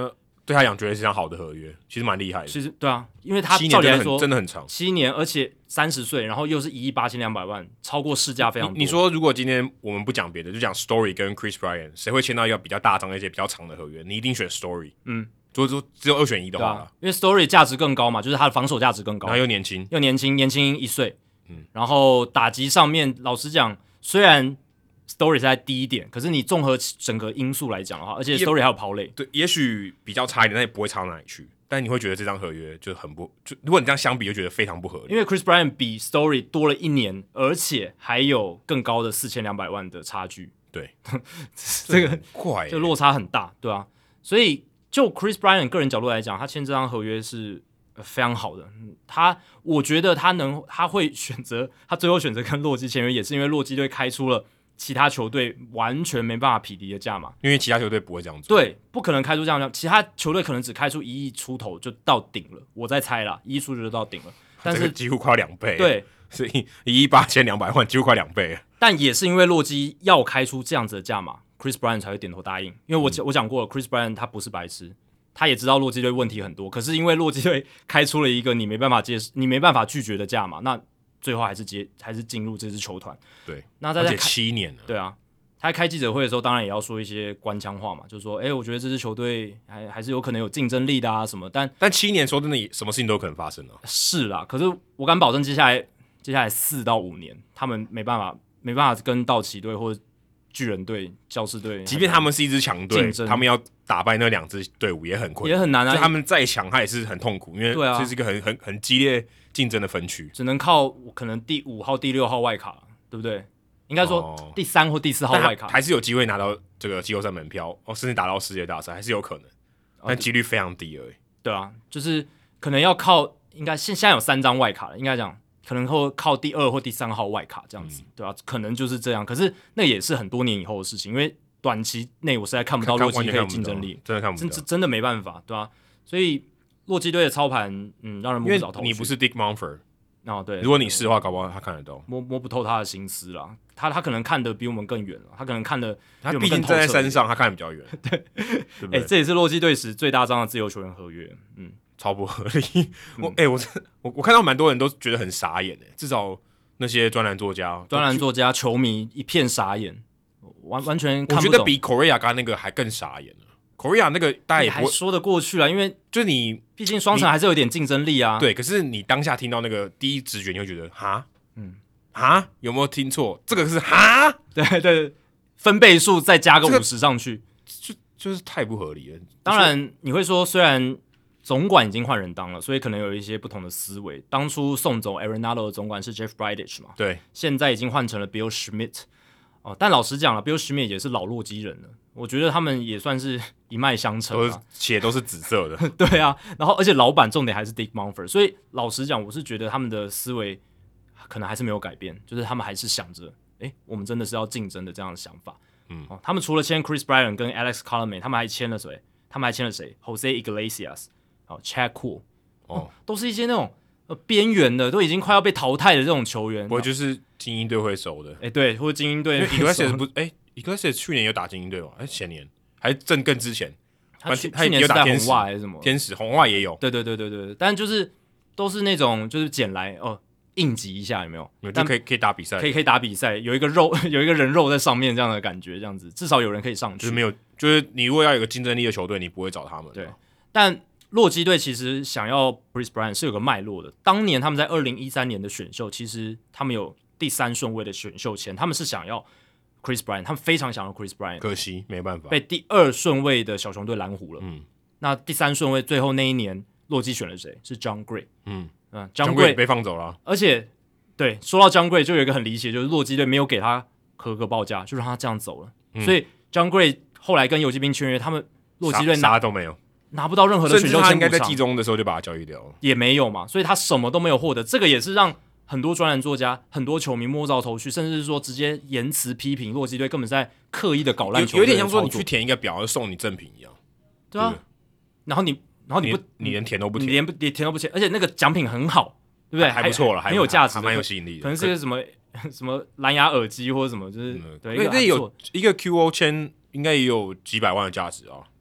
对他讲绝对是一张好的合约，其实蛮厉害的。 其实对啊，因为他七照理来说真的很长， 七年，而且三十岁，然后又是一亿八千两百万，超过市价非常多。 你, 你说如果今天我们不讲别的，就讲 Story 跟 Chris Bryant， 谁会签到一个比较大张、而且比较长的合约？你一定选 Story。嗯，如果只有二选一的话、 啊，因为 Story 价值更高嘛，就是他的防守价值更高， 然后又年轻， 又年轻，年轻一岁。嗯，然后打击上面，老实讲，虽然 Story 是在低一点，可是你综合整个因素来讲的话，而且 Story 还有跑垒， 对，也许比较差一点，但也不会差到哪里去。但你会觉得这张合约就很不，就如果你这样相比，就觉得非常不合理。 因为 Chris Bryant 比 Story 多了一年，而且还有更高的四千两百万的差距。 对， 这个怪、欸， 就落差很大，对啊。所以就 Chris Bryant 个人角度来讲，他签这张合约是非常好的。他，我觉得他能，他会选择，他最后选择跟洛基签约，也是因为洛基队开出了其他球队完全没办法匹敌的价码， 因为其他球队不会这样做， 对，不可能开出这样的，其他球队可能只开出一亿出头就到顶了，我在猜啦，一亿出头就到顶了，但是、 这个、几乎快两倍， 对， 所以一亿八千两百万，几乎快两倍。 但也是因为洛基要开出这样子的价码 ，Chris Bryant 才会点头答应，因为我、嗯、我讲过了 ，Chris Bryant 他不是白痴，他也知道洛基队问题很多，可是因为洛基队开出了一个你没办法接、你没办法拒绝的价码，那最后还是接还是进入这支球团， 对， 那在而且七年了， 对啊。他在开记者会的时候，当然也要说一些官腔话嘛，就是说，哎、欸，我觉得这支球队还还是有可能有竞争力的啊，什么。但但七年说真的，什么事情都有可能发生了。 是啦，可是我敢保证，接下来接下来四到五年，他们没办法没办法跟道奇队或者巨人队、教士队， 即便他们是一支强队，他们要打败那两支队伍也很困难， 也很难啊。 就他们再强，他也是很痛苦，因为这是一个很、啊、很很激烈竞争的分区， 只能靠可能第五号、第六号外卡，对不对？应该说第三或第四号外卡、 哦、还是有机会拿到这个季后赛门票，哦，甚至打到世界大赛还是有可能，但几率非常低而已。 对啊，就是可能要靠，应该现现在有三张外卡了，应该讲可能会靠第二或第三号外卡这样子，嗯、对吧、啊？可能就是这样，可是那也是很多年以后的事情，因为短期内我实在看不到洛基可以竞争力， 真的看不到， 真真的没办法，对吧、啊？所以洛基队的操盘，嗯，让人摸不着头绪。 你不是 Dick Monfort。 哦，对， 如果你是的话，搞不好他看得到， 摸摸不透他的心思啦。他他可能看得比我们更远了，他可能看得他毕竟站在山上，他看得比较远。 对，对不对？哎、欸，这也是洛基队史最大张的自由球员合约，嗯， 超不合理。我哎、欸，我我我看到蛮多人都觉得很傻眼诶，至少那些专栏作家、 专栏作家、球迷一片傻眼，完完全看不懂。 我觉得比 Correa 刚那个还更傻眼了。Correa 那个大家也不还说得过去啦，因为就你毕竟双城还是有点竞争力啊。 对，可是你当下听到那个第一直觉，你会觉得哈，嗯，哈，有没有听错？这个是哈， 对对，分贝数再加个五十上去， 这个、就就是太不合理了。 当然你会说，虽然总管已经换人当了，所以可能有一些不同的思维。当初送走 Arenado 的总管是 Jeff Bridich 嘛， 对， 现在已经换成了 Bill Schmidt。哦，但老实讲了 ，Bill Schmidt 也是老洛基人了，我觉得他们也算是一脉相承啊， 血都是紫色的。 对啊，然后而且老板重点还是 Dick Monfort， 所以老实讲，我是觉得他们的思维可能还是没有改变，就是他们还是想着，哎，我们真的是要竞争的这样的想法。嗯，哦，他们除了签 Chris Bryant 跟 Alex Colomé， 他们还签了谁？他们还签了谁 ？Jose Iglesias， 哦 ，Chad Kuhl， 哦，都是一些那种呃边缘的，都已经快要被淘汰的这种球员。 不会就是精英队会收的？ 哎，对，或者精英队。 Iglesias 不，哎 ，Iglesias 去年有打精英队吗？哎，前年还正更之前， 他去去年是在红袜还是什么？ 天使红袜也有。 对对对对对，但就是都是那种就是捡来哦。应急一下有没有？ 有就可以可以打比赛， 可以可以打比赛，有一个肉有一个人肉在上面这样的感觉，这样子至少有人可以上去。 就是没有，就是你如果要有个竞争力的球队，你不会找他们。 对，但洛基队其实想要 Chris Bryant 是有个脉络的。当年他们在二零一三年的选秀，其实他们有第三顺位的选秀签，他们是想要 Chris Bryant， 他们非常想要 Chris Bryant， 可惜没办法被第二顺位的小熊队拦胡了。嗯，那第三顺位最后那一年，洛基选了谁？是 John Gray。嗯嗯 ，John Gray 被放走了， 而且。对，说到 John Gray 就有一个很离奇，就是洛基队没有给他合格报价，就让他这样走了。嗯、所以 John Gray 后来跟游击兵签约，他们洛基队啥都没有， 拿不到任何的选秀签补偿。 他应该在季中的时候就把他交易掉了， 也没有嘛，所以他什么都没有获得。这个也是让很多专栏作家、很多球迷摸不着头绪，甚至是说直接言辞批评洛基队根本在刻意的搞烂球队， 有点像说你去填一个表，送你赠品一样。 对啊，对然后你，然后你不， 你, 你连填都不填， 你连不连填都不填，而且那个奖品很好。对不对？ 还不错了， 很有价值， 还蛮有吸引力的。 可能是个什么什么蓝牙耳机或者什么，就是、嗯、对， 那有一个 Q O 签应该也有几百万的价值啊。 对啊，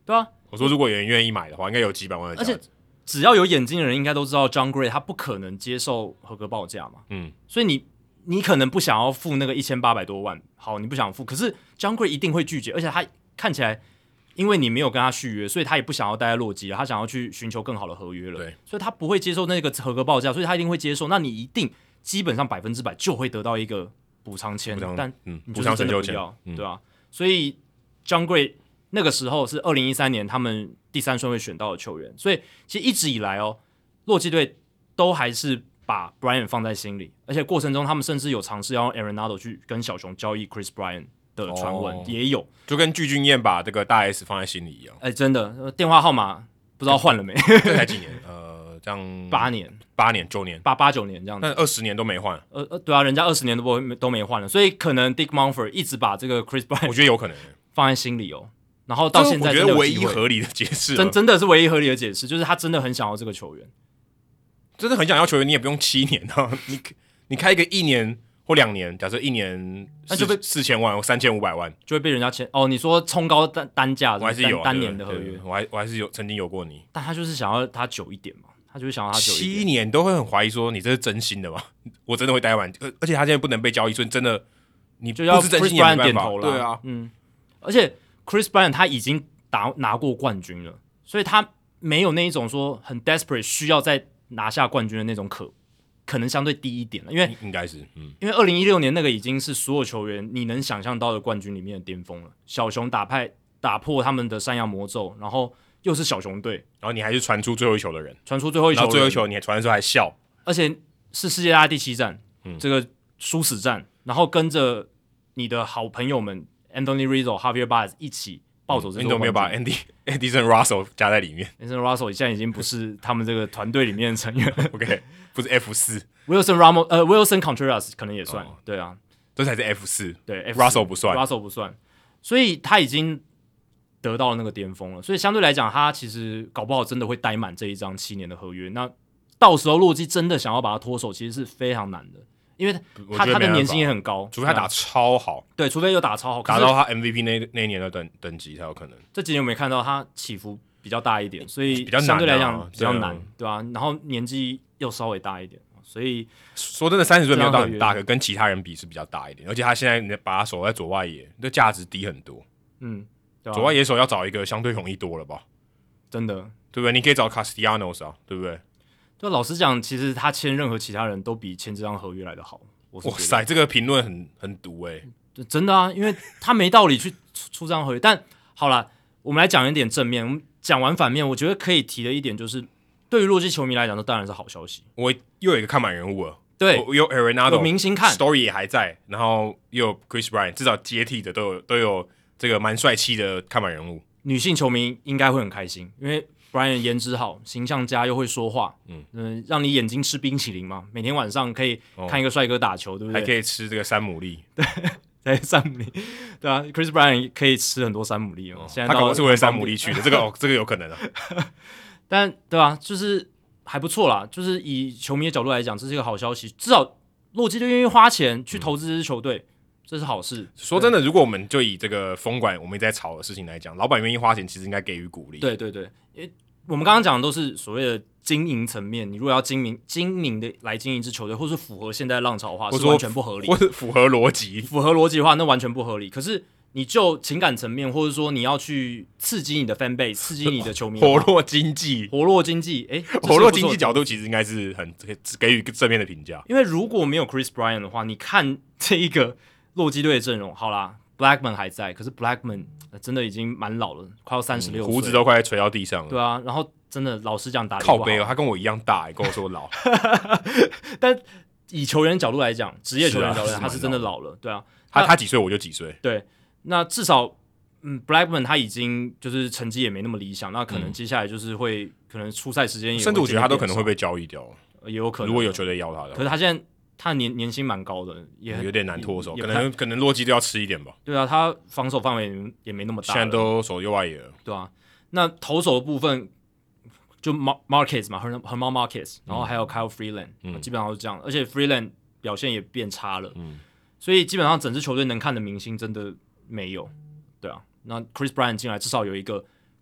我说如果有人愿意买的话，应该有几百万的价值。 而且只要有眼睛的人应该都知道 John Gray 他不可能接受合格报价嘛，嗯，所以你你可能不想要付那个一千八百多万，好，你不想付，可是 John Gray 一定会拒绝，而且他看起来，因为你没有跟他续约，所以他也不想要待在洛基了，他想要去寻求更好的合约了， 对， 所以他不会接受那个合格报价，所以他一定会接受，那你一定基本上百分之百就会得到一个补偿签，但嗯， 你就是真的不要， 嗯、 对吧、啊？所以 John Gray 那个时候是二零一三年他们第三顺位选到的球员，所以其实一直以来哦，洛基队都还是把 Bryant 放在心里，而且过程中他们甚至有尝试要用 Arenado 去跟小熊交易 Chris Bryant 的传闻、哦、也有， 就跟具俊晔把这个大 S 放在心里一样。 哎，真的，电话号码不知道换了没？ 这才几年？呃，这样八年、 八年、九年、 八八九年这样子， 但二十年都没换。 呃呃，对啊，人家二十年都不都没换了，所以可能 Dick Monfort 一直把这个 Chris Bryant 我觉得有可能放在心里哦。然后到现在， 我觉得唯一合理的解释， 真真的是唯一合理的解释，就是他真的很想要这个球员， 真的很想要球员，你也不用七年啊，你你开一个一年或两年，假设一年那就被四千万或三千五百万， 就会被人家签哦。你说冲高单单价， 我还是有、啊、 单年的合约， 我还我还是有曾经有过你， 但他就是想要他久一点嘛，他就是想要他久一点， 七年都会很怀疑说你这是真心的吗？我真的会待完，而且他现在不能被交易，所以真的你就要 Chris Bryant 点头了， 对啊， 嗯，而且 Chris Bryant 他已经打拿过冠军了，所以他没有那一种说很 desperate 需要再拿下冠军的那种渴，可能相对低一点了，因为应该是，嗯， 因为二零一六年那个已经是所有球员你能想象到的冠军里面的巅峰了，小熊打派打破他们的山羊魔咒，然后又是小熊队， 然后你还是传出最后一球的人， 传出最后一球， 然后最后一球你还传的时候还笑， 而且是世界大赛第七战， 嗯， 这个殊死战，然后跟着你的好朋友们 Anthony Rizzo、Javier Baez 一起抱走这个冠军， 你都没有把 Andy Anderson Russell 加在里面 ，Anderson Russell 现在已经不是他们这个团队里面的成员 ，OK， 不是 F 四 ，Wilson Ramos 呃 Wilson Contreras 可能也算，哦、对啊， 这才是 F 四， 对 F 四 ，Russell 不算 ，Russell 不算，所以他已经得到了那个巅峰了，所以相对来讲，他其实搞不好真的会待满这一张七年的合约。那到时候洛基真的想要把他脱手，其实是非常难的，因为他他的年薪也很高， 除非他打超好， 对，除非又打超好， 打到他 M V P 那那一年的等等级才有可能。 这几年我们也看到他起伏比较大一点，所以比较相对来讲难、啊、 比较难，对吧、啊？然后年纪又稍微大一点，所以说真的，三十岁没有到很大，可跟其他人比是比较大一点。而且他现在把他守在左外野，那价值低很多。 嗯，对啊、 左外野手要找一个相对容易多了吧？ 真的， 对不对？你可以找 Castellanos 啊，对不对？ 对，老实讲，其实他签任何其他人都比签这张合约来的好。哇塞，这个评论很很毒哎、 欸，真的啊，因为他没道理去出出这张合约。但好啦，我们来讲一点正面。我们讲完反面，我觉得可以提的一点就是，对于洛基球迷来讲，这当然是好消息。 我又有一个看板人物了， 对， 有 Arenado 有明星看 ，Story 也还在，然后又有 Chris Bryant， 至少接替的都有都有这个蛮帅气的看板人物。 女性球迷应该会很开心，因为 Bryant 颜值好，形象佳，又会说话，嗯嗯、呃，让你眼睛吃冰淇淋嘛，每天晚上可以看一个帅哥打球，哦、对不对？ 还可以吃这个山姆利， 对，在山姆利，对啊 ，Chris Bryant 可以吃很多山姆利哦。现在他可能是为了山姆利去的，这个哦，这个有可能啊。 但对吧、啊，就是还不错啦，就是以球迷的角度来讲，这是一个好消息，至少洛基队愿意花钱去投资这支球队。嗯，这是好事。 说真的，如果我们就以这个风管我们一直在吵的事情来讲，老板愿意花钱，其实应该给予鼓励。 对对对，因为我们刚刚讲的都是所谓的经营层面，你如果要精明精明的来经营一支球队，或是符合现在浪潮的话，是完全不合理。 或是符合逻辑， 符合逻辑的话，那完全不合理。可是你就情感层面，或者说你要去刺激你的 fan base， 刺激你的球迷， 活络经济， 活络经济，哎， 活络经济角度其实应该是很给予正面的评价。 因为如果没有 Chris Bryant 的话，你看这一个洛基队的阵容，好啦 ，Blackman 还在，可是 Blackman 真的已经蛮老了，快要三十六岁， 胡子都快垂到地上了。 对啊，然后真的老实讲，打靠背哦，他跟我一样大，欸，跟我说老。 但以球员角度来讲，职业球员角度来讲，他是真的老了，对啊， 他他几岁我就几岁， 对，那至少嗯 ，Blackman 他已经就是成绩也没那么理想，那可能接下来就是会、嗯、可能出赛时间也， 甚至我觉得他都可能会被交易掉， 也有可能， 如果有球队要他的。 可是他现在他年年薪蛮高的，也有点难脱手，可能可能洛基都要吃一点吧。 对啊，他防守范围也没那么大， 现在都守右外野了， 对啊，那投手的部分就 Marquez 嘛 ，Herman Marquez， 然后还有 Kyle Freeland，、嗯、基本上都是这样，而且 Freeland 表现也变差了，嗯，所以基本上整支球队能看的明星真的没有，对啊。那 Chris Bryant 进来，至少有一个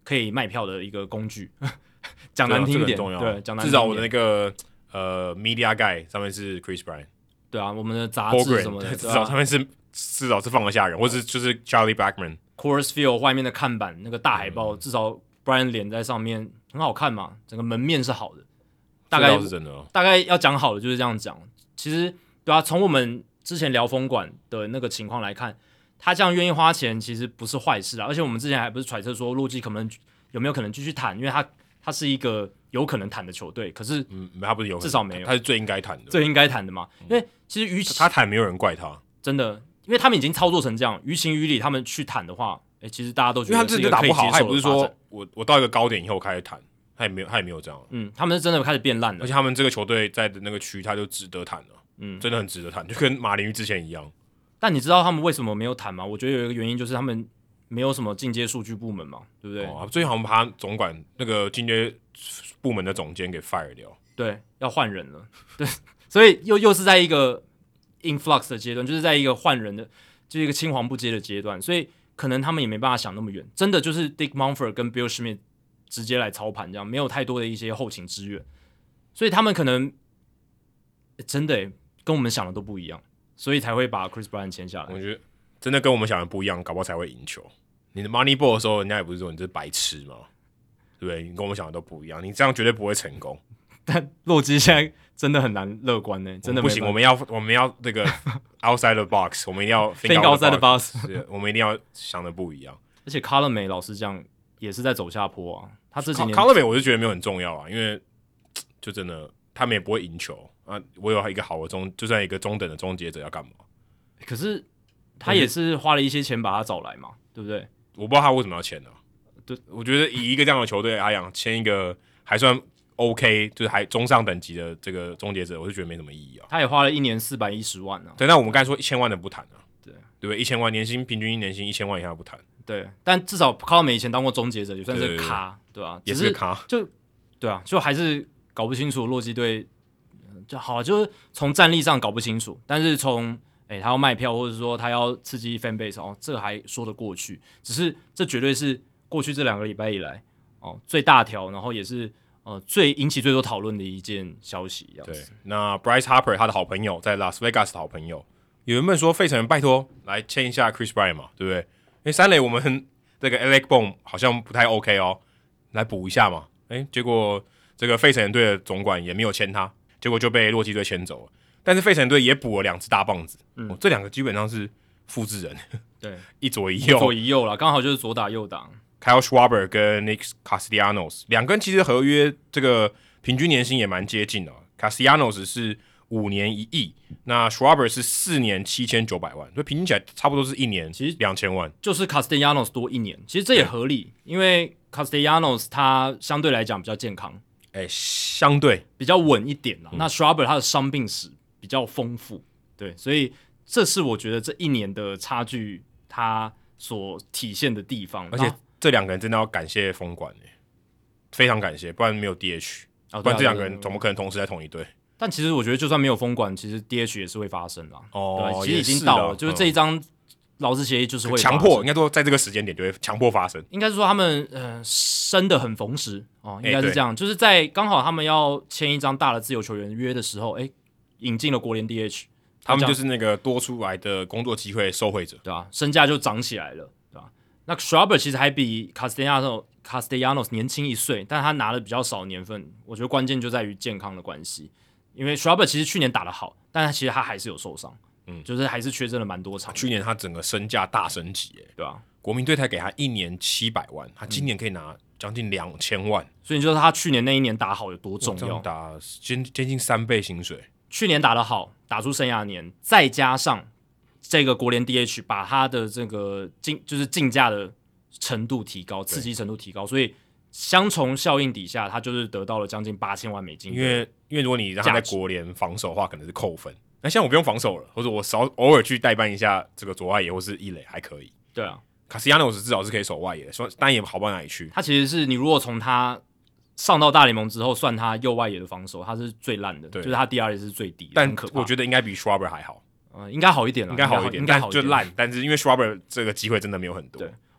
可以卖票的一个工具。讲难听一点， 对，啊对，讲难听一点。 至少我的那个呃 Media Guide 上面是 Chris Bryant， 对啊，我们的杂志什么的， 至少上面是至少是放得下人，或是就是 Charlie Blackmon。Coors Field 外面的看板那个大海报，嗯、至少 Bryant 脸在上面很好看嘛，整个门面是好的。大概是真的、哦， 大概要讲好的就是这样讲。其实对啊，从我们之前聊风管的那个情况来看，他这样愿意花钱其实不是坏事啊。而且我们之前还不是揣测说洛基可能有没有可能继续谈，因为他他是一个有可能谈的球队，可是嗯，他不是有， 至少没有， 他是最应该谈的， 最应该谈的嘛。因为其实与其他谈，没有人怪他， 真的，因为他们已经操作成这样，于情于理，他们去谈的话，哎、欸，其实大家都觉得是一个可以接受的发展。 他也不是说我我到一个高点以后开始谈。他也没有，他也没有这样。 嗯，他们是真的开始变烂了， 而且他们这个球队在的那个区，他就值得谈了。嗯，真的很值得谈，就跟马林鱼之前一样。 但你知道他们为什么没有谈吗？我觉得有一个原因就是他们没有什么进阶数据部门嘛，对不对？ 哦，最近好像把他总管那个进阶部门的总监给 fire 掉。 对，要换人了。对，所以又又是在一个 influx 的阶段，就是在一个换人的，就是一个青黄不接的阶段，所以可能他们也没办法想那么远。真的就是 Dick Monfort 跟 Bill Schmidt。直接来操盘，这样没有太多的一些后勤支援，所以他们可能、欸、真的、欸、跟我们想的都不一样，所以才会把 Chris Bryant 签下来。 我觉得真的跟我们想的不一样，搞不好才会赢球。你的 Moneyball 的时候，人家也不是说你这是白痴嘛，对不对？你跟我们想的都不一样，你这样绝对不会成功。 但洛基现在真的很难乐观呢、欸，真的不行，我们要我们要这个 outside the box， 我们一定要 think outside the box， 我们一定要想的不一样。 而且 Colin May 老师这样。也是在走下坡啊，他这几年 Colin May 我是觉得没有很重要啊，因为就真的他们也不会赢球啊。我有一个好的终，就算一个中等的终结者要干嘛？ 可是他也是花了一些钱把他找来嘛，对不对？ 我不知道他为什么要签呢、啊？ 对， 我觉得以一个这样的球队来讲，签一个还算 OK， 就是还中上等级的这个终结者，我是觉得没什么意义啊。 他也花了一年四百一十万啊。 对，那我们刚才说一千万的不谈啊， 对对不对？一千万年薪平均年薪一千万以下不谈。 对，但至少 Colin May 以前当过终结者，也算是个咖，对吧、啊？ 也是个咖， 就对啊，就还是搞不清楚洛基队就好，就是从战力上搞不清楚，但是从哎、欸、他要卖票，或者说他要刺激 fan base 哦，这个还说得过去。只是这绝对是过去这两个礼拜以来哦最大条，然后也是呃最引起最多讨论的一件消息。 对，那 Bryce Harper 他的好朋友在 Las Vegas 的好朋友，有人问说费城人拜托来签一下 Chris Bryant 嘛，对不对？因为三垒我们这个 Alec Bohm 好像不太 OK 哦，来补一下嘛。哎，结果这个费城人队的总管也没有签他，结果就被洛基队签走了。但是费城人队也补了两只大棒子，嗯哦、这两个基本上是复制人， 对， 一左一右， 一左一右啦，刚好就是左打右打。 Kyle Schwarber 跟 Nick Castellanos 两个人其实合约这个平均年薪也蛮接近的、哦、，Castellanos 是五年一亿，那 Schwarber 是四年七千九百万，所以平均起来差不多是一年其实两千万， 就是 Castellanos 多一年，其实这也合理，因为 Castellanos 他相对来讲比较健康， 哎，相对比较稳一点啦、嗯。那 Schwarber 他的伤病史比较丰富，对，所以这是我觉得这一年的差距他所体现的地方， 而且这两个人真的要感谢封管耶，非常感谢，不然没有 D H，、哦、不然这两个人怎么可能同时在同一队？ 但其实我觉得，就算没有封管，其实 D H 也是会发生啦。 哦， 对，其实已经到了，是就是这一张劳资协议就是会强迫，应该说在这个时间点就会强迫发生。 应该是说他们呃生的很逢时哦，应该是这样，欸、就是在刚好他们要签一张大的自由球员约的时候，哎、欸，引进了国联 D H， 他们就是那个多出来的工作机会受惠者， 对吧、啊？身价就涨起来了，对吧？那 Schwarber 其实还比 Castellanos Castellanos 年轻一岁，但他拿的比较少年份，我觉得关键就在于健康的关系。因为 Schwarber 其实去年打得好，但他其实他还是有受伤，嗯，就是还是缺阵了蛮多场。 去年他整个身价大升级，哎， 对吧、啊？ 国民队才给他一年七百万，他今年可以拿将近两千万， 所以你知道他去年那一年打好有多重要？ 打接接近三倍薪水。 去年打得好，打出生涯年，再加上这个国联 D H 把他的这个竞就是竞价的程度提高，刺激程度提高，所以。双重效应底下，他就是得到了将近八千万美金。 因为因为如果你让他在国联防守的话，可能是扣分。那像我不用防守了，或者我少偶尔去代办一下这个左外野或是一垒还可以。 对啊， 卡斯亚诺斯至少是可以守外野，说当然也好不到哪里去。 他其实是你如果从他上到大联盟之后算他右外野的防守，他是最烂的，就是他 D R 也是最低的。 但我觉得应该比 Schwarber 还好。 呃，应该好一点了， 应该好一点， 应该好一点。 就烂，但是因为 Schwarber 这个机会真的没有很多。 对。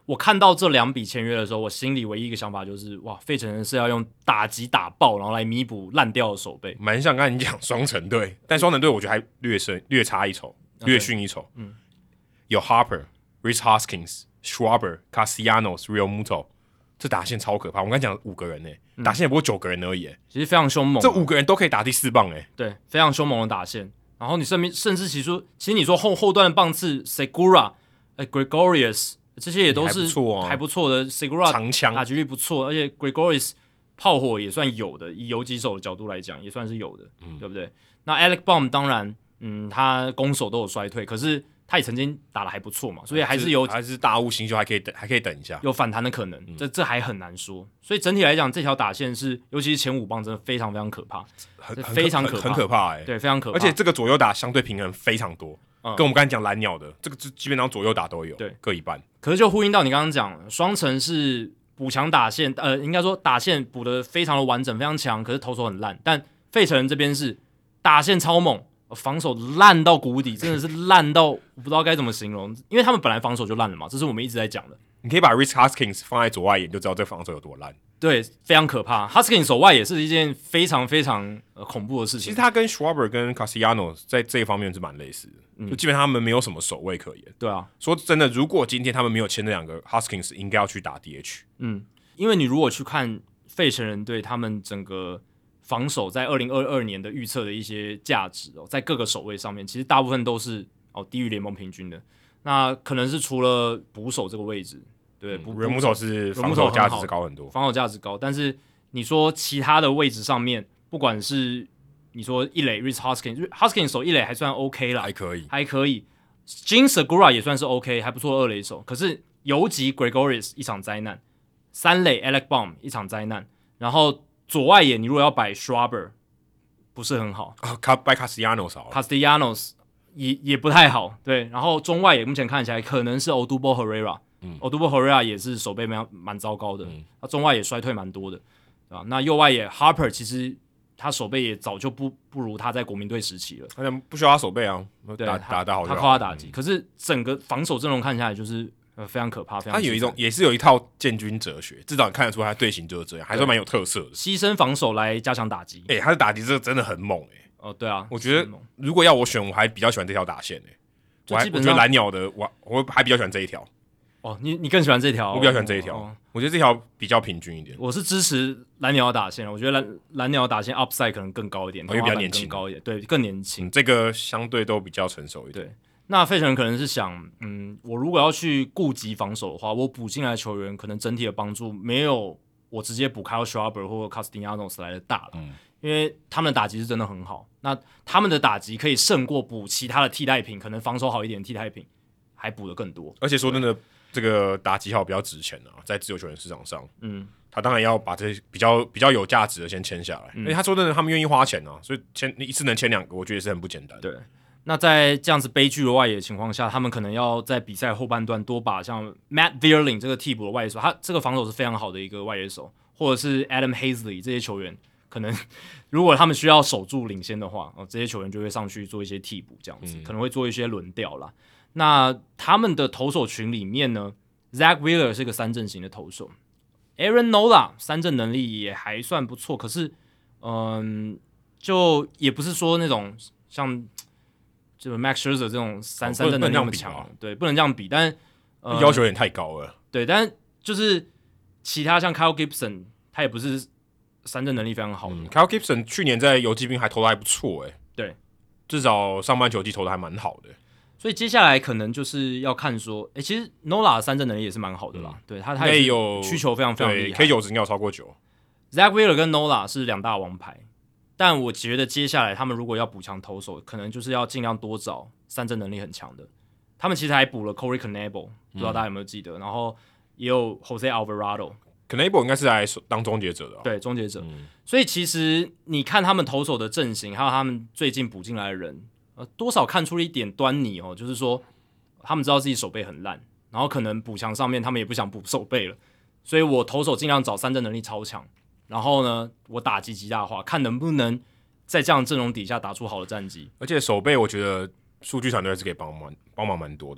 我看到这两笔签约的时候，我心里唯一一个想法就是，哇，费城人是要用打击打爆，然后来弥补烂掉的守备。 蛮像刚才你讲双城队，但双城队我觉得还略胜略差一筹，略逊一筹。Okay. 嗯，有 Harper、Rhys Hoskins、Schwarber、Castellanos、Real Muto， 这打线超可怕。我刚才讲五个人呢、欸嗯，打线也不过九个人而已、欸， 其实非常凶猛。 这五个人都可以打第四棒哎、欸， 对，非常凶猛的打线。然后你甚至甚至其实其实你说后后段的棒次 Segura、哎 Gregorius。这些也都是还不错的 ，Segura 长枪打击率不错，而且 Gregorius 炮火也算有的，以游击手的角度来讲，也算是有的，嗯、对不对？那 Alec Bohm 当然，嗯，他攻守都有衰退，可是他也曾经打得还不错嘛，所以还是有还是大物新秀，还可以等，还可以等一下， 有反弹的可能，嗯、这这还很难说。所以整体来讲，这条打线是，尤其是前五棒真的非常非常可怕， 很非常可怕， 很可怕哎、欸， 对，非常可怕。 而且这个左右打相对平衡非常多。嗯、跟我们刚才讲蓝鸟的这个，基本上左右打都有， 对， 各一半。 可是就呼应到你刚刚讲，双城是补强打线，呃，应该说打线补得非常的完整，非常强，可是投手很烂。但费城人这边是打线超猛，防守烂到谷底，真的是烂到我不知道该怎么形容，因为他们本来防守就烂了嘛，这是我们一直在讲的。 你可以把 Rhys Hoskins 放在左外野，你就知道这防守有多烂。 对，非常可怕。Hoskins 手外也是一件非常非常、呃、恐怖的事情。 其实他跟 Schwarber 跟 Castellanos 在这一方面是蛮类似的、嗯，就基本上他们没有什么守卫可言。 对啊， 说真的，如果今天他们没有签那两个 Hoskins， 应该要去打 D H。 嗯，因为你如果去看费城人队他们整个防守在二零二二年的预测的一些价值哦，在各个守卫上面，其实大部分都是哦低于联盟平均的。那可能是除了捕手这个位置。对， 人木头是防守价值是高很多， 防守价值高，但是你说其他的位置上面，不管是你说一垒 Rhys Hoskins，Hoskins 守一垒还算 OK 啦， 还可以， 还可以 ，Jean Segura 也算是 OK， 还不错的二垒手。可是游击 Gregorius 一场灾难，三垒 Alec Bohm 一场灾难，然后左外野你如果要摆 Schwarber， 不是很好啊，摆 Castellanos 好 ，Castellanos 也也不太好，对，然后中外野目前看起来可能是 Odubel Herrera。嗯 Odubel Herrera 也是手背蛮蛮糟糕的，嗯、他中外也衰退蛮多的，对吧？那右外野 Harper 其实他手背也早就不不如他在国民队时期了， 他不需要他手背啊， 对， 打打打好就好， 他靠他打击、嗯。可是整个防守阵容看下来就是呃非常可怕，非常。 他有一种也是有一套建军哲学，至少你看得出他队形就是这样，还算蛮有特色的。 牺牲防守来加强打击， 哎、欸，他的打击这个真的很猛哎、欸。 哦，对啊， 我觉得如果要我选，我还比较喜欢这条打线哎、欸。我还我觉得蓝鸟的我我还比较喜欢这一条。 哦，你你更喜欢这条？ 我比较喜欢这一条、哦，我觉得这条比较平均一点。 我是支持蓝鸟打线，我觉得蓝蓝鸟打线 upside 可能更高一点， 因为比较年轻， 高一点，对，更年轻、 嗯。这个相对都比较成熟一点。 对，那费城人可能是想，嗯，我如果要去顾及防守的话，我补进来的球员可能整体的帮助没有我直接补 Kyle Schwarber 或 Castellanos 来的大了、嗯，因为他们的打击是真的很好，那他们的打击可以胜过补其他的替代品，可能防守好一点的替代品还补得更多。 而且说真的。这个打击好比较值钱啊，在自由球员市场上，嗯，他当然要把这些比较比较有价值的先签下来。因、嗯、为他说真的，他们愿意花钱啊，所以签你一次能签两个，我觉得也是很不简单。 对，那在这样子悲剧的外野的情况下，他们可能要在比赛后半段多把像 Matt Vierling 这个替补的外野手，他这个防守是非常好的一个外野手，或者是 Adam Hazley 这些球员，可能如果他们需要守住领先的话，哦，这些球员就会上去做一些替补，这样子、嗯、可能会做一些轮调啦。那他们的投手群里面呢 ，Zach Wheeler 是个三振型的投手 ，Aaron Nola 三振能力也还算不错，可是，嗯，就也不是说那种像就 Max Scherzer 这种三、哦、三振能力那么强，对，不能这样比，但、 呃、要求有点太高了， 对，但就是其他像 Kyle Gibson， 他也不是三振能力非常好的、嗯、 ，Kyle Gibson 去年在游击兵还投的还不错，哎， 对， 至少上半球季投的还蛮好的。 所以接下来可能就是要看说，诶，其实 Nola 的三振能力也是蛮好的啦，嗯、对他他也有需求非常非常厉害 ，K 九值应该有超过九。 Zach Wheeler 跟 Nola 是两大王牌，但我觉得接下来他们如果要补强投手，可能就是要尽量多找三振能力很强的。他们其实还补了 Corey Knebel，、嗯、不知道大家有没有记得，然后也有 Jose Alvarado。Knebel 应该是来当终结者的、啊， 对，终结者、嗯。所以其实你看他们投手的阵型，还有他们最近补进来的人。呃，多少看出了一点端倪哦，就是说他们知道自己手背很烂，然后可能补强上面他们也不想补手背了，所以我投手尽量找三振能力超强，然后呢，我打击极大化，看能不能在这样的阵容底下打出好的战绩。 而且手背我觉得数据团队是可以帮忙帮忙蛮多的啦。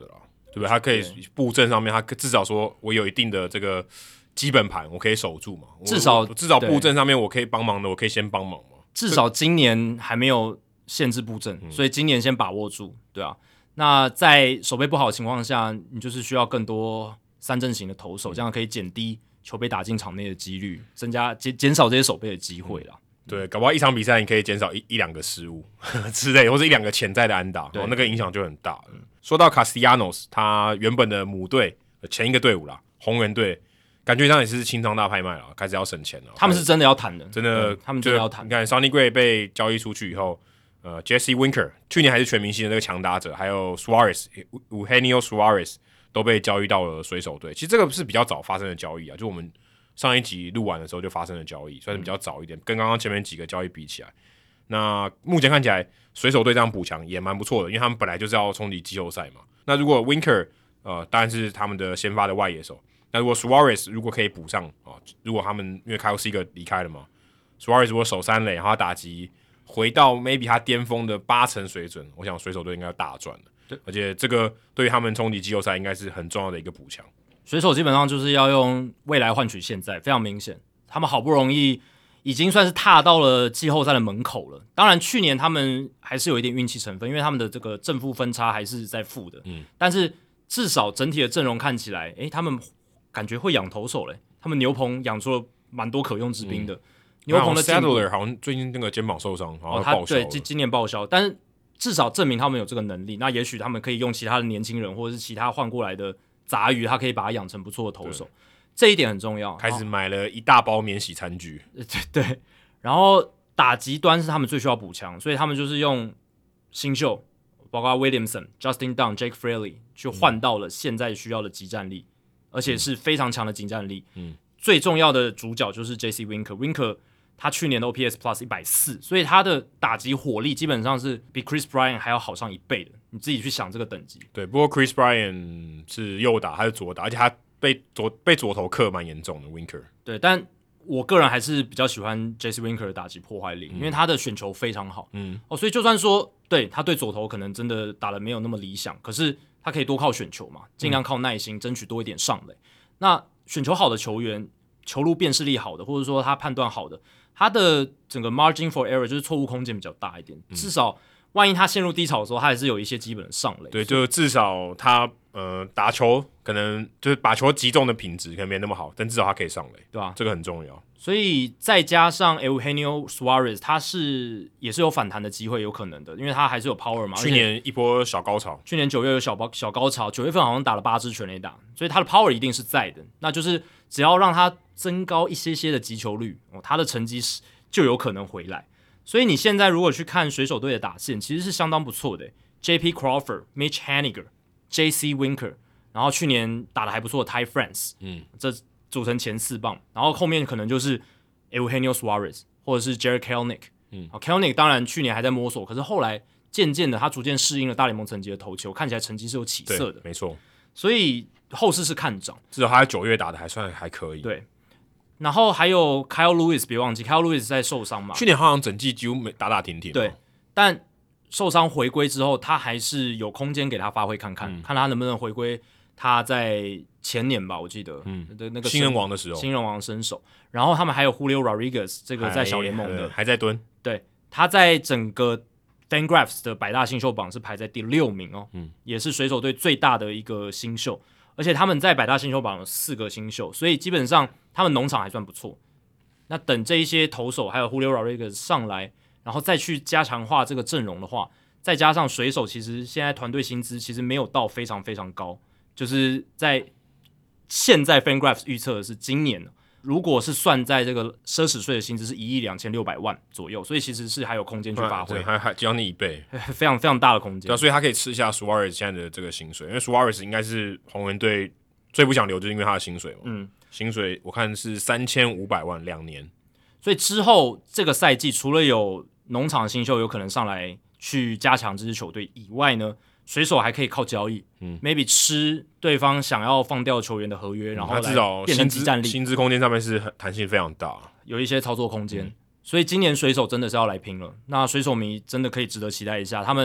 对不对？他可以布阵上面，他至少说我有一定的这个基本盘，我可以守住嘛。 至少至少布阵上面我可以帮忙的，我可以先帮忙嘛。 至少今年还没有限制布阵，嗯、所以今年先把握住，对啊。那在守备不好的情况下，你就是需要更多三阵型的投手，这样可以减低球被打进场内的几率，增加减减少这些守备的机会啦。 对，搞不好一场比赛你可以减少一一两个失误之类，或者一两个潜在的安打，哦，那个影响就很大了。嗯、说到 Castellanos， 他原本的母队前一个队伍啦，红人队，感觉上也是清仓大拍卖了，开始要省钱了。 他们是真的要谈的， 真的， 他们真的要谈。 你看 Sonny Gray 被交易出去以后，呃 ，Jesse Winker 去年还是全明星的那个强打者，还有 Suarez Eugenio Suarez 都被交易到了水手队。其实这个是比较早发生的交易啊，就我们上一集录完的时候就发生了交易，算是比较早一点，跟刚刚前面几个交易比起来，那目前看起来水手队这样补强也蛮不错的，因为他们本来就是要冲击季后赛嘛。那如果 Winker 呃当然是他们的先发的外野手，那如果 Suarez 如果可以补上啊，如果他们因为 Kyle Seager 离开了嘛 ，Suarez 如果守三垒，然后他打击回到 maybe 他巅峰的八成水准，我想水手队应该要大赚了。对，而且这个对于他们冲击季后赛应该是很重要的一个补强。 水手基本上就是要用未来换取现在，非常明显。他们好不容易已经算是踏到了季后赛的门口了。当然，去年他们还是有一点运气成分，因为他们的这个正负分差还是在负的。嗯，但是至少整体的阵容看起来，诶，他们感觉会养投手嘞。他们牛棚养出了蛮多可用之兵的。嗯、牛棚的 Sadler 好像最近那个肩膀受伤，好像报销了、 哦、他对，今年报销，但是至少证明他们有这个能力。那也许他们可以用其他的年轻人，或者是其他换过来的杂鱼，他可以把他养成不错的投手，这一点很重要。 开始买了一大包免洗餐具， 对对。然后打击端是他们最需要补强，所以他们就是用新秀，包括 Williamson、Justin Dunn、Jake Fraley 去换到了现在需要的击战力，嗯、而且是非常强的击战力。嗯，最重要的主角就是 J C Winker，Winker 他去年的 O P S Plus 一百四十，所以他的打击火力基本上是比 Chris Bryant 还要好上一倍的。你自己去想这个等级。 对，不过 Chris Bryant 是右打，他是左打，而且他被左被左投克蛮严重的 Winker。 对，但我个人还是比较喜欢 J C Winker 的打击破坏力，嗯、因为他的选球非常好。嗯，哦，所以就算说对他对左投可能真的打得没有那么理想，可是他可以多靠选球嘛，尽量靠耐心，争取多一点上垒。那选球好的球员，球路辨识力好的，或者说他判断好的，他的整个 margin for error 就是错误空间比较大一点，嗯、至少。万一他陷入低潮的时候，他还是有一些基本的上垒。 对，就至少他呃打球可能就是把球击中的品质可能没那么好，但至少他可以上垒， 对吧、啊？ 这个很重要。 所以再加上 Eugenio Suarez， 他是也是有反弹的机会，有可能的，因为他还是有 power 嘛。 去年一波小高潮， 去年九月有小小高潮，九月份好像打了八支全垒打，所以他的 power 一定是在的。那就是只要让他增高一些些的击球率，哦，他的成绩是就有可能回来。所以你现在如果去看水手队的打线，其实是相当不错的。J P Crawford、Mitch Haniger、J C Winker， 然後去年打得還不錯的 Ty France， 嗯，這組成前四棒，然後後面可能就是 Eugenio Suarez 或者是 Jarred Kelenic， 嗯 ，Kelenic 當然去年還在摸索，可是後來漸漸的他逐漸適應了大聯盟層級的投球，看起來成績是有起色的， 沒錯， 所以後市是看漲， 至少他在九月打的還算還可以， 對。然後還有 Kyle Lewis， 別忘記 Kyle Lewis 在受傷嘛， 去年好像整季幾乎沒打打停停， 對，但受傷回歸之後，他還是有空間給他發揮看看，嗯、看他能不能回歸他在前年吧，我記得，嗯，的那個新人王的時候， 新人王身手。然後他們還有 Julio Rodriguez， 這個在小聯盟的， 還, 還在蹲， 對，他在整個 Fangraphs 的百大新秀榜是排在第六名哦，嗯，也是水手隊最大的一個新秀。而且他們在百大新秀榜有四個新秀，所以基本上他們農場還算不錯。那等這一些投手還有 Julio Rodriguez 上來，然後再去加強化這個陣容的話，再加上水手其實現在團隊薪資其實沒有到非常非常高，就是在現在 Fangraphs 預測的是今年如果是算在這個奢侈稅的薪資是一億兩千六百萬左右，所以其實是還有空間去發揮， 對，還還將近一倍， 非常非常大的空間。 對、啊，所以他可以吃下 Suarez 現在的這個薪水，因為 Suarez 應該是紅人隊最不想留，就是因為他的薪水嘛。嗯，薪水我看是三千五百萬兩年， 所以之後這個賽季除了有農場新秀有可能上來去加強這支球隊以外呢，水手還可以靠交易，嗯 ，maybe 吃對方想要放掉球員的合約，然後來變成即戰力， 薪資空間上面是彈性非常大， 有一些操作空間。嗯、所以今年水手真的是要來拼了。那水手迷真的可以值得期待一下，他們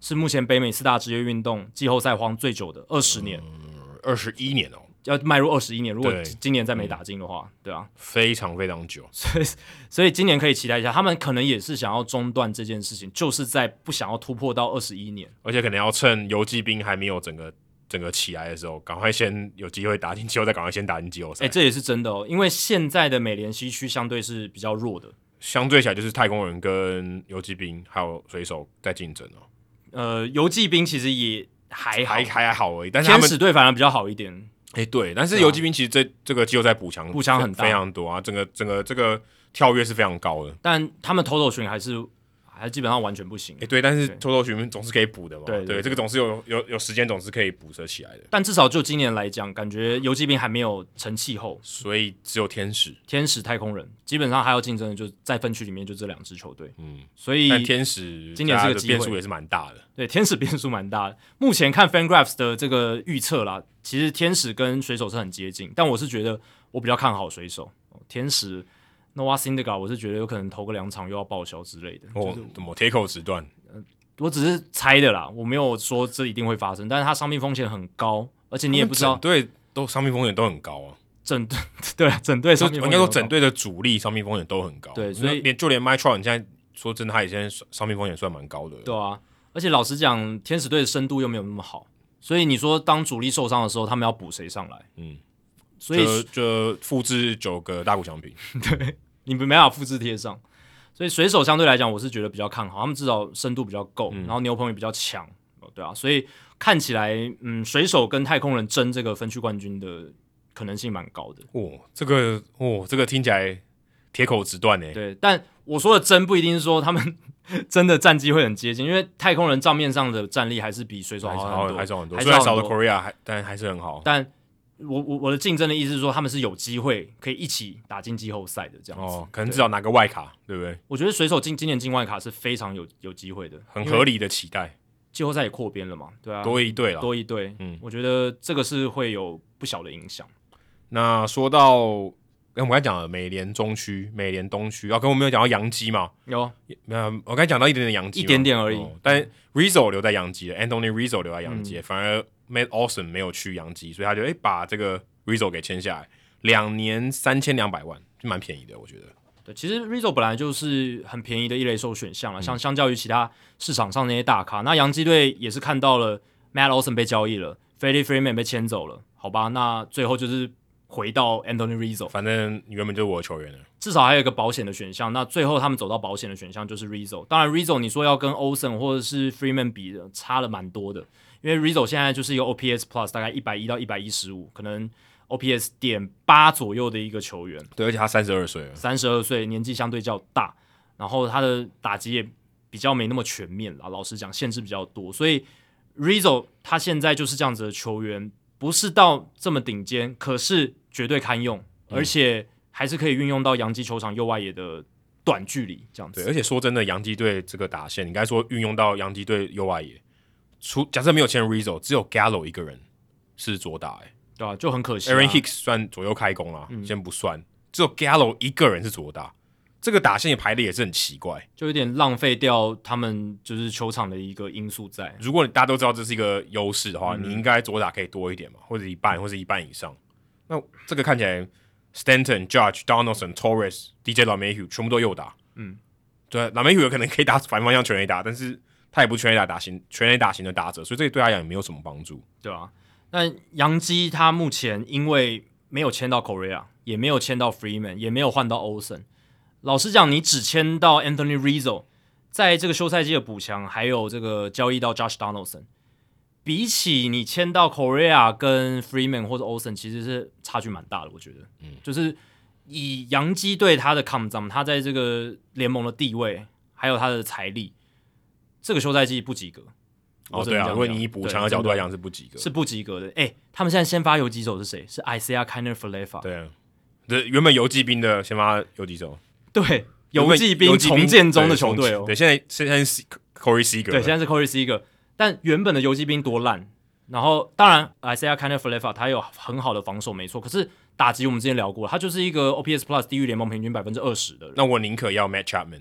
是目前北美四大职业运动季后赛荒最久的二十年， 二十一年哦， 要迈入二十一年。如果今年再没打进的话，嗯、对啊， 非常非常久。 所以所以今年可以期待一下，他们可能也是想要中断这件事情，就是在不想要突破到二十一年， 而且可能要趁游骑兵还没有整个。整个起来的时候，赶快先有机会打进季后赛，赶快先打进季后赛。 哎、欸，这也是真的哦，因为现在的美联西区相对是比较弱的， 相对起来就是太空人跟游骑兵还有水手在竞争哦。 呃，游骑兵其实也还好还还好而已，但是他们天使队反而比较好一点。 哎、欸，对，但是游骑兵其实这这个季后赛补强补强很大， 非常多啊，整个整个这个跳跃是非常高的。 但他们投手群还是。还基本上完全不行， 哎、欸，对，但是投手群总是可以补的嘛， 对 对, 对, 对，这个总是有有有时间，总是可以补得起来的。 但至少就今年来讲，感觉游骑兵还没有成气候， 所以只有天使、 天使、太空人，基本上还要竞争的就在分区里面就这两支球队。 嗯， 所以但天使今年这个变数也是蛮大的。 对，天使变数蛮大的。目前看 FanGraphs 的这个预测啦，其实天使跟水手是很接近，但我是觉得我比较看好水手，天使。Noah Syndergaard 我是觉得有可能投个两场又要报销之类的。 哦，怎么铁口直断？ 呃，我只是猜的啦，我没有说这一定会发生，但是他伤病风险很高，而且你也不知道， 整队都伤病风险都很高啊。 整对整队伤病风险， 应该说整队的主力伤病风险都很高。 对，所以连就连 Mike Trout 现在说真的，他也现在伤病风险算蛮高的。 对啊，而且老实讲，天使队的深度又没有那么好，所以你说当主力受伤的时候，他们要补谁上来？嗯，所以就就复制九个大谷翔平。 对。你没办法复制贴上，所以水手相对来讲，我是觉得比较看好，他们至少深度比较够，嗯、然后牛棚也比较强，对啊，所以看起来，嗯，水手跟太空人争这个分区冠军的可能性蛮高的。 哦，这个哦，这个听起来铁口直断呢。 对，但我说的争不一定是说他们真的战绩会很接近，因为太空人账面上的战力还是比水手好很多， 还是好很多，虽然少了 Korea， 还但还是很好， 但。我我我的竞争的意思是说，他们是有机会可以一起打进季后赛的这样子， 哦，可能至少拿个外卡，对不对？ 我觉得水手今今年进外卡是非常有有机会的， 很合理的期待。 季后赛也扩编了嘛，对啊， 多一队了， 多一队，嗯，我觉得这个是会有不小的影响。 那说到，我们刚才讲了美联中区、美联东区，啊，跟我们有讲到洋基嘛？ 有， 呃，我刚才讲到一点点洋基， 一点点而已。哦、 但 Rizzo 留在洋基了 ，Anthony Rizzo 留在洋基、嗯，反而 Matt Olson 没有去洋基，所以他就哎、欸、把这个 Rizzo 给签下来，两年三千两百万，就蛮便宜的，我觉得。 对，其实 Rizzo 本来就是很便宜的一垒手选项了，像、嗯、相较于其他市场上那些大咖，那洋基队也是看到了 Matt Olson 被交易了 ，Freddie Freeman 被签走了，好吧，那最后就是回到 Anthony Rizzo， 反正原本就是我的球员了， 至少还有一个保险的选项，那最后他们走到保险的选项就是 Rizzo， 当然 Rizzo 你说要跟 Olson 或者是 Freeman 比的，差了蛮多的，因为 Rizzo 现在就是一个 O P S Plus 大概一百一到一百一十五，可能O P S 点八左右的一个球员， 对，而且他三十二岁了， 三十二岁，年纪相对较大，然后他的打击也比较没那么全面啦，老实讲，限制比较多，所以 Rizzo 他现在就是这样子的球员，不是到这么顶尖，可是绝对堪用，嗯、而且还是可以运用到洋基球场右外野的短距离这样子。 对，而且说真的，洋基队这个打线，你刚才说运用到洋基队右外野，除假设没有签 Rizzo， 只有 Gallo 一个人是左打、欸， 对啊，就很可惜、啊。 Aaron Hicks 算左右开弓啦、嗯，先不算，只有 Gallo 一个人是左打，这个打线也排的也是很奇怪， 就有点浪费掉他们就是球场的一个因素在。 如果大家都知道这是一个优势的话、嗯，你应该左打可以多一点嘛，或者一半，或者一半以上。那这个看起来 Stanton、Judge、Donaldson、Torres、D J LeMahieu 全部都右打，嗯，对 ，LeMahieu 有可能可以打反方向全垒打，但是他也不是全垒打打型全垒打型的打者，所以这个对他来讲也没有什么帮助， 对啊。那洋基他目前因为没有签到 Correa， 也没有签到 Freeman， 也没有换到 Olson。老实讲，你只签到 Anthony Rizzo， 在这个休赛季的补强，还有这个交易到 Josh Donaldson， 比起你签到 Correa 跟 Freeman 或者 Olson， 其实是差距蛮大的。我觉得，嗯，就是以洋基队他的 comedown， 他在这个联盟的地位，还有他的财力，这个休赛季不及格。 哦，对啊，如果你以补强的角度来讲是不及格， 是不及格的。哎、欸，他们现在先发游击手是谁？是 Isaiah Kiner-Falefa。 对啊，对，原本游骑兵的先发游击手。 对，游骑兵重建中的球队哦。 对，现在现在是 Corey Seager。 对，现在是 Corey Seager。但原本的游骑兵多烂，然后当然 Isaiah Kiner-Falefa 他有很好的防守，没错。可是打击我们之前聊过，他就是一个 O P S Plus 低于联盟平均百分之二十的人。 那我宁可要 Matt Chapman。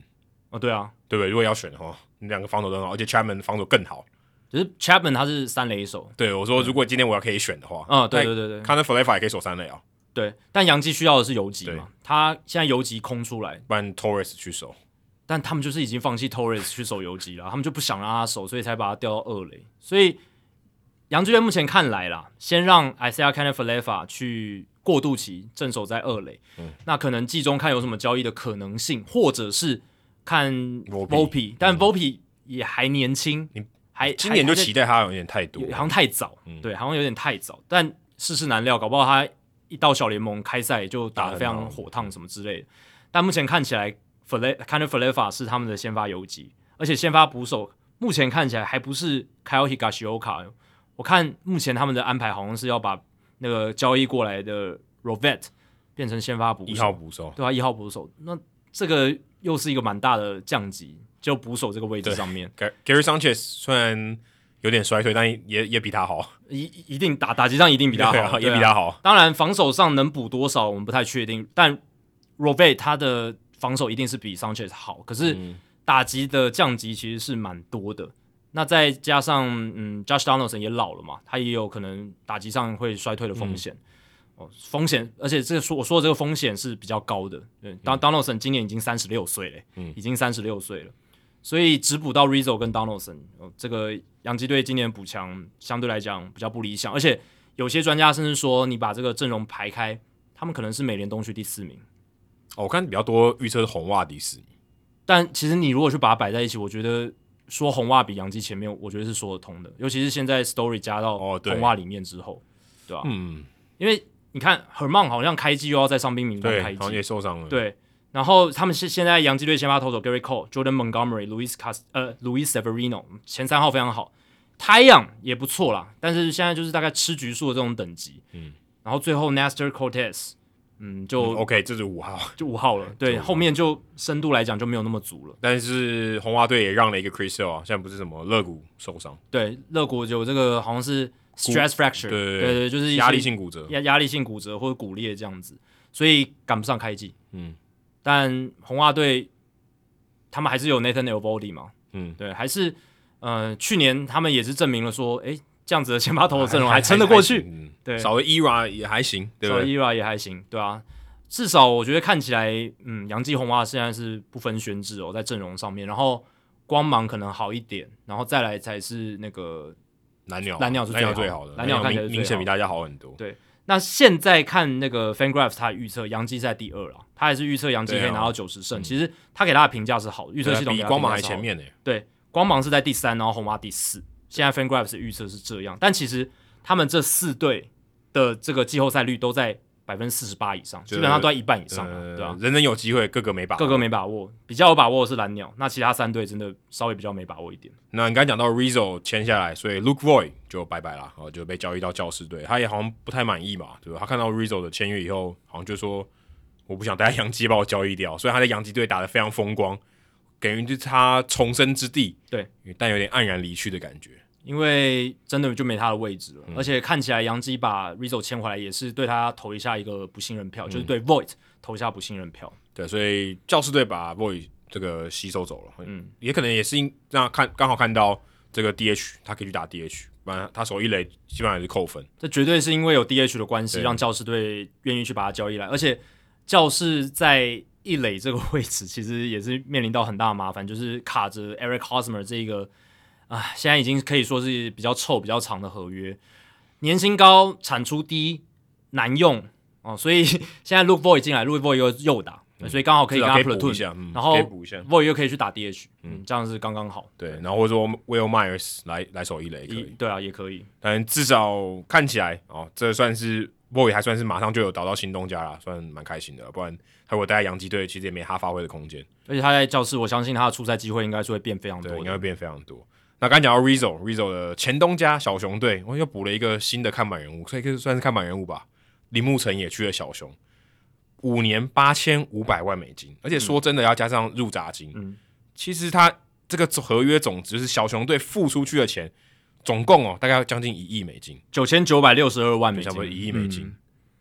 哦，对啊， 对不对？如果要选的话，两个防守都很好，而且 Chapman 防守更好。 只是 Chapman 他是三垒手。 对，我说如果今天我要可以选的话， 嗯，对对对对 ，Connor Falefa 也可以守三垒啊。 对，但洋基需要的是游击嘛，他现在游击空出来， 不然 Torres 去守。 但他们就是已经放弃 Torres 去守游击了，他们就不想让他守，所以才把他调到二垒。所以洋基队目前看来啦，先让 Isaiah Connor Falefa 去过渡期镇守在二垒，嗯，那可能季中看有什么交易的可能性，或者是看 Volpe， 但 Volpe 也还年轻， 你还今年就期待他有点太多， 好像太早，嗯、对，好像有点太早。但世事难料，搞不好他一到小联盟开赛就打得非常火烫什么之类的。但目前看起来 Connor Falefa 是他们的先发游击，而且先发捕手目前看起来还不是 Kyle Higashioka。我看目前他们的安排好像是要把那个交易过来的 Rovette 变成先发捕手， 一号捕手， 对啊，一号捕手。那这个又是一个蛮大的降级，就捕手这个位置上面。 Gary Sanchez 虽然有点衰退，但也也比他好， 一一定打打击上一定比他好， 啊、也比他好、啊。 当然防守上能补多少我们不太确定，但 Rovette 他的防守一定是比 Sanchez 好，可是打击的降级其实是蛮多的。那再加上嗯 ，Josh Donaldson 也老了嘛，他也有可能打击上会衰退的风险。嗯、哦，风险，而且这个说我说的这个风险是比较高的。对，当、嗯、Donaldson 今年已经三十六岁了，嗯，已经三十六岁了，所以只补到 Rizzo 跟 Donaldson，、哦、这个洋基队今年补强相对来讲比较不理想，而且有些专家甚至说，你把这个阵容排开，他们可能是美联东区第四名。 哦，我看比较多预测是红袜第四名， 但其实你如果去把它摆在一起，我觉得。说红袜比洋基前面，我觉得是说得通的，尤其是现在 Story 加到红袜里面之后，哦、对, 对吧、啊？嗯，因为你看 Herman 好像开季又要在伤兵名单开季， 好像也受伤了。 对，然后他们是现在洋基队先发投手 Gary Cole、Jordan Montgomery、Luis Cast 呃 Luis Severino 前三号非常好，太阳也不错啦，但是现在就是大概吃局数的这种等级。嗯，然后最后 Nestor Cortez。嗯，就、 嗯、OK， 这是五号， 就五号了。对，后面就深度来讲就没有那么足了。 但是红袜队也让了一个 Chris Sale 啊，现在不是什么肋骨受伤， 对，肋骨有这个好像是 stress fracture， 对对对, 对, 对，就是压力性骨折， 压压力性骨折或者骨裂这样子，所以赶不上开季。嗯，但红袜队他们还是有 Nathan Eovaldi 嘛，嗯，对，还是呃去年他们也是证明了说，哎。这样子的先发投手阵容还撑得过去， 嗯、 对， 少了 E R A 也还行，对不对？ 少了 E R A 也还行，对啊。至少我觉得看起来，嗯，洋基红袜现在是不分轩轾哦，在阵容上面，然后光芒可能好一点，然后再来才是那个蓝鸟， 蓝鸟是最好的， 最好的， 蓝鸟看起来明显比大家好很多。 对，那现在看那个 FanGraphs 他预测洋基在第二了，他还是预测洋基可以拿到九十胜、啊嗯，其实他给他的评价是好的，预测系统比光芒还前面呢。 对，光芒是在第三，然后红袜第四。现在 FanGraphs 预测是这样，但其实他们这四队的这个季后赛率都在百分之四十八以上，基本上都在一半以上、呃、对吧、啊？ 人人有机会，个个没把握， 个个没把握。比较有把握的是蓝鸟，那其他三队真的稍微比较没把握一点。 那你刚才讲到 Rizzo 签下来，所以 Luke Voit 就拜拜啦，就被交易到教士队。他也好像不太满意嘛，对吧？他看到 Rizzo 的签约以后，好像就说我不想待在洋基，把我交易掉。所以他在洋基队打得非常风光，等于就是他重生之地。 对， 但有点黯然离去的感觉。 因为真的就没他的位置了，嗯、而且看起来洋基把 Rizzo 签回来也是对他投一下一个不信任票，嗯、就是对 Voit 投一下不信任票。 对，所以教士队把 Voit 这个吸收走了，嗯，也可能也是让看刚好看到这个 D H， 他可以去打 D H， 不然他守一垒基本上也是扣分。 这绝对是因为有 D H 的关系，让教士队愿意去把他交易来，而且教士在一垒这个位置其实也是面临到很大的麻烦，就是卡着 Eric Hosmer 这个。啊，现在已经可以说是比较臭、比较长的合约，年薪高、产出低、难用哦，所以现在 Luke Voit 进来 ，Luke Voit 又右打、嗯，所以刚好可以跟他 platoon，、嗯、然后 Voit 又可以去打 D H， 嗯，这样是刚刚好。 对，然后或者说 Will Myers 来来守一垒可以， 对啊，也可以。 但至少看起来哦，这算是 Voit 还算是马上就有找到新东家了，算蛮开心的了。不然他如果待在洋基队，其实也没他发挥的空间。 而且他在教室，我相信他的出赛机会应该是会变非常多的， 对，应该会变非常多。那刚讲到 Rizzo Rizzo 的前东家小熊队，我又补了一个新的看板人物，所以可以算是看板人物吧。林木成也去了小熊，五年八千五百万美金，而且说真的要加上入闸金，嗯，其实他这个合约总值是小熊队付出去的钱，总共哦大概将近一亿美金， 九千九百六十二万美金， 差不多一亿美金。嗯、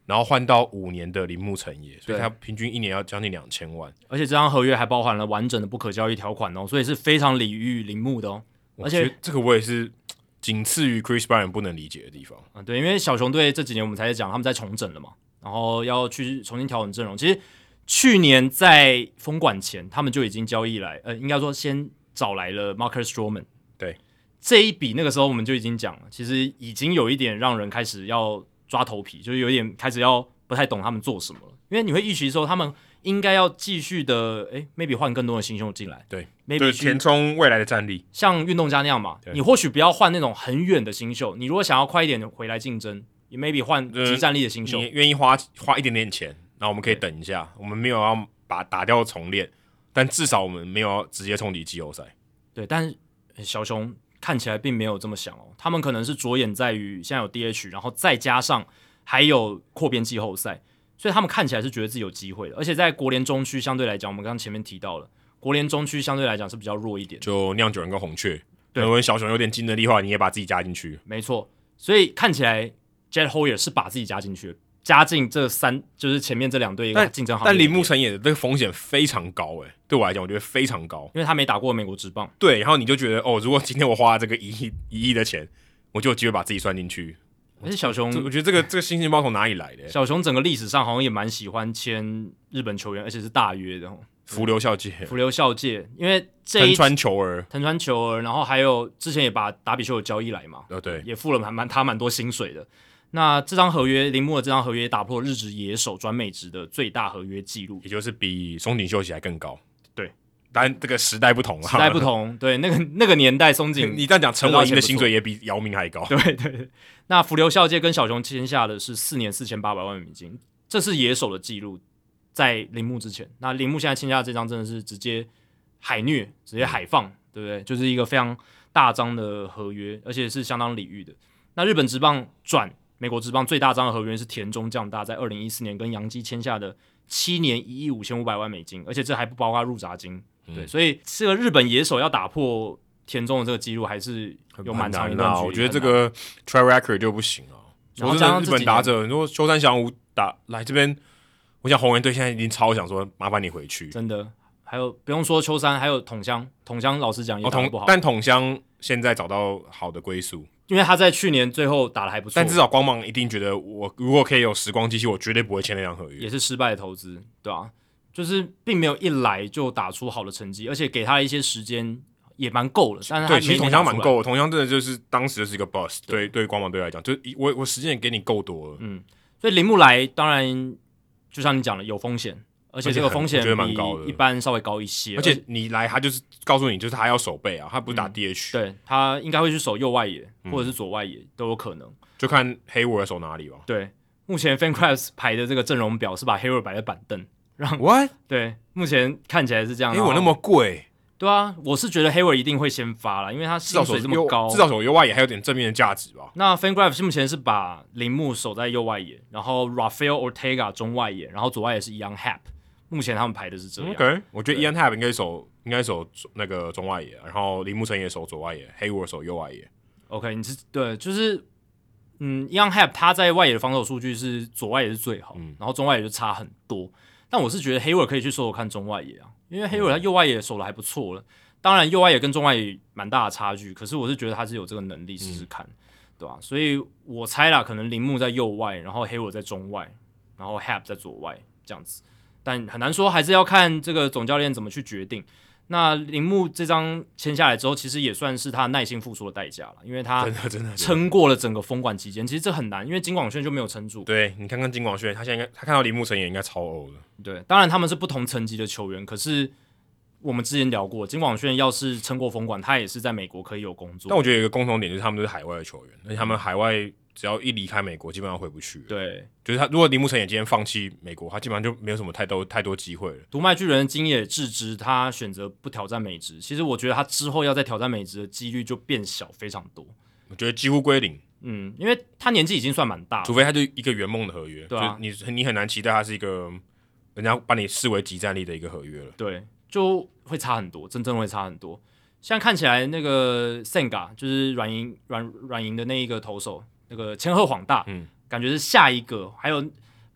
然后换到五年的铃木诚也，所以他平均一年要将近两千万， 而且这张合约还包含了完整的不可交易条款哦，所以是非常礼遇铃木的哦。而且这个我也是仅次于 Chris Bryant 不能理解的地方啊，对，因为小熊队这几年我们才在讲他们在重整了嘛，然后要去重新调整阵容。其实去年在封馆前，他们就已经交易来，呃，应该说先找来了 Marcus Stroman。 对， 这一笔那个时候我们就已经讲了，其实已经有一点让人开始要抓头皮，就是有点开始要不太懂他们做什么了。因为你会预期说他们应该要继续的，诶 ，maybe 换更多的新秀进来， 对 ，maybe 填充未来的战力， 像运动家那样嘛。你或许不要换那种很远的新秀，你如果想要快一点回来竞争，你 maybe 换极战力的新秀， 你愿意花花一点点钱，然后我们可以等一下，我们没有要把打掉重练，但至少我们没有要直接冲击季后赛。 对，但是小熊看起来并没有这么想哦，他们可能是着眼在于现在有 D H， 然后再加上还有扩编季后赛，所以他们看起来是觉得自己有机会的。而且在国联中区相对来讲，我们刚刚前面提到了，国联中区相对来讲是比较弱一点， 就酿酒人跟红雀。 对， 如果小熊有点竞争力的话，你也把自己加进去。 没错，所以看起来 Jett Hoyer 是把自己加进去，加进这三就是前面这两队竞争行列。 但铃木诚也的这个风险非常高诶，对我来讲，我觉得非常高， 因为他没打过美国职棒。 对，然后你就觉得哦，如果今天我花了这个一亿一亿的钱，我就有机会把自己算进去。 而且小熊， 我觉得这个这个新星包从哪里来的？ 小熊整个历史上好像也蛮喜欢签日本球员，而且是大约的。 福流孝介， 福流孝介，因为这一藤川球儿， 藤川球儿，然后还有之前也把达比修有交易来嘛， 呃，对， 也付了蛮蛮他蛮多薪水的。那这张合约，铃木的这张合约打破日职野手转美职的最大合约纪录， 也就是比松井秀喜还更高。 对， 当然这个时代不同啊， 时代不同，对，那个那个年代松井， 你这样讲，陈伟英的薪水也比姚明还高。 对对对，那福流孝介跟小熊签下的是四年四千八百万美金，这是野手的记录，在铃木之前。那铃木现在签下这张真的是直接海虐，直接海放，对不对？就是一个非常大张的合约，而且是相当礼遇的。那日本职棒转美国职棒最大张的合约是田中将大在二零一四年跟洋基签下的七年一亿五千五百万美金，而且这还不包括入闸金。嗯、对，所以这个日本野手要打破田中的这个记录，还是有蛮长一段距离。 我觉得这个 track record 就不行啊。然后加上日本打者，如果秋山翔吾打来这边，我想红人队现在已经超想说麻烦你回去， 真的。还有不用说秋山，还有统香，统香老实讲也打得不好、 哦，但统香现在找到好的归宿。 因为他在去年最后打得还不错， 但至少光芒一定觉得我如果可以有时光机器，我绝对不会签那张合约。 也是失败的投资，对啊，就是并没有一来就打出好的成绩，而且给他一些时间也蛮够了。但是他对，其实同乡蛮够的，同乡真的就是当时就是一个 boss， 对对光芒队来讲，就我我时间也给你够多了。 嗯，所以铃木来当然就像你讲的有风险。而且这个风险比一般稍微高一些， 而且你来他就是告诉你，就是他要守备啊，他不是打 D H，、 嗯、对他应该会去守右外野、嗯、或者是左外野都有可能， 就看 Hayward 守哪里吧。 对，目前 FanGraphs 排的这个阵容表是把 Hayward 摆在板凳，让 What？ 对，目前看起来是这样。 Hayward 那么贵？ 对啊，我是觉得 Hayward 一定会先发啦，因为他薪水这么高， 至少守右外野还有点正面的价值吧。 那 FanGraphs 目前是把铃木守在右外野，然后 Rafael Ortega 中外野，然后左外野是 Ian Happ。目前他们排的是这样。 OK， 我觉得 Ian Happ 应该守应该守那个中外野，然后铃木诚也守左外野 ，Hayward 守右外野。 OK， 你是对，就是嗯 ，Ian Happ 他在外野的防守数据是左外野是最好，嗯、然后中外野就差很多。但我是觉得 Hayward 可以去守守看中外野啊，因为 Hayward 他右外野守的还不错了。当然右外野跟中外野蛮大的差距，可是我是觉得他是有这个能力试试看，嗯、对吧、啊？所以我猜啦，可能铃木在右外，然后 Hayward 在中外，然后 Happ 在左外这样子。但很难说，还是要看这个总教练怎么去决定。那铃木这张签下来之后，其实也算是他耐心付出的代价了，因为他撑过了整个封馆期间。其实这很难，因为金广炫就没有撑住。 对，你看看金广炫，他现在应该他看到铃木诚也应该超欧了。 对，当然他们是不同层级的球员，可是我们之前聊过，金广炫要是撑过封馆，他也是在美国可以有工作。 但我觉得有一个共同点就是他们都是海外的球员，而且他们海外。只要一离开美国，基本上回不去了。 对， 就是他。如果铃木诚也今天放弃美国，他基本上就没有什么太多太多机会了。 读卖巨人的经也致知，他选择不挑战美职。其实我觉得他之后要再挑战美职的几率就变小非常多。 我觉得几乎归零。 嗯，因为他年纪已经算蛮大了， 除非他就一个圆梦的合约， 对啊， 你你很难期待他是一个人家把你视为极战力的一个合约了。 对，就会差很多，真正会差很多。现在看起来那个 Senga 就是软银软软银的那一个投手。那个千鹤晃大，嗯，感觉是下一个，还有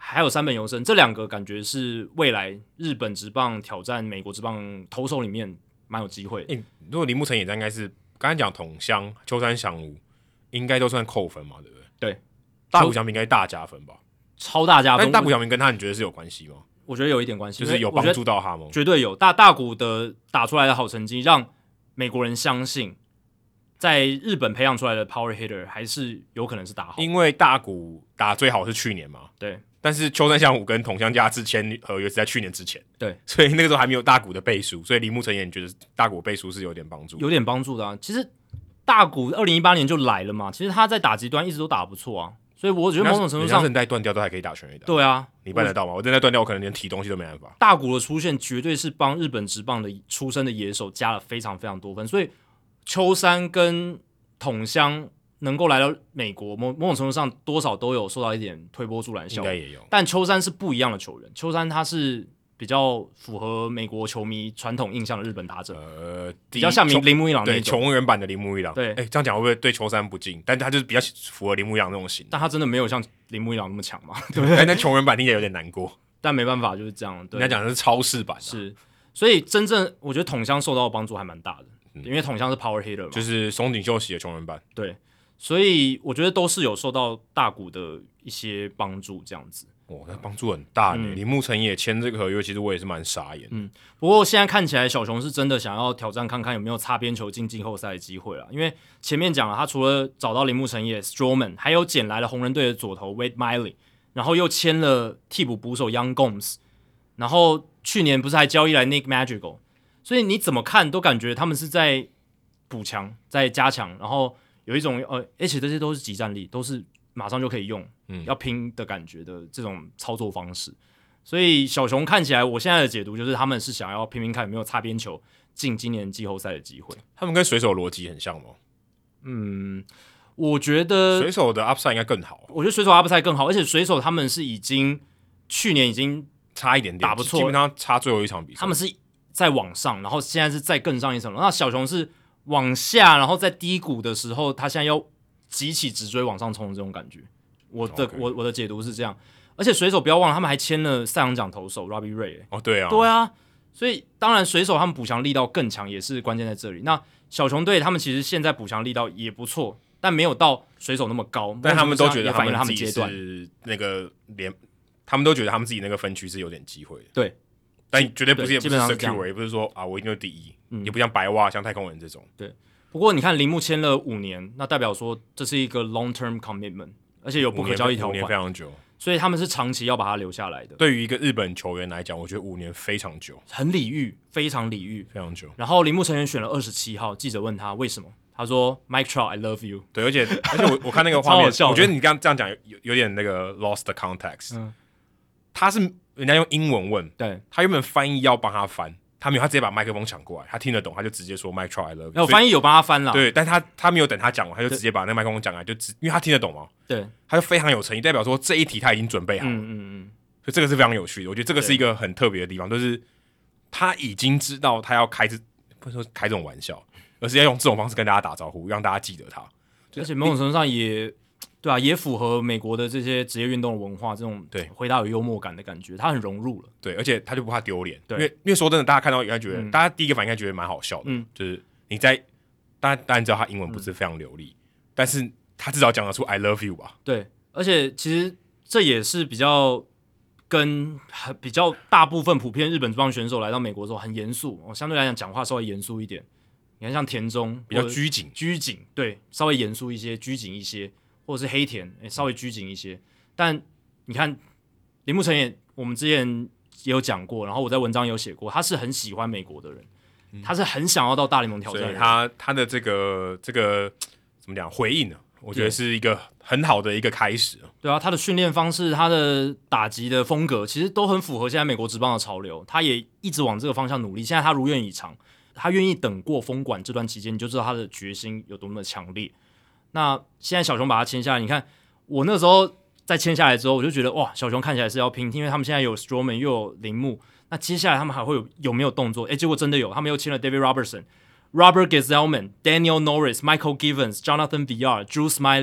还有山本由伸，这两个感觉是未来日本职棒挑战美国职棒投手里面蛮有机会的。 欸、如果铃木诚也在，应该是刚才讲桐乡、秋山翔吾，应该都算扣分嘛，对不对？ 对， 大谷翔平应该大加分吧？ 超大加分。 但大谷翔平跟他，你觉得是有关系吗？ 我觉得有一点关系， 就是有帮助到他吗？ 绝对有。大大谷的打出来的好成绩，让美国人相信，在日本培养出来的 power hitter 还是有可能是打好。 因为大谷打最好是去年嘛， 对。 但是秋山翔吾跟桐乡家志签合约是在去年之前， 对， 所以那个时候还没有大谷的背书，所以铃木诚也觉得大谷背书是有点帮助， 有点帮助的啊。其实大谷二零一八年就来了嘛，其实他在打击端一直都打得不错啊，所以我觉得某种程度上， 韧带断掉都还可以打全垒打。 对啊， 你办得到吗？我韧带断掉，我可能连提东西都没办法。 大谷的出现绝对是帮日本职棒的出身的野手加了非常非常多分，所以秋山跟桐乡能够来到美国，某某种程度上多少都有受到一点推波助澜效果， 应该也有。 但秋山是不一样的球员，秋山他是比较符合美国球迷传统印象的日本打者， 呃， 比较像铃木一朗那种，对，穷人版的铃木一朗。 对， 哎、欸，这样讲会不会对秋山不敬？但他就是比较符合铃木一朗那种型， 但他真的没有像铃木一朗那么强嘛，对不对？ 但穷人版听起来有点难过， 但没办法，就是这样。 人家讲的是超市版、啊， 是，所以真正我觉得桐乡受到的帮助还蛮大的、嗯，因为桐乡是 power hitter 嘛， 就是松井秀喜的穷人版， 对。所以我觉得都是有受到大谷的一些帮助，这样子。 哦，那帮助很大呢。铃木诚也签这个合约，其实我也是蛮傻眼。 嗯，不过现在看起来小熊是真的想要挑战看看有没有擦边球进季后赛的机会了。因为前面讲了，他除了找到铃木诚也 Stroman， 还有捡来了红人队的左投 Wade Miley， 然后又签了替补捕手 Young Gomes， 然后去年不是还交易来 Nick Madrigal， 所以你怎么看都感觉他们是在补强，在加强，然后。有一种呃，而且这些都是即战力，都是马上就可以用，嗯，要拼的感觉的这种操作方式。所以小熊看起来，我现在的解读就是他们是想要拼拼看有没有擦边球进今年季后赛的机会。 他们跟水手逻辑很像吗？ 嗯，我觉得水手的 upside 应该更好。 我觉得水手 upside 更好，而且水手他们是已经去年已经差一点点， 打不错， 基本上差最后一场比赛。 他们是在往上，然后现在是再更上一层楼。那小熊是。往下，然后在低谷的时候，他现在要急起直追往上冲的这种感觉。我的、okay. 我我的解读是这样，而且水手不要忘了，他们还签了赛扬奖投手 Robbie Ray、欸。 哦，对啊， 对啊，所以当然水手他们补强力道更强，也是关键在这里。那小熊队他们其实现在补强力道也不错，但没有到水手那么高。 但他们都觉得反映了他们阶段是那个连，他们都觉得他们自己那个分区是有点机会的。 对。 但绝对不是，也不是 secure， 是也不是说啊，我一定是第一、嗯，也不像白袜、像太空人这种。 对，不过你看铃木签了五年，那代表说这是一个 long term commitment， 而且有不可交易条款， 五年非常久， 所以他们是长期要把他留下来的。 对于一个日本球员来讲，我觉得五年非常久， 很礼遇，非常礼遇， 非常久。 然后铃木诚也选了二十七号，记者问他为什么，他说 Mike Trout I love you。 对，而且而且我我看那个画面，我觉得你刚刚这样讲有有点那个 lost the context。嗯，他是。人家用英文问， 对， 他原本翻译要帮他翻，他没有，他直接把麦克风抢过来，他听得懂，他就直接说 "Mike Trout I love you"。 那我翻译有帮他翻了， 对，但他他没有等他讲完，他就直接把那个麦克风讲来，就直，因为他听得懂嘛， 对， 他就非常有诚意，代表说这一题他已经准备好了，嗯嗯嗯，所以这个是非常有趣的，我觉得这个是一个很特别的地方，就是他已经知道他要开这不是说开这种玩笑，而是要用这种方式跟大家打招呼，让大家记得他， 而且某種程度上也。对啊，也符合美國的這些職業運動的文化，這種對回答有幽默感的感覺，他很融入了。 對，而且他就不怕丟臉，因為因為說真的，大家看到應該覺得、嗯，大家第一個反應應該覺得蠻好笑的，嗯，就是你在，大家當然知道他英文不是非常流利，嗯、但是他至少講得出 I love you 吧。 對，而且其實這也是比較跟比較大部分普遍日本職棒選手來到美國之後很嚴肅，我相對來講講話稍微嚴肅一點。你看像田中比較拘謹， 拘謹，對，稍微嚴肅一些，拘謹一些。或者是黑田、欸、稍微拘謹一些，但你看铃木诚也，我們之前也有講過，然後我在文章有寫過，他是很喜歡美國的人，嗯、他是很想要到大聯盟挑戰的人， 所以他他的這個這個怎麼講回應呢？我覺得是一個很好的一個開始。 對啊，他的訓練方式，他的打擊的風格，其實都很符合現在美國職棒的潮流，他也一直往這個方向努力。現在他如願以償，他願意等過封館這段期間，你就知道他的決心有多麼的強烈。那現在小熊把他簽下來，你看我那時候在簽下來之後，我就覺得哇，小熊看起來是要拼，因為他們現在有 Stroman 又有鈴木，那接下來他們還會有有沒有動作？誒，結果真的有，他們又簽了 David Robertson、Robert Gsellman、Daniel Norris、Michael Givens、Jonathan Villar、Drew Smyly，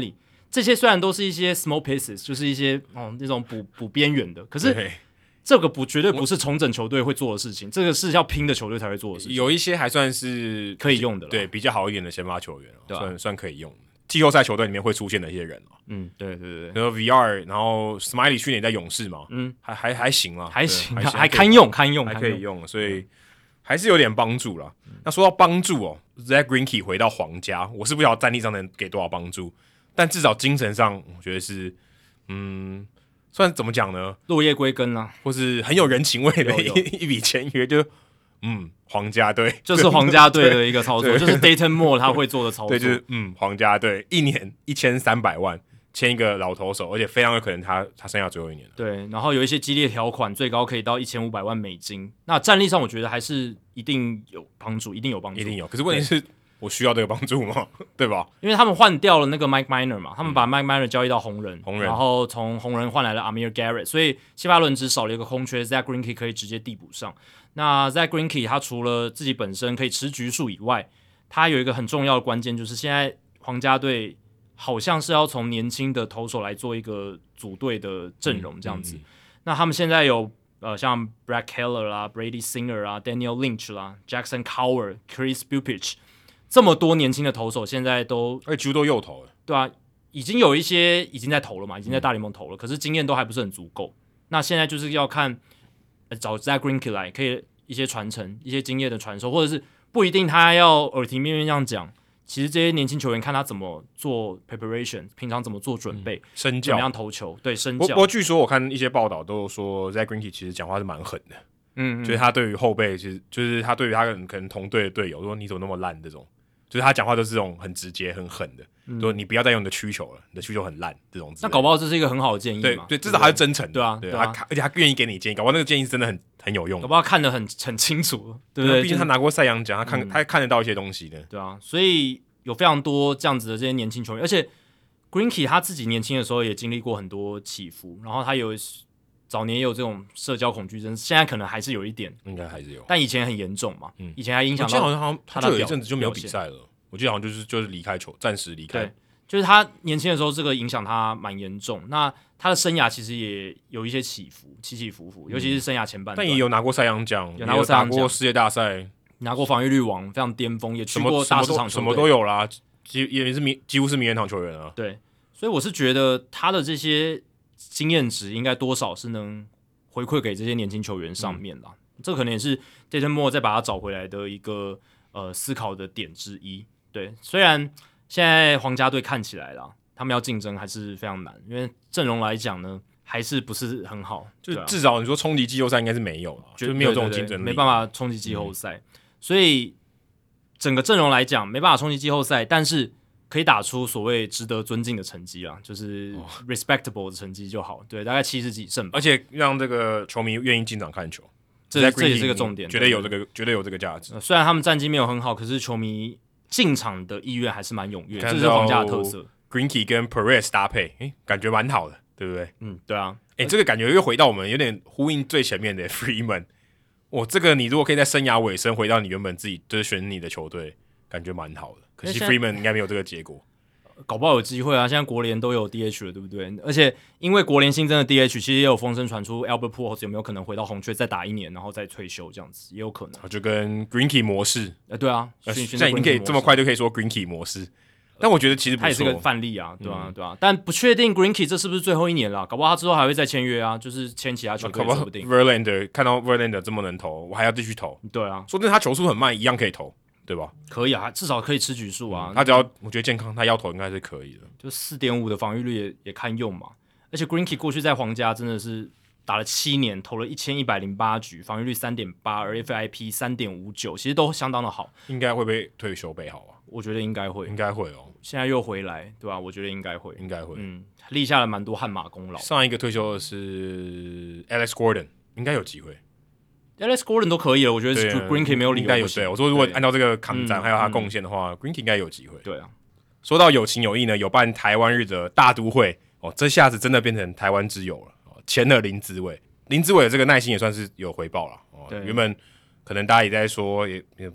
这些虽然都是一些 small pieces， 就是一些哦那种补补边缘的，可是这个不绝对不是重整球队会做的事情，这个是要拼的球队才会做的事情。 有一些还算是可以用的， 对，比较好一点的先发球员， 对啊、 算算可以用的。季后赛球队里面会出现的一些人嗯，对对对， 然后 V R， 然后 Smiley 去年在勇士嘛， 嗯， 还还还行啦， 还行， 还还堪用，堪用， 还可以用，所以还是有点帮助啦。嗯、那说到帮助哦 ，Zach Greinke 回到皇家，我是不晓得战力上能给多少帮助，但至少精神上，我觉得是，嗯，算怎么讲呢？ 落叶归根啊， 或是很有人情味的一一笔签约，就嗯，皇家队就是皇家队的一个操作，就是 Dayton Moore 他会做的操作， 对，就是嗯，皇家队一年一千三百万签一个老投手，而且非常有可能他他剩下最后一年了。 对，然后有一些激烈条款，最高可以到一千五百万美金。那战力上，我觉得还是一定有帮助，一定有帮助， 一定有。可是问题是，我需要这个帮助吗？对吧？ 因为他们换掉了那个 Mike Minor 嘛，他们把 Mike Minor 交易到红人， 红人， 然后从红人换来了 Amir Garrett， 所以西巴伦只少了一个空缺 ，Zach Greinke 可以直接递补上。那 Zach Greinke 他除了自己本身可以吃局数以外，他有一个很重要的关键，就是现在皇家队好像是要从年轻的投手来做一个组队的阵容这样子。嗯嗯、那他们现在有呃像 Brad Keller 啦、Brady Singer 啦、Daniel Lynch 啦、Jackson Coward、Chris Bupich 这么多年轻的投手，现在都而且几乎都右投了， 对啊，已经有一些已经在投了嘛，已经在大联盟投了，嗯、可是经验都还不是很足够。那现在就是要看。找 Zach Greinke 来，可以一些传承、一些经验的传授，或者是不一定他要耳提面命这样讲。其实这些年轻球员看他怎么做 preparation， 平常怎么做准备， 身、嗯、教， 怎么样投球，对身教。 不过据说我看一些报道都说 Zach Greinke 其实讲话是蛮狠的，嗯，就是他对于后辈，其实就是他对于他可能同队的队友说你怎么那么烂这种，就是他讲话都是这种很直接、很狠的。说你不要再用你的需求了，你的需求很烂，这种。 那搞不好这是一个很好的建议嘛？ 对对，至少他是真诚的， 对啊， 对啊， 他而且他愿意给你建议，搞不好那个建议是真的很很有用， 搞不好看得很很清楚，对不对？ 毕竟他拿过赛扬奖，他看、嗯、他看得到一些东西的， 对啊，所以有非常多这样子的这些年轻球员，而且 Greinke 他自己年轻的时候也经历过很多起伏，然后他有早年也有这种社交恐惧症，现在可能还是有一点， 应该还是有， 但以前很严重嘛，嗯，以前还影响到他好像他就有一阵子就没有比赛了。我记得好像就是就是离开球，暂时离开。 对，就是他年轻的时候，这个影响他蛮严重。那他的生涯其实也有一些起伏，起起伏伏，尤其是生涯前半段。 但也有拿过赛扬奖， 有拿过赛扬奖， 拿过世界大赛， 拿过防御率王，非常巅峰，也去过大市场球队， 什么都有啦，几也是名几乎是名人堂球员啊。 对，所以我是觉得他的这些经验值应该多少是能回馈给这些年轻球员上面啦。嗯、这可能也是 Dayton Moore 再把他找回来的一个呃思考的点之一。对，虽然现在皇家队看起来啦，他们要竞争还是非常难，因为阵容来讲呢，还是不是很好。 就至少你说冲击季后赛应该是没有了，就是没有这种竞争力， 没办法冲击季后赛。嗯、所以整个阵容来讲，没办法冲击季后赛，但是可以打出所谓值得尊敬的成绩啦，就是 respectable 的成绩就好。对，大概七十几胜吧， 而且让这个球迷愿意进场看球， 这这也是个重点， 绝对有这个，绝对有这个价值。 呃、虽然他们战绩没有很好，可是球迷进场的意愿还是蛮踊跃，这是皇家的特色。 Greinke 跟 Perez 搭配，哎，感觉蛮好的，对不对？ 嗯，对啊。 哎，这个感觉又回到我们有点呼应最前面的 Freeman。我、哦、这个你如果可以在生涯尾声回到你原本自己就是选你的球队，感觉蛮好的。可惜 Freeman 应该没有这个结果。 搞不好有机会啊！现在国联都有 D H 了，对不对？而且因为国联新增的 D H， 其实也有风声传出 Albert Pujols 有没有可能回到红雀再打一年，然后再退休这样子，也有可能。 就跟 Greinke 模式， 呃，对啊， 呃、现在你可以这么快就可以说 Greinke 模式，但我觉得其实不错， 他也是个范例啊，对啊，嗯、对啊，但不确定 Greinke 这是不是最后一年了，搞不好他之后还会再签约啊，就是签其他球队说不定。 Verlander 看到 Verlander 这么能投，我还要继续投， 对啊， 说不定他球速很慢，一样可以投。对吧？ 可以啊，至少可以吃局数啊、 嗯。他只要我觉得健康，他要投应该是可以的。 就 四点五 的防御率 也, 也堪用嘛。而且 Greinke 过去在皇家真的是打了七年，投了一千一百零八局，防御率 三点八， 而 F I P 三点五九， 其实都相当的好。 应该会被退休备好啊？ 我觉得应该会， 应该会哦。 现在又回来，对吧？我觉得应该会， 应该会。 嗯，立下了蛮多汗马功劳。 上一个退休的是 Alex Gordon， 应该有机会。 Alex Gordon 都可以了，我觉得 Greinke 没有理由应该有对。我说如果按照这个抗战还有他贡献的话、嗯、，Greinke 应该有机会。 对啊， 说到有情有义呢，有办台湾日的大都会哦，这下子真的变成台湾之友了。哦、签了林子伟，林子伟的这个耐心也算是有回报了。哦，原本可能大家也在说，也也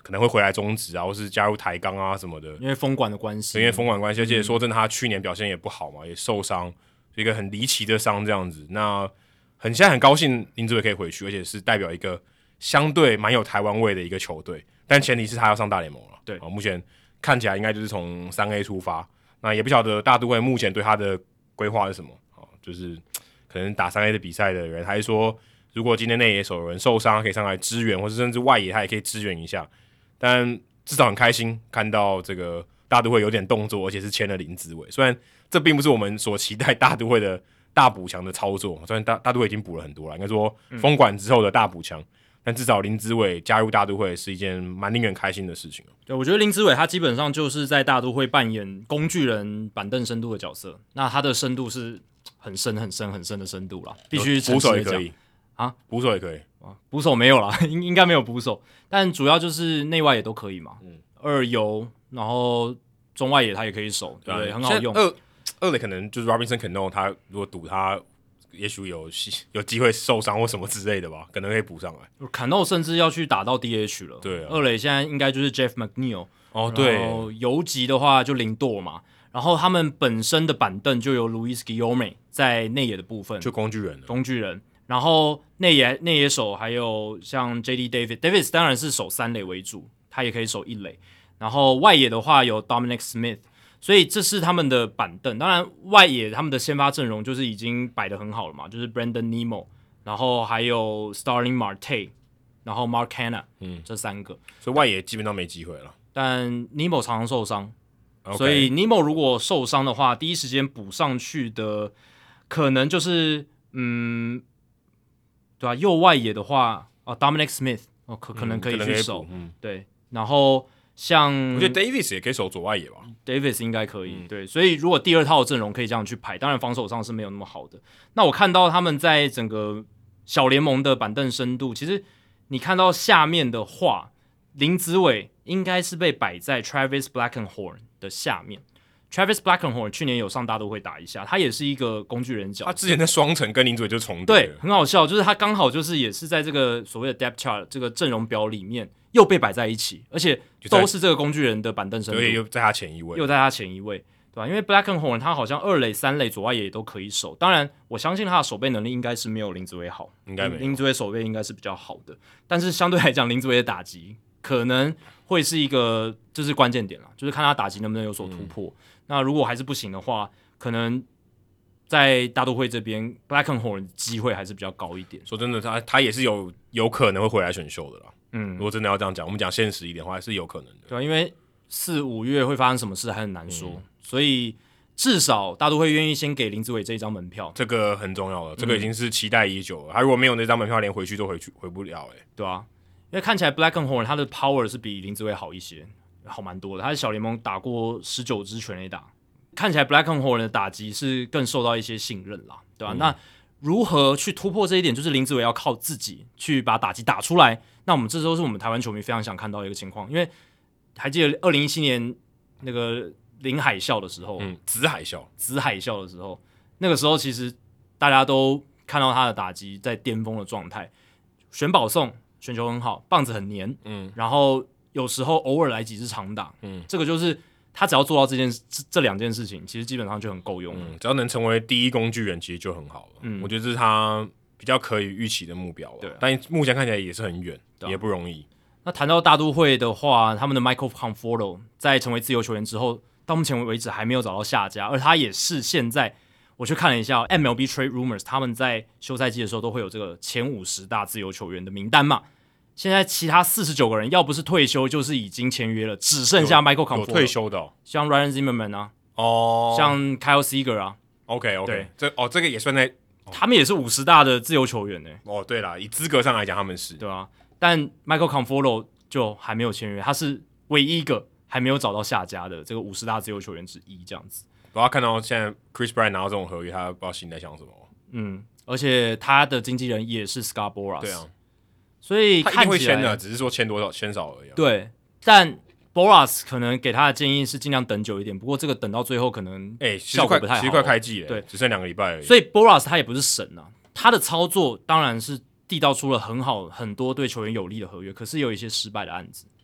可能会回来中职啊，或是加入台钢啊什么的， 因为封管的关系， 因为封管关系，而且说真的，他去年表现也不好嘛，也受伤，一个很离奇的伤这样子。那很现在很高兴林子伟可以回去，而且是代表一个相对蛮有台湾味的一个球队，但前提是他要上大联盟了。 对， 目前看起来应该就是从三 A 出发，那也不晓得大都会目前对他的规划是什么，就是可能打三 A 的比赛的人，还是说如果今天内野手有人受伤，可以上来支援，或者甚至外野他也可以支援一下。但至少很开心看到这个大都会有点动作，而且是签了林子伟。虽然这并不是我们所期待大都会的大补强的操作，虽然大大都会已经补了很多了，应该说封管之后的大补强。嗯，但至少林子伟加入大都会是一件蛮令人开心的事情。 对，我觉得林子伟他基本上就是在大都会扮演工具人板凳深度的角色，那他的深度是很深很深很深的深度啦，必须捕手也可以啊， 捕手也可以啊，捕手没有啦，应应该没有捕手，但主要就是内外也都可以嘛。嗯，二游，然后中外野他也可以守，对不对？很好用。 二二垒可能就是 Robinson Cano， 他如果赌他。也许有有机会受伤或什么之类的吧，可能可以补上来。 坎诺甚至要去打到 D H 了。 对啊， 二垒现在应该就是 Jeff McNeil。 哦，对。 然后游击的话就林舵嘛，然后他们本身的板凳就有 Luis Guillorme 在内野的部分， 就工具人了。 工具人。然后内野内野手还有像 J D Davis，Davis 当然是守三垒为主，他也可以守一垒。然后外野的话有 Dominic Smith。所以这是他们的板凳，当然外野他们的先发阵容就是已经摆得很好了嘛，就是 Brandon Nimmo， 然后还有 Starling Marte， 然后 Mark Hanna， 嗯，这三个， 所以外野基本上没机会了。 但 Nimmo 常常受伤， okay. 所以 Nimmo 如果受伤的话，第一时间补上去的可能就是嗯，对吧、啊？右外野的话，哦 Dominic Smith， 哦可可能可以去守，嗯，对，然后。像我觉得 Davis 也可以守左外野吧 ，Davis 应该可以、嗯，对，所以如果第二套阵容可以这样去排，当然防守上是没有那么好的。那我看到他们在整个小联盟的板凳深度，其实你看到下面的话，林子伟应该是被摆在 Travis Blackenhorn 的下面。Travis Blackenhorn 去年有上大都会打一下，他也是一个工具人角色。 他之前在双城跟林子伟就重叠， 对，很好笑，就是他刚好就是也是在这个所谓的 depth chart 这个阵容表里面又被摆在一起，而且都是这个工具人的板凳深度， 对，又在他前一位， 又在他前一位，对吧？因为 Blackenhorn 他好像二垒、三垒、左外野都可以守，当然我相信他的守备能力应该是没有林子伟好， 应该没有， 林子伟守备应该是比较好的，但是相对来讲，林子伟的打击可能会是一个这是关键点啦，就是看他打击能不能有所突破。嗯，那如果还是不行的话，可能在大都会这边 Blackenhorn 机会还是比较高一点。 说真的，他他也是有有可能会回来选秀的啦。 嗯， 如果真的要这样讲，我们讲现实一点的话，是有可能的。 对、啊，因为四五月会发生什么事还很难说，嗯、所以至少大都会愿意先给林子伟这一张门票， 这个很重要了，这个已经是期待已久了。他如果没有那张门票，连回去都回去回不了、欸，哎， 对啊，因为看起来 Blackenhorn 他的 power 是比林子伟好一些。好蛮多的，他在小联盟打过十九支全垒打，看起来 Blackenhorn 的打击是更受到一些信任啦，对吧、啊嗯？那如何去突破这一点，就是林子伟要靠自己去把打击打出来。那我们这都是我们台湾球迷非常想看到的一个情况，因为还记得二零一七年那个林海啸的时候， 嗯，紫海啸， 紫海啸的时候，那个时候其实大家都看到他的打击在巅峰的状态，选保送，选球很好，棒子很黏，嗯，然后。有时候偶尔来几次长打，嗯，这个就是他只要做到这件这这两件事情，其实基本上就很够用了、 嗯。只要能成为第一工具人，其实就很好了。嗯，我觉得这是他比较可以预期的目标了。 对， 但目前看起来也是很远，也不容易。 那谈到大都会的话，他们的 Michael Conforto 在成为自由球员之后，到目前为止还没有找到下家，而他也是现在我去看了一下 M L B Trade Rumors， 他们在休赛季的时候都会有这个前五十大自由球员的名单嘛。现在其他四十九个人，要不是退休，就是已经签约了，只剩下 Michael Conforto 有退休的、哦， 像 Ryan Zimmerman 啊， 哦， 像 Kyle Seager 啊 ，OK OK，这哦这个也算在， 哦、他们也是五十大的自由球员呢、欸。 哦，对啦，以资格上来讲，他们是， 对啊，但 Michael Conforto 就还没有签约，他是唯一一个还没有找到下家的这个五十大自由球员之一，这样子。 不要看到现在 Chris Bryant 拿到这种合约，他不知道心在想什么。 嗯，而且他的经纪人也是 Scott Boras。 对啊。 所以看起来他一定会签的，只是说签多少签少而已、啊。 对，但 Boras 可能给他的建议是尽量等久一点，不过这个等到最后可能哎效果不太好、 欸。其实快开季了， 对， 只剩两个礼拜而已。 所以 Boras 他也不是神啊，他的操作当然是缔造出了很好很多对球员有利的合约，可是有一些失败的案子。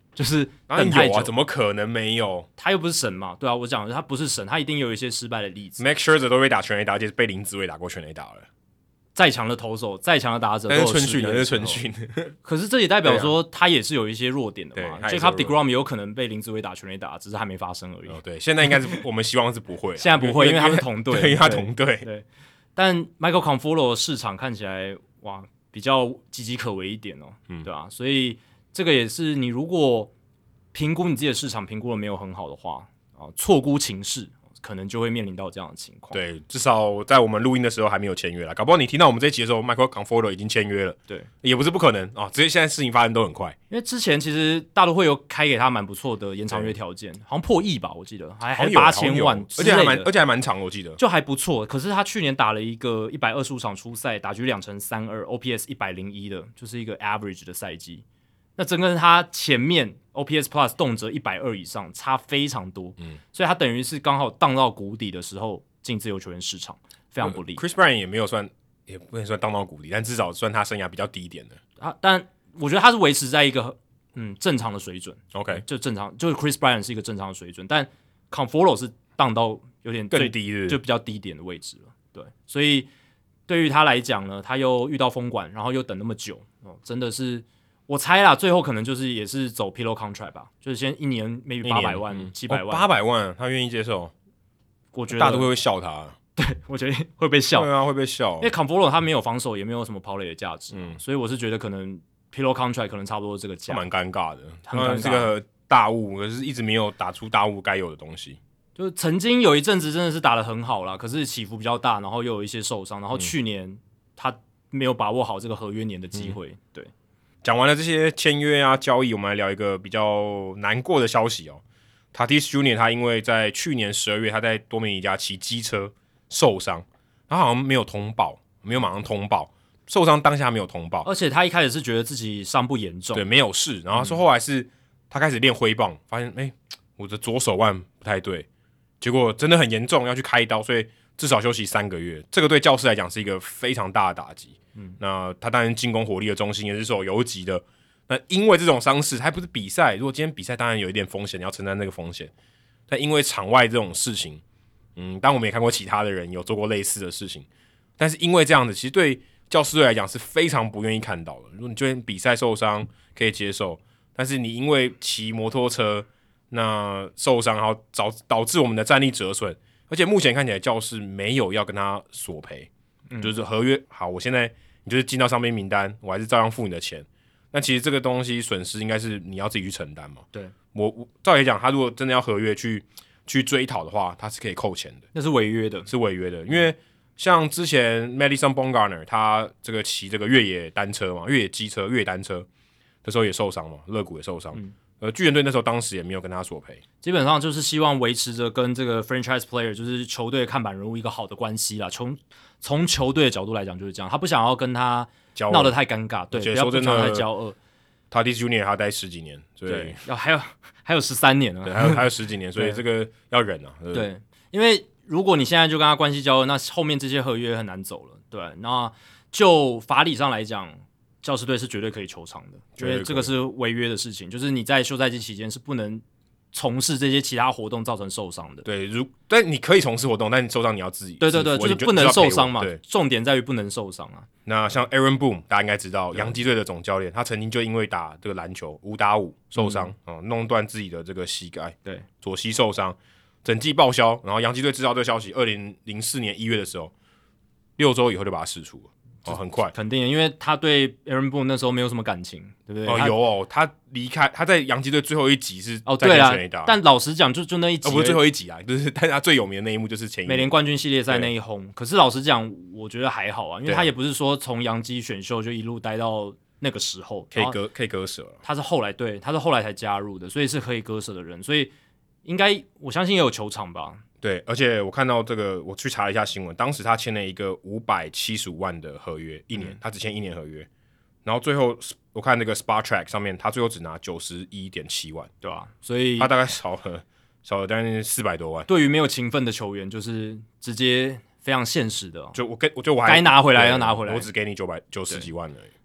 就是等太久。有啊，怎么可能没有？ 他又不是神嘛，对啊，我讲的他不是神，他一定有一些失败的例子。 Max Scherzer 都被打全垒打，而且被林子伟打过全垒打了。 再强的投手，再强的打者， 但是春训，那是春训。 可是这也代表说他也是有一些弱点的嘛。Jacob deGrom 也有可能被林子伟打全垒打，只是还没发生而已。 哦、对，现在应该是我们希望是不会， 现在不会，因为他们同队， 对，因为他同队。 对，但 Michael Conforto 的市场看起来哇比较岌岌可危一点哦，嗯、对啊，所以这个也是你如果评估你自己的市场评估的没有很好的话啊，错估情势。可能就会面临到这样的情况。 对，至少在我们录音的时候还没有签约啦，搞不好你听到我们这一集的时候 ，Michael Conforto 已经签约了。 对， 也不是不可能啊，直接现在事情发生都很快。 因为之前其实大陆会有开给他蛮不错的延长约条件，好像破亿吧，我记得还还八千万， 而且还蛮而且还蛮长，我记得就还不错。可是他去年打了一个一百二十五场初赛，打局两成三二 ，O P S 一百零一的，就是一个 average 的赛季。那整个他前面 O P S Plus 动辄一百二以上，差非常多，嗯，所以他等于是刚好荡到谷底的时候进自由球员市场，非常不利。 呃、Chris Bryant 也没有算，也不能算荡到谷底，但至少算他生涯比较低一点的。 啊，但我觉得他是维持在一个嗯正常的水准 ，OK， 就正常，就是 Chris Bryant 是一个正常的水准，但 Conforto 是荡到有点更低的， 就比较低点的位置了。对，所以对于他来讲呢，他又遇到封管，然后又等那么久，哦，真的是。我猜啦，最后可能就是也是走 pillow contract 吧，就是先一年 maybe 八百万、七百万， 八百万，他愿意接受？ 我觉得大都会会笑他， 对我觉得会被笑， 对啊，会被笑， 因为 Conforto 他没有防守，也没有什么跑垒的价值，嗯，所以我是觉得可能 pillow contract 可能差不多这个价， 蛮尴尬的， 很尴尬， 这个大物，可是一直没有打出大物该有的东西。 就曾经有一阵子真的是打得很好啦，可是起伏比较大，然后又有一些受伤，然后去年他没有把握好这个合约年的机会，嗯、对。 讲完了这些签约啊交易，我们来聊一个比较难过的消息哦。Tatis Junior 他因为在去年十二月他在多米尼加骑机车受伤，他好像没有通报，没有马上通报，受伤当下没有通报， 而且他一开始是觉得自己伤不严重， 对，没有事。然后说后来是他开始练挥棒，发现哎、欸，我的左手腕不太对，结果真的很严重，要去开刀，所以至少休息三个月。这个对教士来讲是一个非常大的打击。嗯，那他当然进攻火力的中心也是守游击的。那因为这种伤势，还不是比赛。如果今天比赛，当然有一点风险，你要承担那个风险。但因为场外这种事情，嗯，当然我们也看过其他的人有做过类似的事情，但是因为这样子，其实对教士队来讲是非常不愿意看到的。如果你觉得比赛受伤可以接受，但是你因为骑摩托车那受伤，然后导导致我们的战力折损，而且目前看起来教士没有要跟他索赔。嗯、就是合约好，我现在你就是进到伤病名单，我还是照样付你的钱。那其实这个东西损失应该是你要自己去承担嘛。 对， 我我照理讲，他如果真的要合约去去追讨的话，他是可以扣钱的。 那是违约的， 是违约的，因为像之前 Madison Bumgarner 他这个骑这个越野单车嘛，越野机车、越野单车的时候也受伤嘛，肋骨也受伤。嗯呃，巨人队那时候当时也没有跟他索赔， 基本上就是希望维持着跟这个 franchise player， 就是球队看板人物一个好的关系啦。从从球队的角度来讲就是这样，他不想要跟他闹得太尴尬，对，不要不想太骄傲。 Tatis Junior 他待十几年，所以对，要还有还有十三年啊， 对，还有还有十几年，所以这个要忍啊。对， 对，因为如果你现在就跟他关系交恶，那后面这些合约很难走了。对，那就法理上来讲。教士队是绝对可以求偿的，因为这个是违约的事情，就是你在休赛季期间是不能从事这些其他活动造成受伤的。 对，如但你可以从事活动，但你受伤你要自己。 对对对，就是不能受伤嘛。重点在于不能受伤啊。 那像 Aaron Boone， 大家应该知道，洋基队的总教练，他曾经就因为打这个篮球五打五受伤，嗯哦，弄断自己的这个膝盖， 对， 左膝受伤，整季报销。然后洋基队知道这个消息，二零零四年一月的时候，六周以后就把他释出了。哦，很快， 肯定，因为他对 Aaron Boone 那时候没有什么感情，对不对？ 哦，有哦，他离开他在洋基队最后一集是哦，对啊，但老实讲，就就那一集， 哦，不是最后一集啊，就是但他最有名的那一幕就是前一美联冠军系列赛那一轰。可是老实讲，我觉得还好啊，因为他也不是说从洋基选秀就一路待到那个时候， 可以割可以割舍了。 他是后来对，他是后来才加入的，所以是可以割舍的人，所以应该我相信也有球场吧。 对，而且我看到这个，我去查了一下新闻，当时他签了一个五百七十五万的合约，一年，嗯、他只签一年合约，然后最后我看那个 Spotrac 上面，他最后只拿九十一点七万， 对吧、啊？所以他大概少了少了大概四百多万。 对于没有勤奋的球员，就是直接非常现实的、哦， 就我跟我就我还该拿回来要拿回来， 我只给你九百九十几万而已。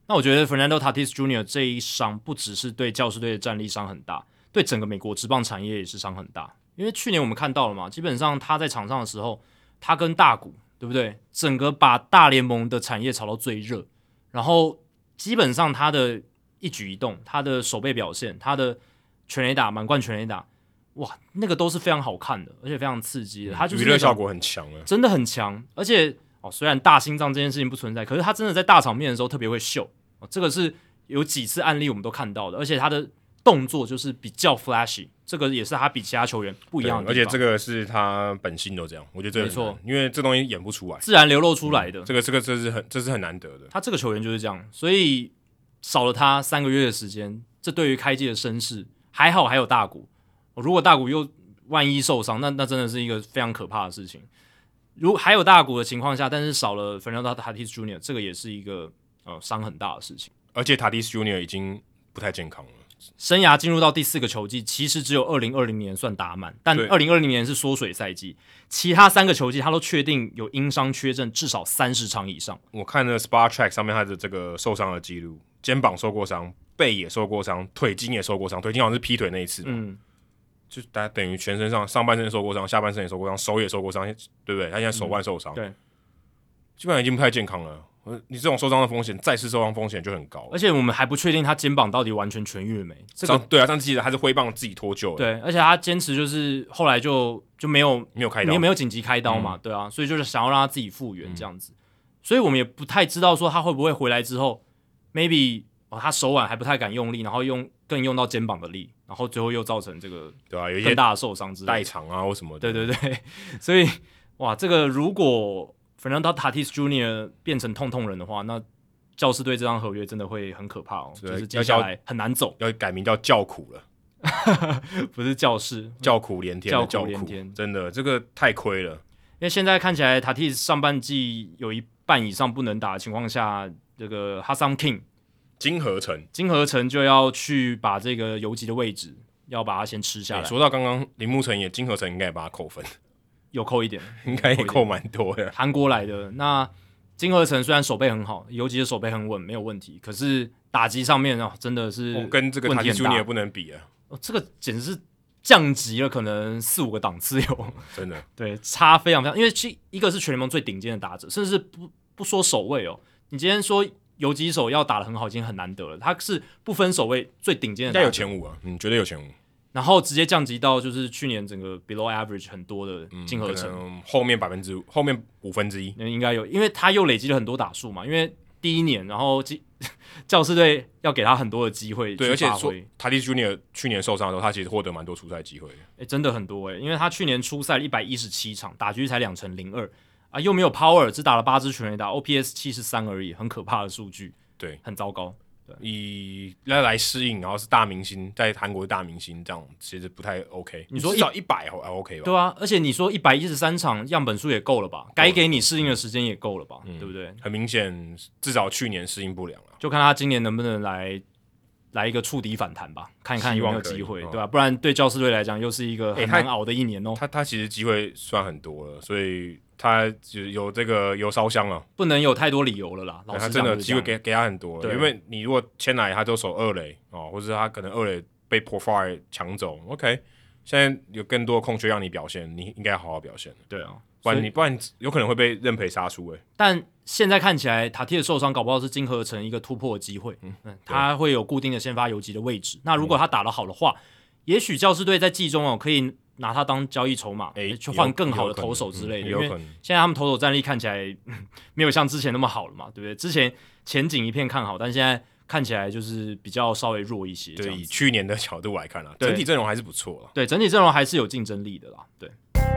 那我觉得 Fernando Tatis Junior 这一伤不只是对教士队的战力伤很大，对整个美国职棒产业也是伤很大。因为去年我们看到了嘛，基本上他在场上的时候，他跟大谷，对不对？整个把大联盟的产业炒到最热，然后基本上他的一举一动，他的守备表现，他的全垒打满贯全垒打，哇，那个都是非常好看的，而且非常刺激的。他就是娱乐效果很强了， 真的很强，而且。哦，虽然大心脏这件事情不存在，可是他真的在大场面的时候特别会秀、哦、这个是有几次案例我们都看到的，而且他的动作就是比较 flashy， 这个也是他比其他球员不一样的地方， 而且这个是他本性都这样，我觉得这个没错， 因为这东西演不出来， 自然流露出来的， 嗯、这个这个这是很这是很难得的。 他这个球员就是这样，所以少了他三个月的时间，这对于开季的声势还好，还有大谷、哦，如果大谷又万一受伤，那那真的是一个非常可怕的事情。如还有大谷的情况下，但是少了 Fernando Tatis Junior 这个也是一个呃伤很大的事情。 而且 Tatis Junior 已经不太健康了， 生涯进入到第四个球季，其实只有二零二零年算打满，但二零二零年是缩水赛季，其他三个球季他都确定有因伤缺阵至少三十场以上。 我看了 Spot Track 上面他的这个受伤的记录，肩膀受过伤，背也受过伤，腿筋也受过伤，腿筋好像是劈腿那一次，嗯。就大家等于全身上上半身受过伤，下半身也受过伤，手也受过伤，对不对？他现在手腕受伤、嗯，对，基本上已经不太健康了。你这种受伤的风险，再次受伤风险就很高。 而且我们还不确定他肩膀到底完全痊愈了没。这个对啊，上次记得他是挥棒自己脱臼。 对，而且他坚持就是后来就就没有没有开刀， 没有没有紧急开刀嘛、嗯，对啊，所以就是想要让他自己复原这样子。嗯、所以我们也不太知道说他会不会回来之后 ，maybe 哦他手腕还不太敢用力，然后用更用到肩膀的力。然后最后又造成这个对啊，有一些更大的受伤之类的代偿啊或什么的。 对对对，所以哇，这个如果 Fernando Tatis Junior 变成痛痛人的话，那教士队这张合约真的会很可怕哦，就是接下来很难走， 要改名叫教苦了， 不是教士， 教苦连天的教苦连天， 真的这个太亏了。 因为现在看起来 Tatis 上半季有一半以上不能打的情况下，这个 Ha-Seong Kim。 金河成， 金河成就要去把这个游击的位置，要把它先吃下来。 欸、说到刚刚铃木成也，金河成应该也把他扣分， 有扣一点， 应该也扣蛮多的。 韩国来的那金河成虽然手背很好，游击的手背很稳，没有问题，可是打击上面、哦、真的是、哦、 跟这个Tatis Junior也不能比啊、 哦，这个简直是降级了，可能四五个档次有， 真的， 对，差非常非常，因为一个是全联盟最顶尖的打者，甚至是不不说守卫哦，你今天说。游击手要打得很好，已经很难得了。他是不分守卫最顶尖的打者， 应该有前五啊，嗯，绝对有前五。 然后直接降级到就是去年整个 below average 很多的金河成， 嗯、后面百分之后面五分之一， 应该有，因为他又累积了很多打数嘛。因为第一年，然后教士队要给他很多的机会， 对，而且说 Tatis Junior 去年受伤的时候，他其实获得蛮多出赛机会的， 哎，真的很多哎，因为他去年出赛一百一十七场，打局才两成零二啊，又没有 power， 只打了八支全垒打 ，O P S 七十三而已，很可怕的数据。 对， 很糟糕。对， 以来来适应，然后是大明星，在韩国的大明星，这样其实不太 OK。你说至少一百还 OK 吧？ 对啊，而且你说一百一十三场样本数也够了吧？该给你适应的时间也够了吧？嗯、对不对？ 很明显，至少去年适应不良了， 就看他今年能不能来来一个触底反弹吧，看一看有没有机会，对吧、啊？不然对教士队来讲又是一个很难熬的一年哦。 欸、他他其实机会算很多了，所以。他有这个油烧香了， 不能有太多理由了啦。老他真的机会给给他很多了，因为你如果签来他都守二垒哦，或者他可能二垒被 Profile 抢走 ，OK， 现在有更多的空缺让你表现，你应该好好表现。 对啊， 不然你不然有可能会被认赔杀出诶、欸。 但现在看起来塔蒂的受伤搞不好是金河成一个突破的机会，嗯，嗯他会有固定的先发游击的位置。那如果他打得好的话，嗯、也许教士队在季中哦可以。拿他当交易筹码，欸、去换更好的投手之类的， 有可能。 现在他们投手战力看起来没有像之前那么好了嘛，对不对？之前前景一片看好，但现在看起来就是比较稍微弱一些。 对，以去年的角度来看啊，整体阵容还是不错了。 对，整体阵容还是有竞争力的啦。对。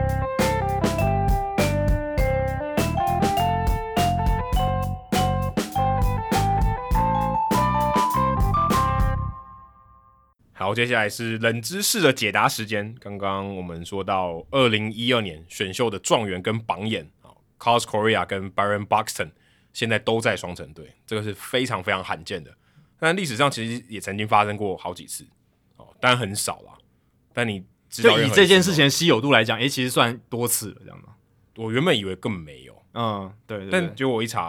好，接下来是冷知识的解答时间。刚刚我们说到二零一二年选秀的状元跟榜眼 Carlos Correa 跟 Byron Buxton 现在都在双城队，这个是非常非常罕见的。但历史上其实也曾经发生过好几次，当然很少啦。但你知道就以这件事情的稀有度来讲，诶，其实算多次了，这样吗？ 我原本以为根本没有， 嗯，对对对， 但结果我一查，还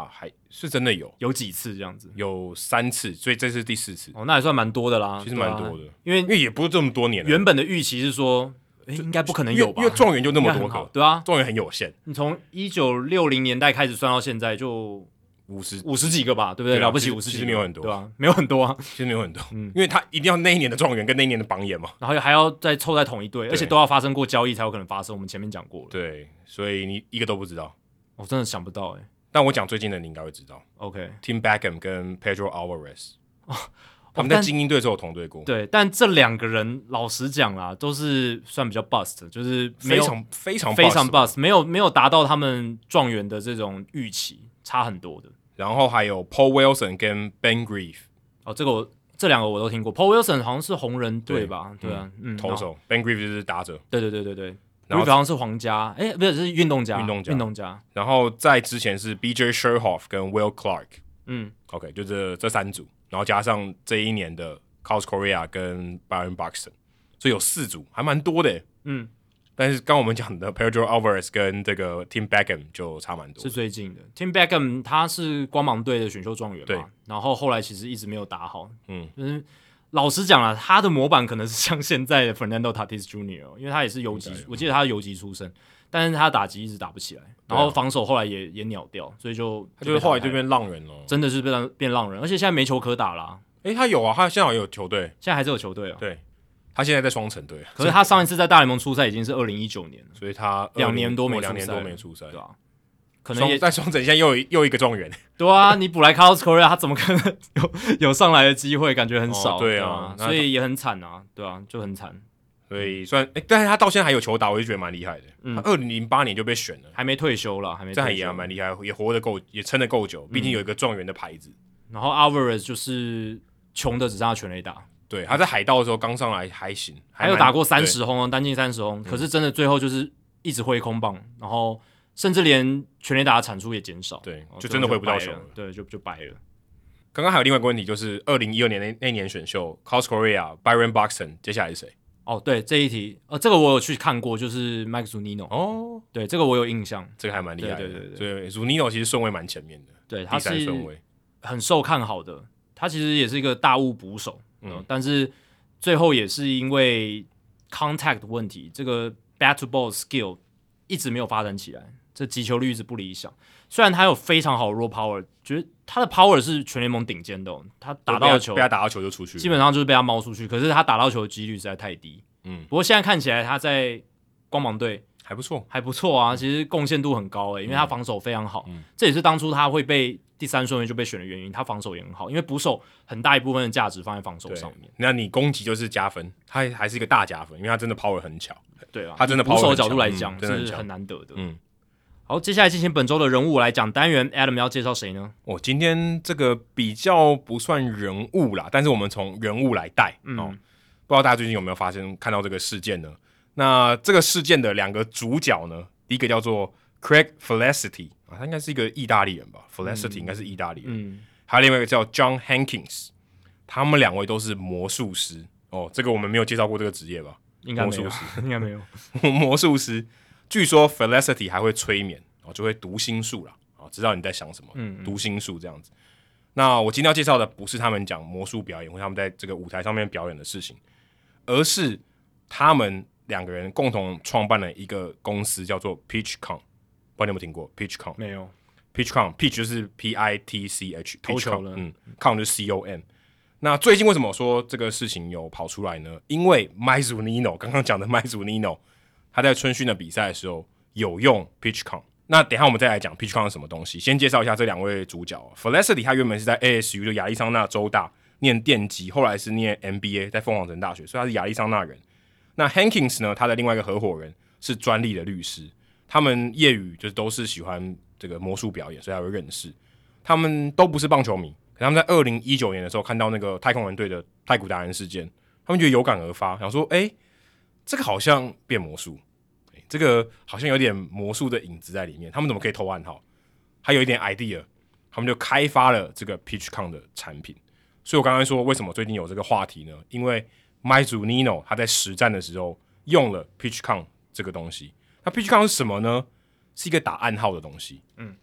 是真的有， 有几次这样子？ 有三次，所以这是第四次。 哦，那也算蛮多的啦， 其实蛮多的， 啊、因为因为也不是这么多年了。 原本的预期是说，诶应该不可能有吧？ 因为状元就那么多个， 对啊， 状元很有限。 你从一九六零年代开始算到现在就。 五十五十几个吧，对不对？ 对啊、 了不起五十几个， 其实没有很多， 对吧、啊？没有很多啊， 其实没有很多，嗯，因为他一定要那一年的状元跟那一年的榜眼嘛， 然后还要再凑在同一队，而且都要发生过交易才有可能发生。我们前面讲过了， 对，所以你一个都不知道， 我真的想不到哎、欸。 但我讲最近的你应该会知道 ，OK，Tim Beckham 跟 Pedro Alvarez，、哦、他们在精英队的时候有同队过， 对，但这两个人老实讲啦，都是算比较 bust， 就是非常非常 bust, 非常 bust， 没有没有达到他们状元的这种预期，差很多的。 然后还有 Paul Wilson 跟 Ben Grieve， 哦，这个我这两个我都听过。Paul Wilson 好像是红人队吧？对, 对啊，嗯， 投手 Ben Grieve 就是打者。 对对对对对，然后好像是皇家，哎，不是是运动家， 运动家， 运动家。 然后在之前是 B J Sherhoff 跟 Will Clark， 嗯 ，OK， 就这这三组，然后加上这一年的 Carlos Correa 跟 Byron Buxton， 所以有四组，还蛮多的。嗯。但是刚我们讲的 Pedro Alvarez 跟这个 Tim Beckham 就差蛮多， 是最近的。Tim Beckham 他是光芒队的选秀状元嘛， 对， 然后后来其实一直没有打好，嗯，就是老实讲啦，他的模板可能是像现在的 Fernando Tatis Junior， 因为他也是游击，我记得他是游击出身，但是他打击一直打不起来，然后防守后来也也鸟掉，所以就他就是后来就变浪人了， 真的是变变浪人，而且现在没球可打啦、啊。 诶，他有啊，他现在有球队， 现在还是有球队啊， 对。他现在在双城队， 可是他上一次在大联盟出赛已经是二零一九年了， 所以他两年多没出赛， 两年多没出赛， 对啊，可能也在双城现在又有又一个状元， 对啊，你补来 Carlos Correa， 他怎么可能有有上来的机会？感觉很少， 哦、对啊，所以也很惨啊，对啊，就很惨。 所以算，哎、欸，但是他到现在还有球打，我就觉得蛮厉害的。嗯，他二零零八年就被选了， 还没退休了，还没退休， 这还也蛮厉害，也活得够，也撑得够久，毕竟有一个状元的牌子。 嗯、然后 Alvarez 就是穷的只剩下全垒打。 对，他在海盗的时候刚上来还行， 还有打过三十轰哦，单进三十轰，可是真的最后就是一直挥空棒，然后甚至连全垒打的产出也减少， 对，就真的挥不到球了， 对，就就白了。 刚刚还有另外一个问题，就是二零一二年那那年选秀 ，Carlos Correa、Byron Buxton， 接下来是谁？ 哦，对，这一题，呃，这个我有去看过，就是 Mike Zunino。 哦， 对，这个我有印象， 这个还蛮厉害的， 对对对对。所以 Zunino 其实顺位蛮前面的， 对，他是第三顺位， 很受看好的。他其实也是一个大物捕手，嗯，但是最后也是因为 contact 的问题，这个 bat to ball skill 一直没有发展起来，这击球率一直不理想。虽然他有非常好的 raw power， 觉得他的 power 是全联盟顶尖的、哦，他打到球被他打到球就出去， 基本上就是被他猫出去。可是他打到球的几率实在太低。嗯，不过现在看起来他在光芒队还不错， 还不错啊，其实贡献度很高诶、欸，因为他防守非常好、嗯。这也是当初他会被第三顺位就被选的原因，他防守也很好，因为捕手很大一部分的价值放在防守上面。 那你攻击就是加分，他还是一个大加分，因为他真的 power 很强。 对啊， 他真的 power 捕手的角度来讲、 嗯、 是很难得的。嗯。好，接下来进行本周的人物来讲单元 ，Adam 要介绍谁呢？ 哦，今天这个比较不算人物啦，但是我们从人物来带、嗯、哦。不知道大家最近有没有发生看到这个事件呢？那这个事件的两个主角呢，第一个叫做 Craig Felicity 啊，他应该是一个意大利人吧 ，Felicity 应该是意大利人。嗯。还有另外一个叫 John Hankins， 他们两位都是魔术师哦。这个我们没有介绍过这个职业吧？ 应该没有， 魔术师应该没有。 魔术师。据说 Felicity 还会催眠哦，就会读心术啦，哦，知道你在想什么，嗯嗯读心术这样子。那我今天要介绍的不是他们讲魔术表演或他们在这个舞台上面表演的事情，而是他们两个人共同创办了一个公司，叫做 PitchCom。不知道你有没有听过 PitchCom？ 没有。 PitchCom，Pitch 就是 P I T C H， 投球了， 嗯 ，Com 就是 C O M。那最近为什么我说这个事情有跑出来呢？因为 Mike Zunino 刚刚讲的 Mike Zunino。他在春训的比赛的时候有用 PitchCom， 那等一下我们再来讲 PitchCom 是什么东西。先介绍一下这两位主角 Felicity， 他原本是在 A S U 就亚利桑那州大念电机，后来是念 M B A 在凤凰城大学，所以他是亚利桑那人。那 Hankins 呢，他的另外一个合伙人是专利的律师，他们业余就是都是喜欢这个魔术表演，所以才会认识。他们都不是棒球迷，可他们在二零一九年的时候看到那个太空人队的太古达人事件，他们觉得有感而发，想说，哎、欸。这个好像变魔术，这个好像有点魔术的影子在里面。他们怎么可以偷暗号？还有一点 idea， 他们就开发了这个 PitchCom 的产品。所以我刚刚说为什么最近有这个话题呢？因为 Mike Zunino 他在实战的时候用了 PitchCom 这个东西。那 PitchCom 是什么呢？是一个打暗号的东西。嗯，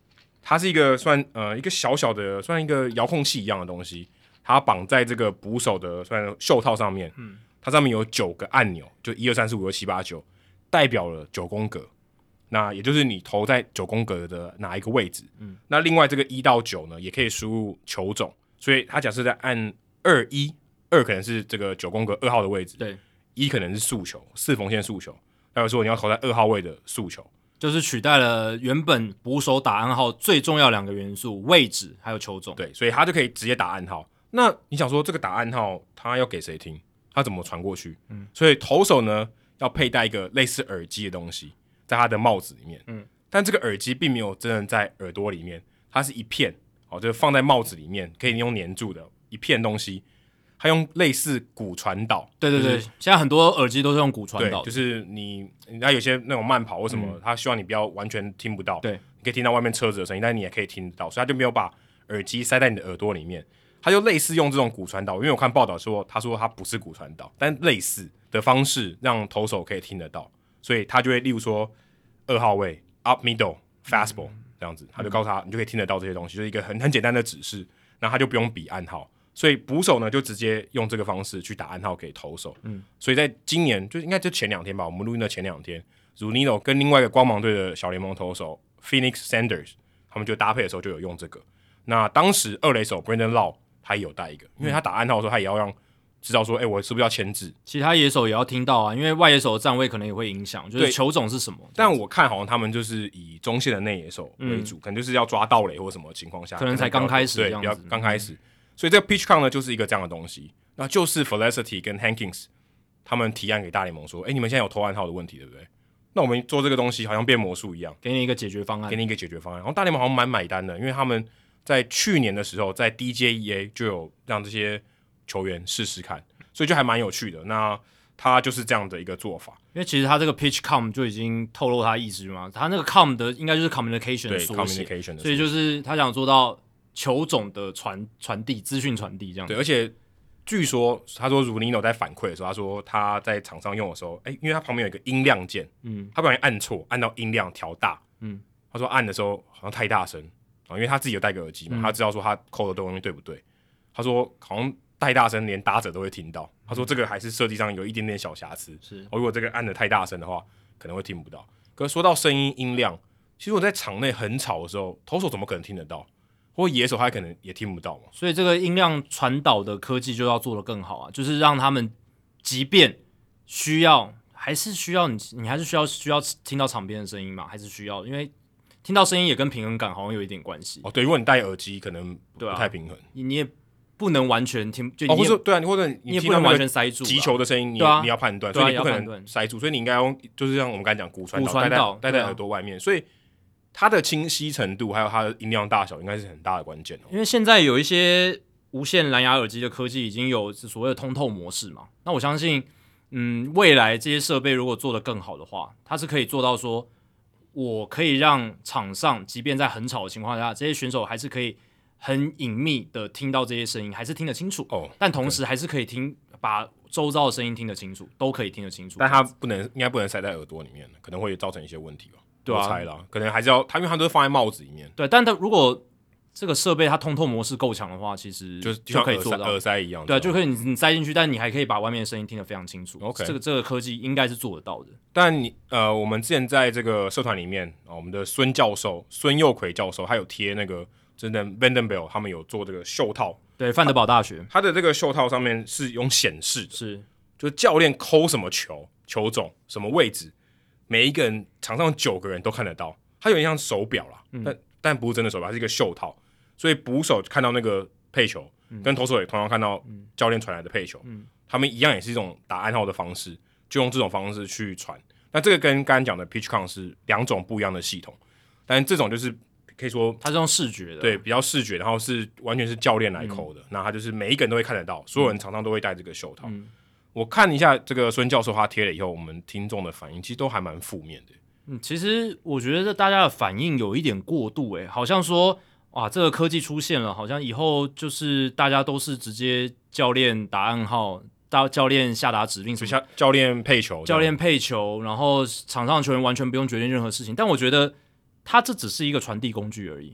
它是一个算呃一个小小的算一个遥控器一样的东西，它绑在这个捕手的算袖套上面，嗯，它上面有九个按钮，就一二三四五六七八九，代表了九宫格。那也就是你投在九宫格的哪一个位置，嗯，那另外这个一到九呢，也可以输入球种，所以它假设在按二一，二可能是这个九宫格二号的位置， 对， 一可能是速球，四缝线速球，代表说你要投在二号位的速球， 就是取代了原本捕手打暗号最重要两个元素位置还有球种， 对，所以他就可以直接打暗号。那你想说这个打暗号他要给谁听？他怎么传过去？嗯，所以投手呢要佩戴一个类似耳机的东西。在他的帽子里面，嗯，但这个耳机并没有真的在耳朵里面，它是一片，哦，就是放在帽子里面，可以用粘住的一片东西，它用类似骨传导， 对对对，就是、现在很多耳机都是用骨传导， 就是你，它有些那种慢跑或什么，嗯、它希望你不要完全听不到， 对， 你可以听到外面车子的声音，但是你也可以听得到，所以他就没有把耳机塞在你的耳朵里面，他就类似用这种骨传导，因为我看报道说，他说他不是骨传导，但类似的方式让投手可以听得到。所以他就会，例如说二号位 up middle fastball 这样子，他就告诉他，你就可以听得到这些东西，就是一个很很简单的指示，那他就不用比暗号，所以捕手呢就直接用这个方式去打暗号给投手。嗯，所以在今年就应该就前两天吧，我们录音的前两天 ，Zunino 跟另外一个光芒队的小联盟投手 Phoenix Sanders 他们就搭配的时候就有用这个。那当时二垒手 Brandon Lowe 他也有带一个，因为他打暗号的时候他也要让知道说，哎、欸，我是不是要牵制？ 其他野手也要听到啊，因为外野手的站位可能也会影响，就是球种是什么。 但我看好像他们就是以中线的内野手为主，嗯、可能就是要抓盗垒或什么情况下， 可能才刚开始这样子， 对，比较刚开始。嗯、所以这个 pitch count 呢，就是一个这样的东西，那就是 Felicity 跟 Hankins 他们提案给大联盟说，哎、欸，你们现在有偷暗号的问题，对不对？那我们做这个东西好像变魔术一样， 给你一个解决方案， 给你一个解决方案。然后大联盟好像蛮买单的，因为他们在去年的时候，在 D J E A 就有让这些球员试试看。所以就还蛮有趣的，那他就是这样的一个做法。 因为其实他这个 pitch com 就已经透露他意思嘛，他那个 com 的应该就是 communication 的缩写， communication 的缩写， 所以就是他想做到球种的传传递、资讯传递这样。 对，而且据说他说 Zunino 在反馈的时候，他说他在场上用的时候，哎、欸，因为他旁边有一个音量键，嗯，他不小心按错，按到音量调大，嗯，他说按的时候好像太大声啊，因为他自己有戴个耳机嘛，嗯、他知道说他扣的东西对不对，他说好像太大声，连打者都会听到。他说这个还是设计上有一点点小瑕疵，是、哦。如果这个按得太大声的话，可能会听不到。可是说到声音音量，其实我在场内很吵的时候，投手怎么可能听得到？或野手他可能也听不到嘛。 所以这个音量传导的科技就要做得更好啊，就是让他们即便需要，还是需要你，你还是需要需要听到场边的声音嘛，还是需要，因为听到声音也跟平衡感好像有一点关系。 哦，对，如果你戴耳机，可能不太平衡， 啊、你也。不能完全听，就你哦，或者对啊，或者你也不能完全塞住击球的声音，你、 啊、 你要判断， 所以你不可能塞住，所以你应该用，就是像我们刚才讲骨传导，戴在耳朵外面，所以它的清晰程度还有它的音量大小，应该是很大的关键、哦。 因为现在有一些无线蓝牙耳机的科技已经有所谓的通透模式嘛，那我相信，嗯，未来这些设备如果做得更好的话，它是可以做到说，我可以让场上，即便在很吵的情况下，这些选手还是可以。很隐秘的听到这些声音，还是听得清楚哦，但同时还是可以听，把周遭的声音听得清楚，都可以听得清楚。 但它不能，应该不能塞在耳朵里面，可能会造成一些问题吧？ 对啊， 我猜啦，可能还是要它，因为它都是放在帽子里面。 对，但它如果这个设备它通透模式够强的话，其实就就可以做到耳塞一样。 对、啊，就可以你你塞进去，但你还可以把外面的声音听得非常清楚。 OK， 这个这个科技应该是做得到的。 但你呃，我们之前在这个社团里面啊、哦，我们的孙教授孙佑奎教授，他有贴那个。真的 Vanderbilt 他们有做这个袖套， 对，范德堡大学， 他的这个袖套上面是用显示的， 是， 就教练抠什么球、球种、什么位置，每一个人场上九个人都看得到，它有点像手表啦，嗯、但但不是真的手表，它是一个袖套，所以捕手看到那个配球，嗯、跟投手也同样看到教练传来的配球，嗯、他们一样也是一种打暗号的方式，就用这种方式去传。那这个跟刚刚讲的 pitch count 是两种不一样的系统，但这种就是。可以说它是用视觉的， 对，比较视觉，然后是完全是教练来扣的。那、嗯、他就是每一个人都会看得到，所有人场上都会戴这个袖套。嗯、我看一下这个孙教授他贴了以后，我们听众的反应其实都还蛮负面的。 嗯，其实我觉得大家的反应有一点过度，诶，好像说哇，这个科技出现了，好像以后就是大家都是直接教练打暗号，大教练下达指令什么， 教练配球， 教练配球，然后场上球员完全不用决定任何事情。但我觉得。它这只是一个传递工具而已，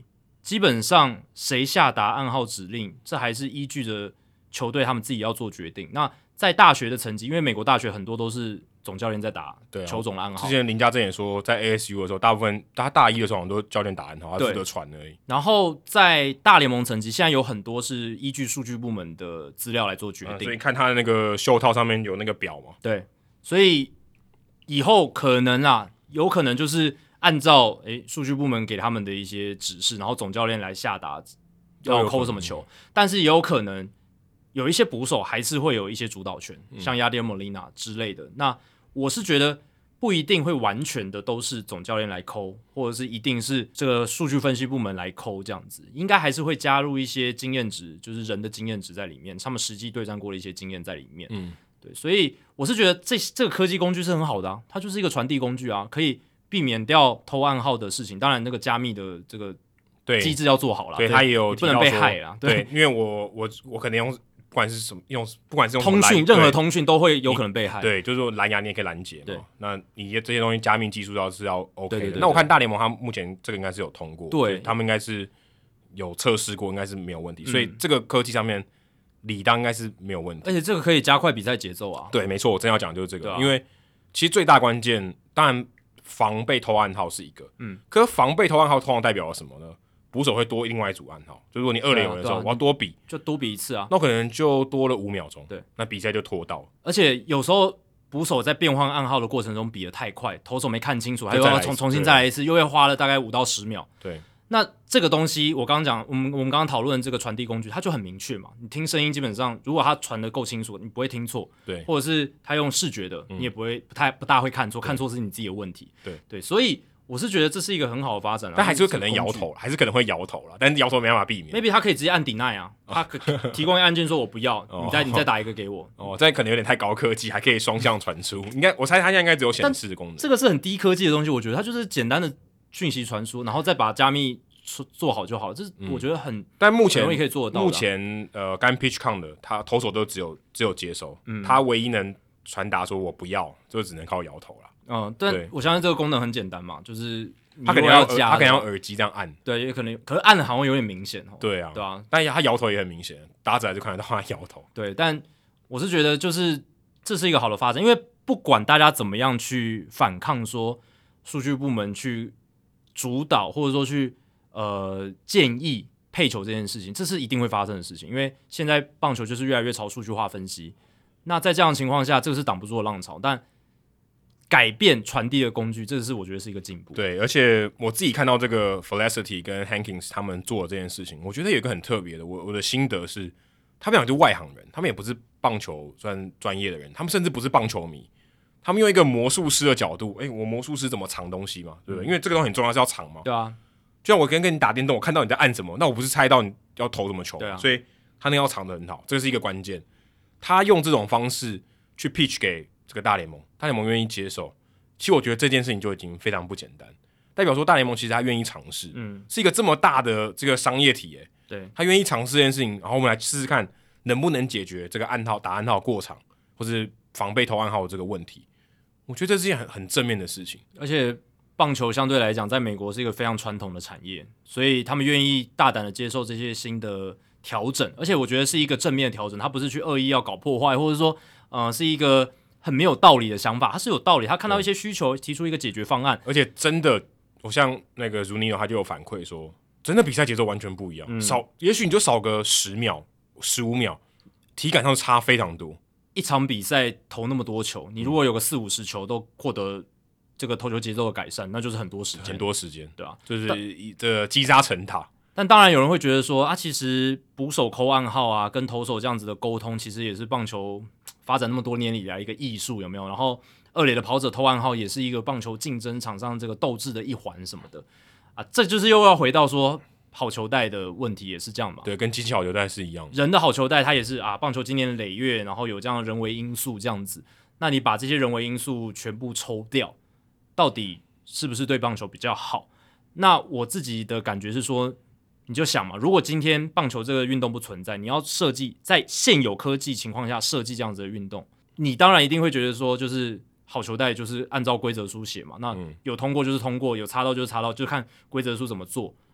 基本上谁下达暗号指令，这还是依据着球队他们自己要做决定。那在大学的层级，因为美国大学很多都是总教练在打球种的暗号。 之前林家正也说，在 A S U 的时候，大部分他大一的时候，很多教练打暗号，他负责传而已。 然后在大联盟层级，现在有很多是依据数据部门的资料来做决定。嗯、 所以看他的那个袖套上面有那个表嘛。 对，所以以后可能啊，有可能就是按照诶数据部门给他们的一些指示，然后总教练来下达要扣什么球，但是也有可能有一些捕手还是会有一些主导权，嗯、像亚迪尔莫利纳之类的。那我是觉得不一定会完全的都是总教练来扣，或者是一定是这个数据分析部门来扣这样子，应该还是会加入一些经验值，就是人的经验值在里面，他们实际对战过的一些经验在里面。嗯，对，所以我是觉得这这个科技工具是很好的啊，它就是一个传递工具啊，可以避免掉偷暗号的事情。当然，那个加密的这个机制要做好啦， 对，他也有不能被害啦。 对，对因为我我我可能用。不管是什么用，不管是用通讯，任何通讯都会有可能被害。 对，就是说蓝牙你也可以拦截嘛。 对， 那你这些东西加密技术要是要 OK 的。 对对对对， 那我看大联盟他目前这个应该是有通过， 对， 他们应该是有测试过，应该是没有问题。嗯、所以这个科技上面理当应该是没有问题。 而且这个可以加快比赛节奏啊。 对，没错，我真要讲就是这个，啊、因为其实最大关键，当然防被偷暗号是一个，嗯，可是防被偷暗号通常代表了什么呢？捕手会多另外一组暗号，就如果你二垒有的时候，啊啊、我要多比， 就多比一次啊， 那可能就多了五秒钟， 对， 那比赛就拖到了。 而且有时候捕手在变换暗号的过程中比得太快，投手没看清楚，还要重重新再来一次，又会花了大概五到十秒。 对， 那这个东西我刚刚讲，我们我们刚刚讨论这个传递工具，它就很明确嘛，你听声音基本上，如果它传得够清楚，你不会听错， 对， 或者是他用视觉的，嗯、你也不会不太不大会看错，看错是你自己的问题， 对对，所以。我是觉得这是一个很好的发展， 但还是可能摇头，还是可能会摇头啦，但是摇头没办法避免。 maybe 他可以直接按 deny 啊，他可提供一个按键说我不要，哦、你再你再打一个给我。 哦，这可能有点太高科技，还可以双向传输。应该我猜他现在应该只有显示的功能。 这个是很低科技的东西，我觉得它就是简单的讯息传输，然后再把加密做好就好了。这是我觉得很，嗯、 但目前可以做得到的。 目前呃，干 pitch count 的，他投手都只有只有接收，嗯、他唯一能传达说我不要，就只能靠摇头了。 嗯，但我相信这个功能很简单嘛，就是他可能要他可能要耳机这样按， 对，也可能，可是按的好像有点明显哦。 对啊， 对啊， 但他摇头也很明显，打者就看得到他摇头。 对，但我是觉得就是这是一个好的发展，因为不管大家怎么样去反抗说数据部门去主导或者说去呃建议配球这件事情，这是一定会发生的事情，因为现在棒球就是越来越朝数据化分析。那在这样的情况下，这个是挡不住的浪潮，但改变传递的工具，这个是我觉得是一个进步。 对，而且我自己看到这个 Felicity 跟 Hankins 他们做的这件事情，我觉得有一个很特别的，我我的心得是，他们俩就外行人，他们也不是棒球专专业的人，他们甚至不是棒球迷，他们用一个魔术师的角度，哎，我魔术师怎么藏东西嘛，对不对？嗯、因为这个东西很重要，是要藏嘛。 对啊， 就像我跟跟你打电动，我看到你在按什么，那我不是猜到你要投什么球， 对啊， 所以他那要藏得很好，这是一个关键。他用这种方式去 pitch 给这个大联盟，大联盟愿意接受。其实我觉得这件事情就已经非常不简单，代表说大联盟其实他愿意尝试，嗯，是一个这么大的这个商业体，哎， 对， 他愿意尝试这件事情，然后我们来试试看能不能解决这个暗号打暗号过场或是防被投暗号的这个问题。我觉得这是一件很很正面的事情， 而且棒球相对来讲，在美国是一个非常传统的产业，所以他们愿意大胆的接受这些新的调整，而且我觉得是一个正面的调整，他不是去恶意要搞破坏，或者说，呃，是一个很没有道理的想法，他是有道理，他看到一些需求，提出一个解决方案， 而且真的，我像那个 Zunino 他就有反馈说，真的比赛节奏完全不一样，嗯、少，也许你就少个十秒、十五秒，体感上差非常多。 一场比赛投那么多球，你如果有个四五十球都获得这个投球节奏的改善，那就是很多时间， 很多时间， 对吧、啊？ 就是这个积沙成塔。 但当然有人会觉得说啊，其实捕手扣暗号啊，跟投手这样子的沟通，其实也是棒球发展那么多年以来一个艺术，有没有？然后二垒的跑者投暗号也是一个棒球竞争场上这个斗志的一环什么的啊，这就是又要回到说好球带的问题也是这样嘛？ 对，跟机器好球带是一样的。 人的好球带它也是啊，棒球经年累月，然后有这样的人为因素这样子，那你把这些人为因素全部抽掉，到底是不是对棒球比较好？那我自己的感觉是说，你就想嘛，如果今天棒球这个运动不存在，你要设计在现有科技情况下设计这样子的运动，你当然一定会觉得说，就是好球带就是按照规则书写嘛，那有通过就是通过，有插到就是插到，就看规则书怎么做。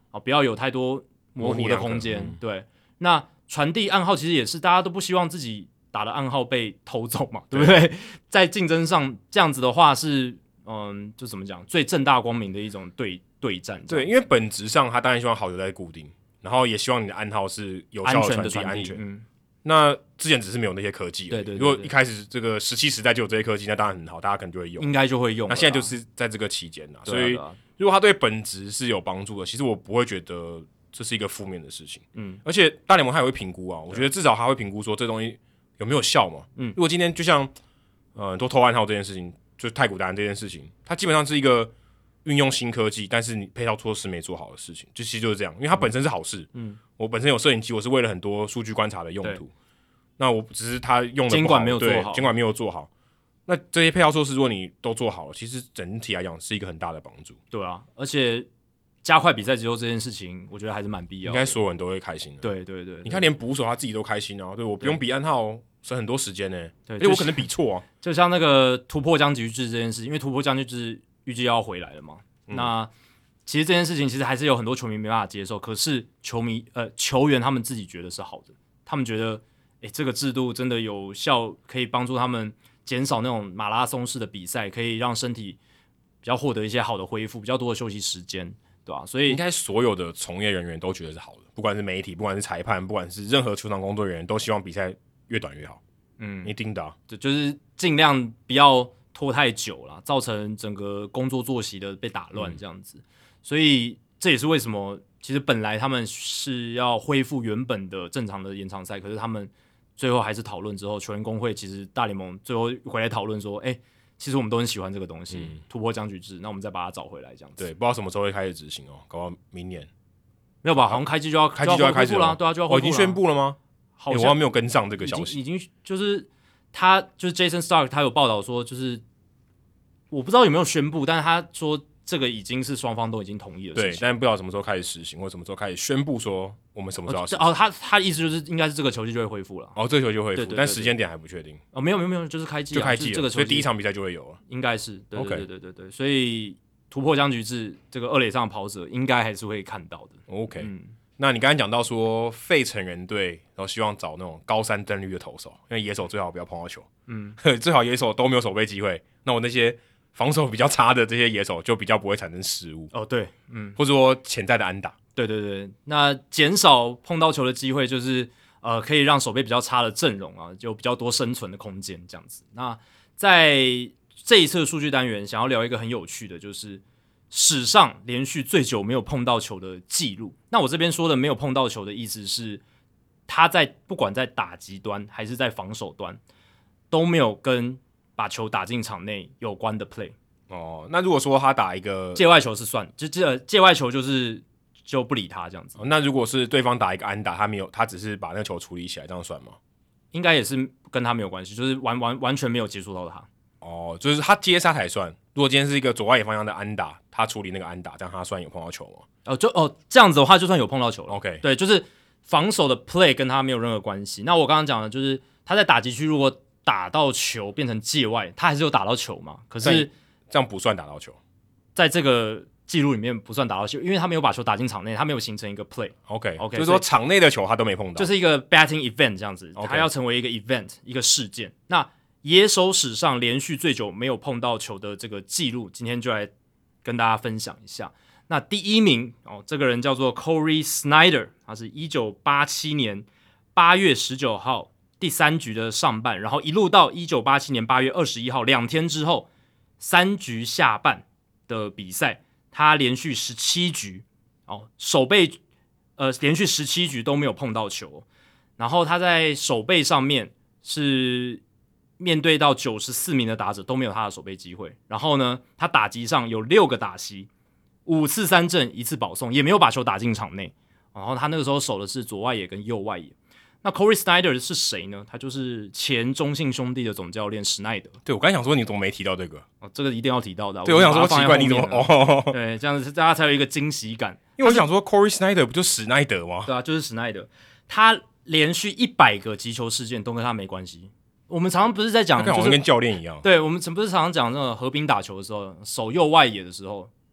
啊，不要有太多模糊的空间。嗯、对，那传递暗号其实也是大家都不希望自己打的暗号被偷走嘛，对不对？在竞争上这样子的话是，嗯，就怎么讲，最正大光明的一种对对战。 对，因为本质上他当然希望好球带固定，然后也希望你的暗号是有效的传递安全。嗯，那之前只是没有那些科技，对 对, 对, 对。如果一开始这个十七时代就有这些科技，那当然很好，大家可能就会用， 应该就会用。 那现在就是在这个期间啦，所以如果他对本质是有帮助的，其实我不会觉得这是一个负面的事情。嗯，而且大联盟还会评估啊，我觉得至少他会评估说这东西有没有效嘛。嗯，如果今天就像呃多偷暗号这件事情，就是太古达人这件事情，它基本上是一个运用新科技，但是你配套措施没做好的事情，就其实就是这样，因为它本身是好事。嗯，我本身有摄影机，我是为了很多数据观察的用途。那我只是他用的监管没有做好， 监管没有做好。那这些配套措施，如果你都做好了，其实整体来讲是一个很大的帮助。 对啊，而且加快比赛节奏这件事情，我觉得还是蛮必要的。 应该所有人都会开心的。 对对 对, 对， 你看连捕手他自己都开心啊，对我不用比暗号，省很多时间呢、欸。对，因为我可能比错啊。 就像那个突破僵局制这件事，因为突破僵局制预计要回来了嘛。嗯、那其实这件事情其实还是有很多球迷没办法接受，可是球迷呃球员他们自己觉得是好的，他们觉得。诶，这个制度真的有效，可以帮助他们减少那种马拉松式的比赛，可以让身体比较获得一些好的恢复，比较多的休息时间，对吧？所以应该所有的从业人员都觉得是好的，不管是媒体，不管是裁判，不管是任何球场工作人员，都希望比赛越短越好。嗯，一定的、啊， 就就是尽量不要拖太久啦，造成整个工作作息的被打乱这样子。嗯、所以这也是为什么，其实本来他们是要恢复原本的正常的延长赛，可是他们最后还是讨论之后，球员工会其实大联盟最后回来讨论说，哎、欸，其实我们都很喜欢这个东西，嗯、突破僵局制，那我们再把它找回来，这样子。 对，不知道什么时候会开始执行哦，搞到明年没有吧？好像开季就要开季就要开始了，对啊，就要恢复了。 哦，已经宣布了吗？ 好像、 欸、我还没有跟上这个消息， 已经, 已经就是他就是 Jason Stark 他有报道说，就是我不知道有没有宣布，但是他说这个已经是双方都已经同意了。 对，但不知道什么时候开始实行，或什么时候开始宣布说我们什么时候要实行。 哦，他他意思就是应该是这个球季就会恢复了。 哦，这个球季就恢复， 对对对对， 但时间点还不确定。 哦，没有没有没有，就是开季、啊、 就开季了， 这个球季所以第一场比赛就会有了， 应该是。对对对对对对， okay. 所以突破僵局制这个二垒上的跑者应该还是会看到的。 OK，、嗯、那你刚才讲到说费城人队，然后希望找那种高三登率的投手，因为野手最好不要碰到球，嗯，最好野手都没有守备机会。那我那些防守比较差的这些野手就比较不会产生失误。 哦，对，嗯， 或者说潜在的安打。 对对对，那减少碰到球的机会，就是呃，可以让守备比较差的阵容啊，就比较多生存的空间这样子。那在这一次的数据单元，想要聊一个很有趣的，就是史上连续最久没有碰到球的记录。那我这边说的没有碰到球的意思是，他在不管在打击端还是在防守端，都没有跟把球打进场内有关的 play。 哦，那如果说他打一个界外球是算，就这界外球就是就不理他这样子。 哦，那如果是对方打一个安打，他没有，他只是把那个球处理起来，这样算吗？ 应该也是跟他没有关系，就是完完完全没有接触到他。 哦，就是他接杀才算。如果今天是一个左外野方向的安打，他处理那个安打，这样他算有碰到球吗？ 哦，就哦这样子的话，就算有碰到球了。 OK， 对，就是防守的 play 跟他没有任何关系。那我刚刚讲的就是他在打击区如果打到球变成界外，他还是有打到球嘛？可是这样不算打到球， 在这个记录里面不算打到球，因为他没有把球打进场内，他没有形成一个 play。OK OK， 就是说场内的球他都没碰到， 就是一个 batting event 这样子， okay. 他要成为一个 event 一个事件。那野手史上连续最久没有碰到球的这个记录，今天就来跟大家分享一下。那第一名哦，这个人叫做 Corey Snyder， 他是一九八七年八月十九号第三局的上半，然后一路到一九八七年八月二十一号两天之后三局下半的比赛，他连续十七局哦，守备呃连续十七局都没有碰到球，然后他在守备上面是面对到九十四名的打者都没有他的守备机会，然后呢，他打击上有六个打席，五次三振，一次保送，也没有把球打进场内。然后他那个时候守的是左外野跟右外野。那 Corey Snyder 是谁呢？他就是前中信兄弟的总教练史奈德。 对，我刚才想说你怎么没提到这个？ 哦，这个一定要提到的。 对，我想说奇怪你怎么哦？ 对，这样子大家才有一个惊喜感。 因为我想说 Corey Snyder 不就史奈德吗？ 对啊，就是史奈德。他连续一百个击球事件都跟他没关系。我们常常不是在讲，就是跟教练一样。 对，我们不是常常讲那个河滨打球的时候，守右外野的时候，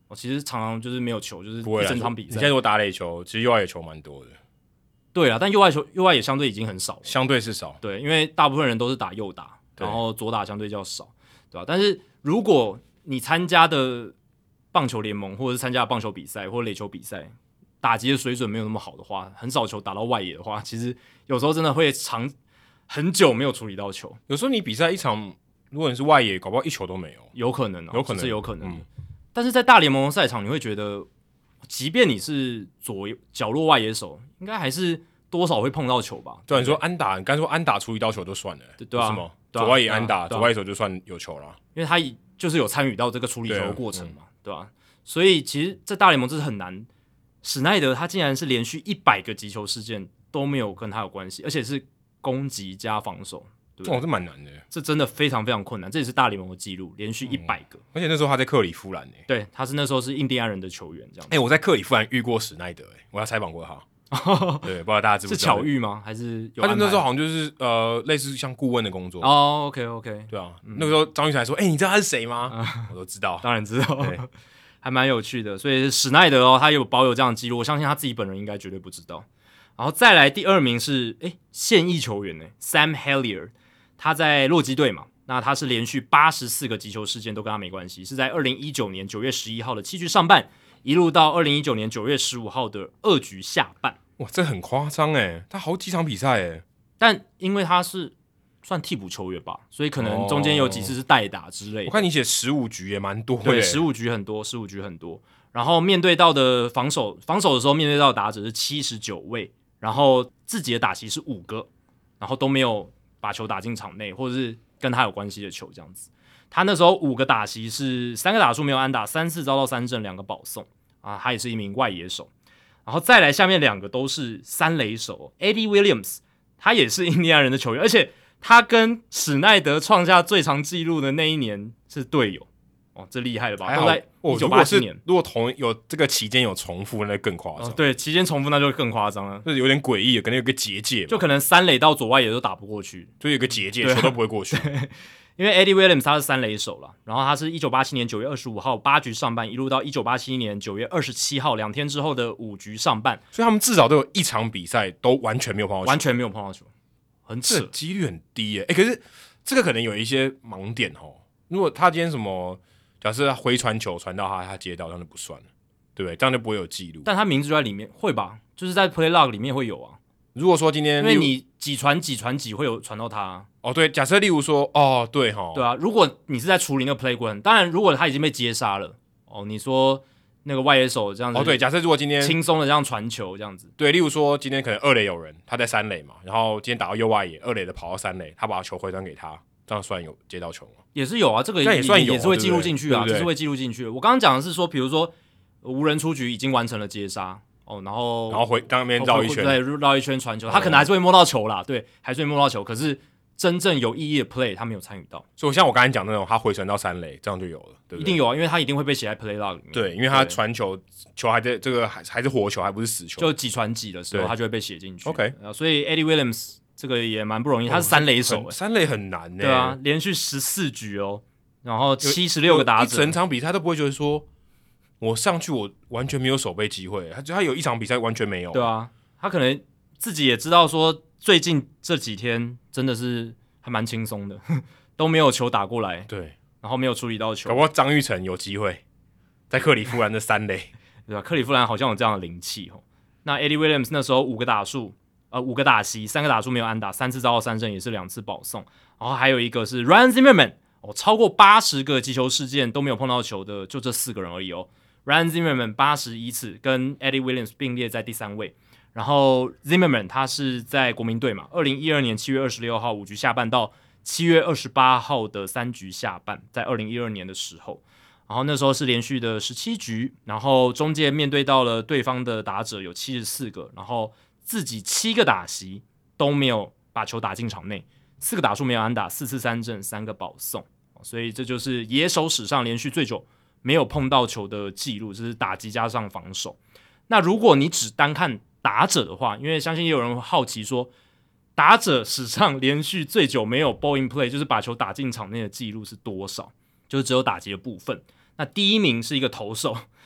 哦，其实常常就是没有球，就是一整场比赛。 你现在如果打垒球，其实右外野球蛮多的。 对啊，但右外球右外也相对已经很少了， 相对是少。 对，因为大部分人都是打右打，然后左打相对较少，对吧？但是如果你参加的棒球联盟，或者是参加的棒球比赛或者垒球比赛，打击的水准没有那么好的话，很少球打到外野的话，其实有时候真的会长很久没有处理到球。 有时候你比赛一场，如果你是外野，搞不好一球都没有， 有可能、哦， 有可能是有可能、 嗯。 但是在大联盟的赛场，你会觉得，即便你是左角落外野手，应该还是多少会碰到球吧？ 对，你说安打，你刚才说安打处理到球就算了， 对对啊， 是吗？ 对啊左外野安打， 对啊左外野手就算有球了， 因为他就是有参与到这个处理球的过程嘛， 对,、 啊嗯、对吧？所以其实，在大联盟这是很难。史奈德他竟然是连续一百个击球事件都没有跟他有关系，而且是攻击加防守，对不对？ 这种是蛮难的， 这真的非常非常困难，这也是大联盟的记录，连续一百个、嗯。 而且那时候他在克里夫兰诶， 对，他是那时候是印第安人的球员这样。 哎、欸，我在克里夫兰遇过史奈德，哎，我要采访过他。对，不知道大家知不知道？ 是巧遇吗？还是有他就那时候好像就是呃，类似像顾问的工作。 哦 ，OK OK， 对啊，嗯、那个时候张玉成还说：“哎、欸，你知道他是谁吗？”嗯、我都知道， 当然知道。还蛮有趣的，所以史奈德哦，他有保有这样的记录，我相信他自己本人应该绝对不知道。然后再来第二名是诶现役球员呢 ，Sam Helier， 他在洛基队嘛，那他是连续八十四个击球事件都跟他没关系，是在二零一九年九月十一号的七局上半，一路到二零一九年九月十五号的二局下半。 哇，这很夸张诶，他好几场比赛诶， 但因为他是算替补球员吧，所以可能中间有几次是代打之类的。 我看你写十五局也蛮多的， 对，十五局很多，十五局很多。然后面对到的防守，防守的时候面对到的打者是七十九位，然后自己的打席是五个，然后都没有把球打进场内，或者是跟他有关系的球这样子。他那时候五个打席是三个打数没有安打，三次遭到三振，两个保送啊，他也是一名外野手。然后再来下面两个都是三垒手 ，Eddie Williams， 他也是印第安人的球员，而且他跟史奈德创下最长纪录的那一年是队友哦，这厉害了吧？都在一九八七年。 如果同有这个期间有重复，那更夸张、 哦。对，期间重复那就更夸张了， 就是有点诡异，可能有个结界， 就可能三垒到左外野都打不过去， 就有个结界，球都不会过去。 因为 Eddie Williams 他是三垒手啦，然后他是一九八七年九月二十五号八局上半，一路到一九八七年九月二十七号两天之后的五局上半， 所以他们至少都有一场比赛都完全没有碰到球， 完全没有碰到球，很扯， 几率很低耶。哎、欸，可是这个可能有一些盲点哦。如果他今天什么，假设他回传球传到他，他接到，那就不算了，对不对？这样就不会有记录。 但他名字就在里面，会吧？就是在 Play Log 里面会有啊。 如果说今天， 因为你几传几传几会有传到他、啊、 哦，对，假设例如说，哦，对哈， 对啊，如果你是在处理那个 play 过程，当然如果他已经被接杀了，哦，你说那个外野手这样子， 哦，对，假设如果今天轻松的这样传球这样子， 对，例如说今天可能二垒有人，他在三垒嘛，然后今天打到右外野，二垒的跑到三垒，他把球回传给他，这样算有接到球吗？ 也是有啊，这个 也, 也算有， 也是会记录进去啊， 这是会记录进去的。我刚刚讲的是说，比如说无人出局已经完成了接杀。哦，然后然后回当那边绕一圈， 对，绕一圈传球，他可能还是会摸到球啦，对，还是会摸到球，可是真正有意义的 play 他没有参与到。 所以像我刚才讲那种，他回传到三垒，这样就有了，对不对？ 一定有啊，因为他一定会被写在 play log 里面。 对，因为他传球，球还在这个还还是活球，还不是死球， 就几传几的时候，他就会被写进去。 OK，、 呃、所以 Eddie Williams 这个也蛮不容易，他是三垒手、欸， 三垒很难呢、欸。 对啊，连续十四局哦，然后七十六个打者， 整场比赛都不会觉得说。我上去，我完全没有守备机会。他他有一场比赛完全没有。 对啊，他可能自己也知道说，最近这几天真的是还蛮轻松的，都没有球打过来。 对， 然后没有处理到球。 搞不好张育成有机会在克里夫兰的三垒， 对吧？克里夫兰好像有这样的灵气哦。那 Eddie Williams 那时候五个打数，呃，五个打席，三个打数没有安打，三次遭到三振，也是两次保送。然后还有一个是 Ryan Zimmerman， 哦，超过八十个击球事件都没有碰到球的，就这四个人而已哦。Ryan Zimmerman 八十一次，跟 Eddie Williams 并列在第三位。然后 Zimmerman 他是在国民队嘛，二零一二年七月二十六号五局下半到七月二十八号的三局下半，在二零一二年的时候，然后那时候是连续的十七局，然后中间面对到了对方的打者有七十四个，然后自己七个打席都没有把球打进场内，四个打数没有安打，四次三振，三个保送，所以这就是野手史上连续最久没有碰到球的记录，就是打击加上防守。那如果你只单看打者的话，因为相信也有人好奇说，打者史上连续最久没有 ball in play， 就是把球打进场内的记录是多少？就是只有打击的部分。那第一名是一个投手，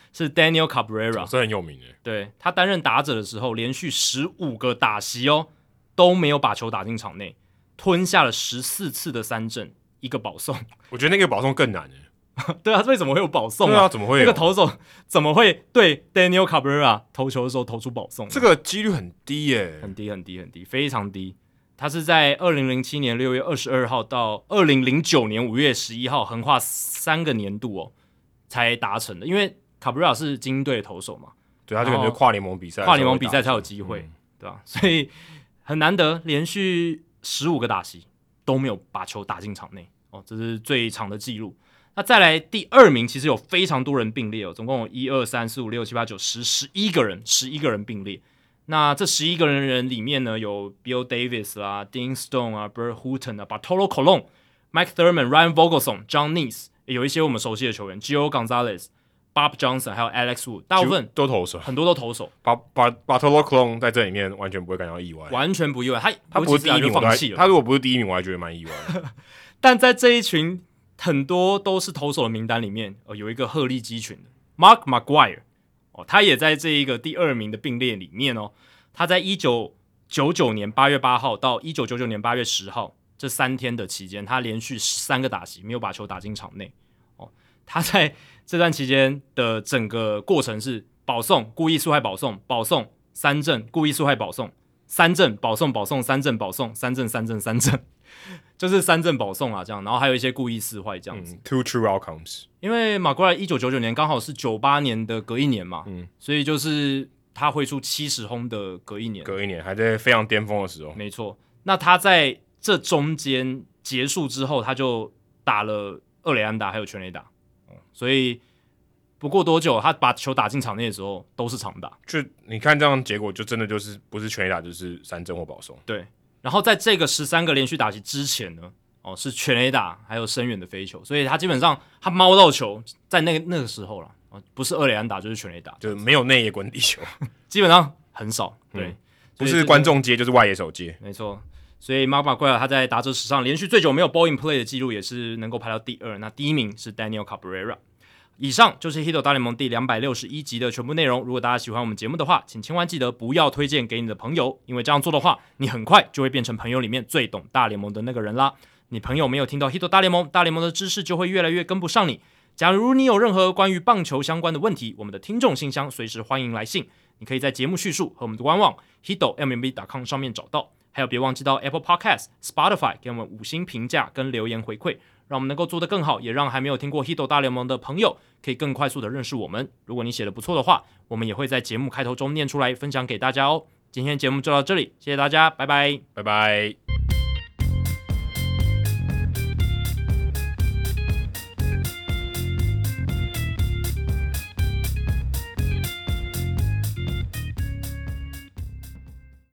是 Daniel Cabrera， 这很有名诶。 对，他担任打者的时候，连续十五个打席哦都没有把球打进场内，吞下了十四次的三振，一个保送。 我觉得那个保送更难诶。 对啊，为什么会有保送啊？ 对啊，怎么会有那个投手怎么会对 Daniel Cabrera 投球的时候投出保送？ 这个几率很低耶， 很低很低很低，非常低。他是在二零零七年六月二十二号到二零零九年五月十一号横跨三个年度哦才达成的，因为 Cabrera 是精英队的投手嘛， 对，他就可能就跨联盟比赛， 跨联盟比赛才有机会， 嗯、 对吧？所以很难得，连续十五个打席都没有把球打进场内哦，这是最长的记录。那再来第二名，其实有非常多人并列哦，总共有一二三四五六七八九十十一个人，十一个人并列。那这十一个人人里面呢，有 Bill Davis 啦、Dean Stone 啊、Bert Hooton 啊、Bartolo Colon、Mike Thurman、Ryan Vogelsong、John Neese， 有一些我们熟悉的球员 ，Gio Gonzalez、Bob Johnson， 还有 Alex Wood， 大部分都投手， 很多都投手。 把把 Bartolo Colon 在这里面完全不会感到意外， 完全不意外。他他不是第一名， 放弃了。 他如果不是第一名，我还觉得蛮意外的。 但在这一群很多都是投手的名单里面，呃，有一个鹤立鸡群的 Mark McGwire， 哦，他也在这一个第二名的并列里面哦。他在一九九九年八月八号到一九九九年八月十号这三天的期间，他连续三个打席没有把球打进场内。哦，他在这段期间的整个过程是保送、故意速害保送、保送、三振、故意速害保送、三振、保送、保送、三振、保送、三振、三振、三振。就是三振保送啊，这样，然后还有一些故意四坏这样子、 嗯、，two true outcomes。 因为马奎尔一九九九年刚好是九八年的隔一年嘛，嗯，所以就是他挥出七十轰的隔一年， 隔一年还在非常巅峰的时候， 没错。那他在这中间结束之后，他就打了二垒安打还有全垒打、嗯，所以不过多久，他把球打进场内的时候都是长打。 就你看这样结果，就真的就是不是全垒打就是三振或保送， 对。然后在这个十三个连续打击之前呢，哦，是全垒打还有深远的飞球，所以他基本上他猫到球在那个那个时候了，不是二垒安打就是全垒打， 就没有内野滚地球， 基本上很少，对，嗯、 不是观众接就是外野手接， 没错。所以 Mark McGwire 他在打者史上连续最久没有 ball in play 的记录也是能够排到第二，那第一名是 Daniel Cabrera。以上就是 Hito 大联盟第两百六十一集的全部内容。如果大家喜欢我们节目的话，请千万记得不要推荐给你的朋友，因为这样做的话，你很快就会变成朋友里面最懂大联盟的那个人啦。你朋友没有听到 Hito 大联盟，大联盟的知识就会越来越跟不上你。假如你有任何关于棒球相关的问题，我们的听众信箱随时欢迎来信，你可以在节目叙述和我们的官网 hito m m b dot com 上面找到。还有别忘记到 Apple Podcast、Spotify 给我们五星评价跟留言回馈，让我们能够做得更好，也让还没有听过 Hito 大联盟的朋友可以更快速的认识我们。如果你写得不错的话，我们也会在节目开头中念出来分享给大家哦。今天节目就到这里，谢谢大家，拜拜， 拜拜。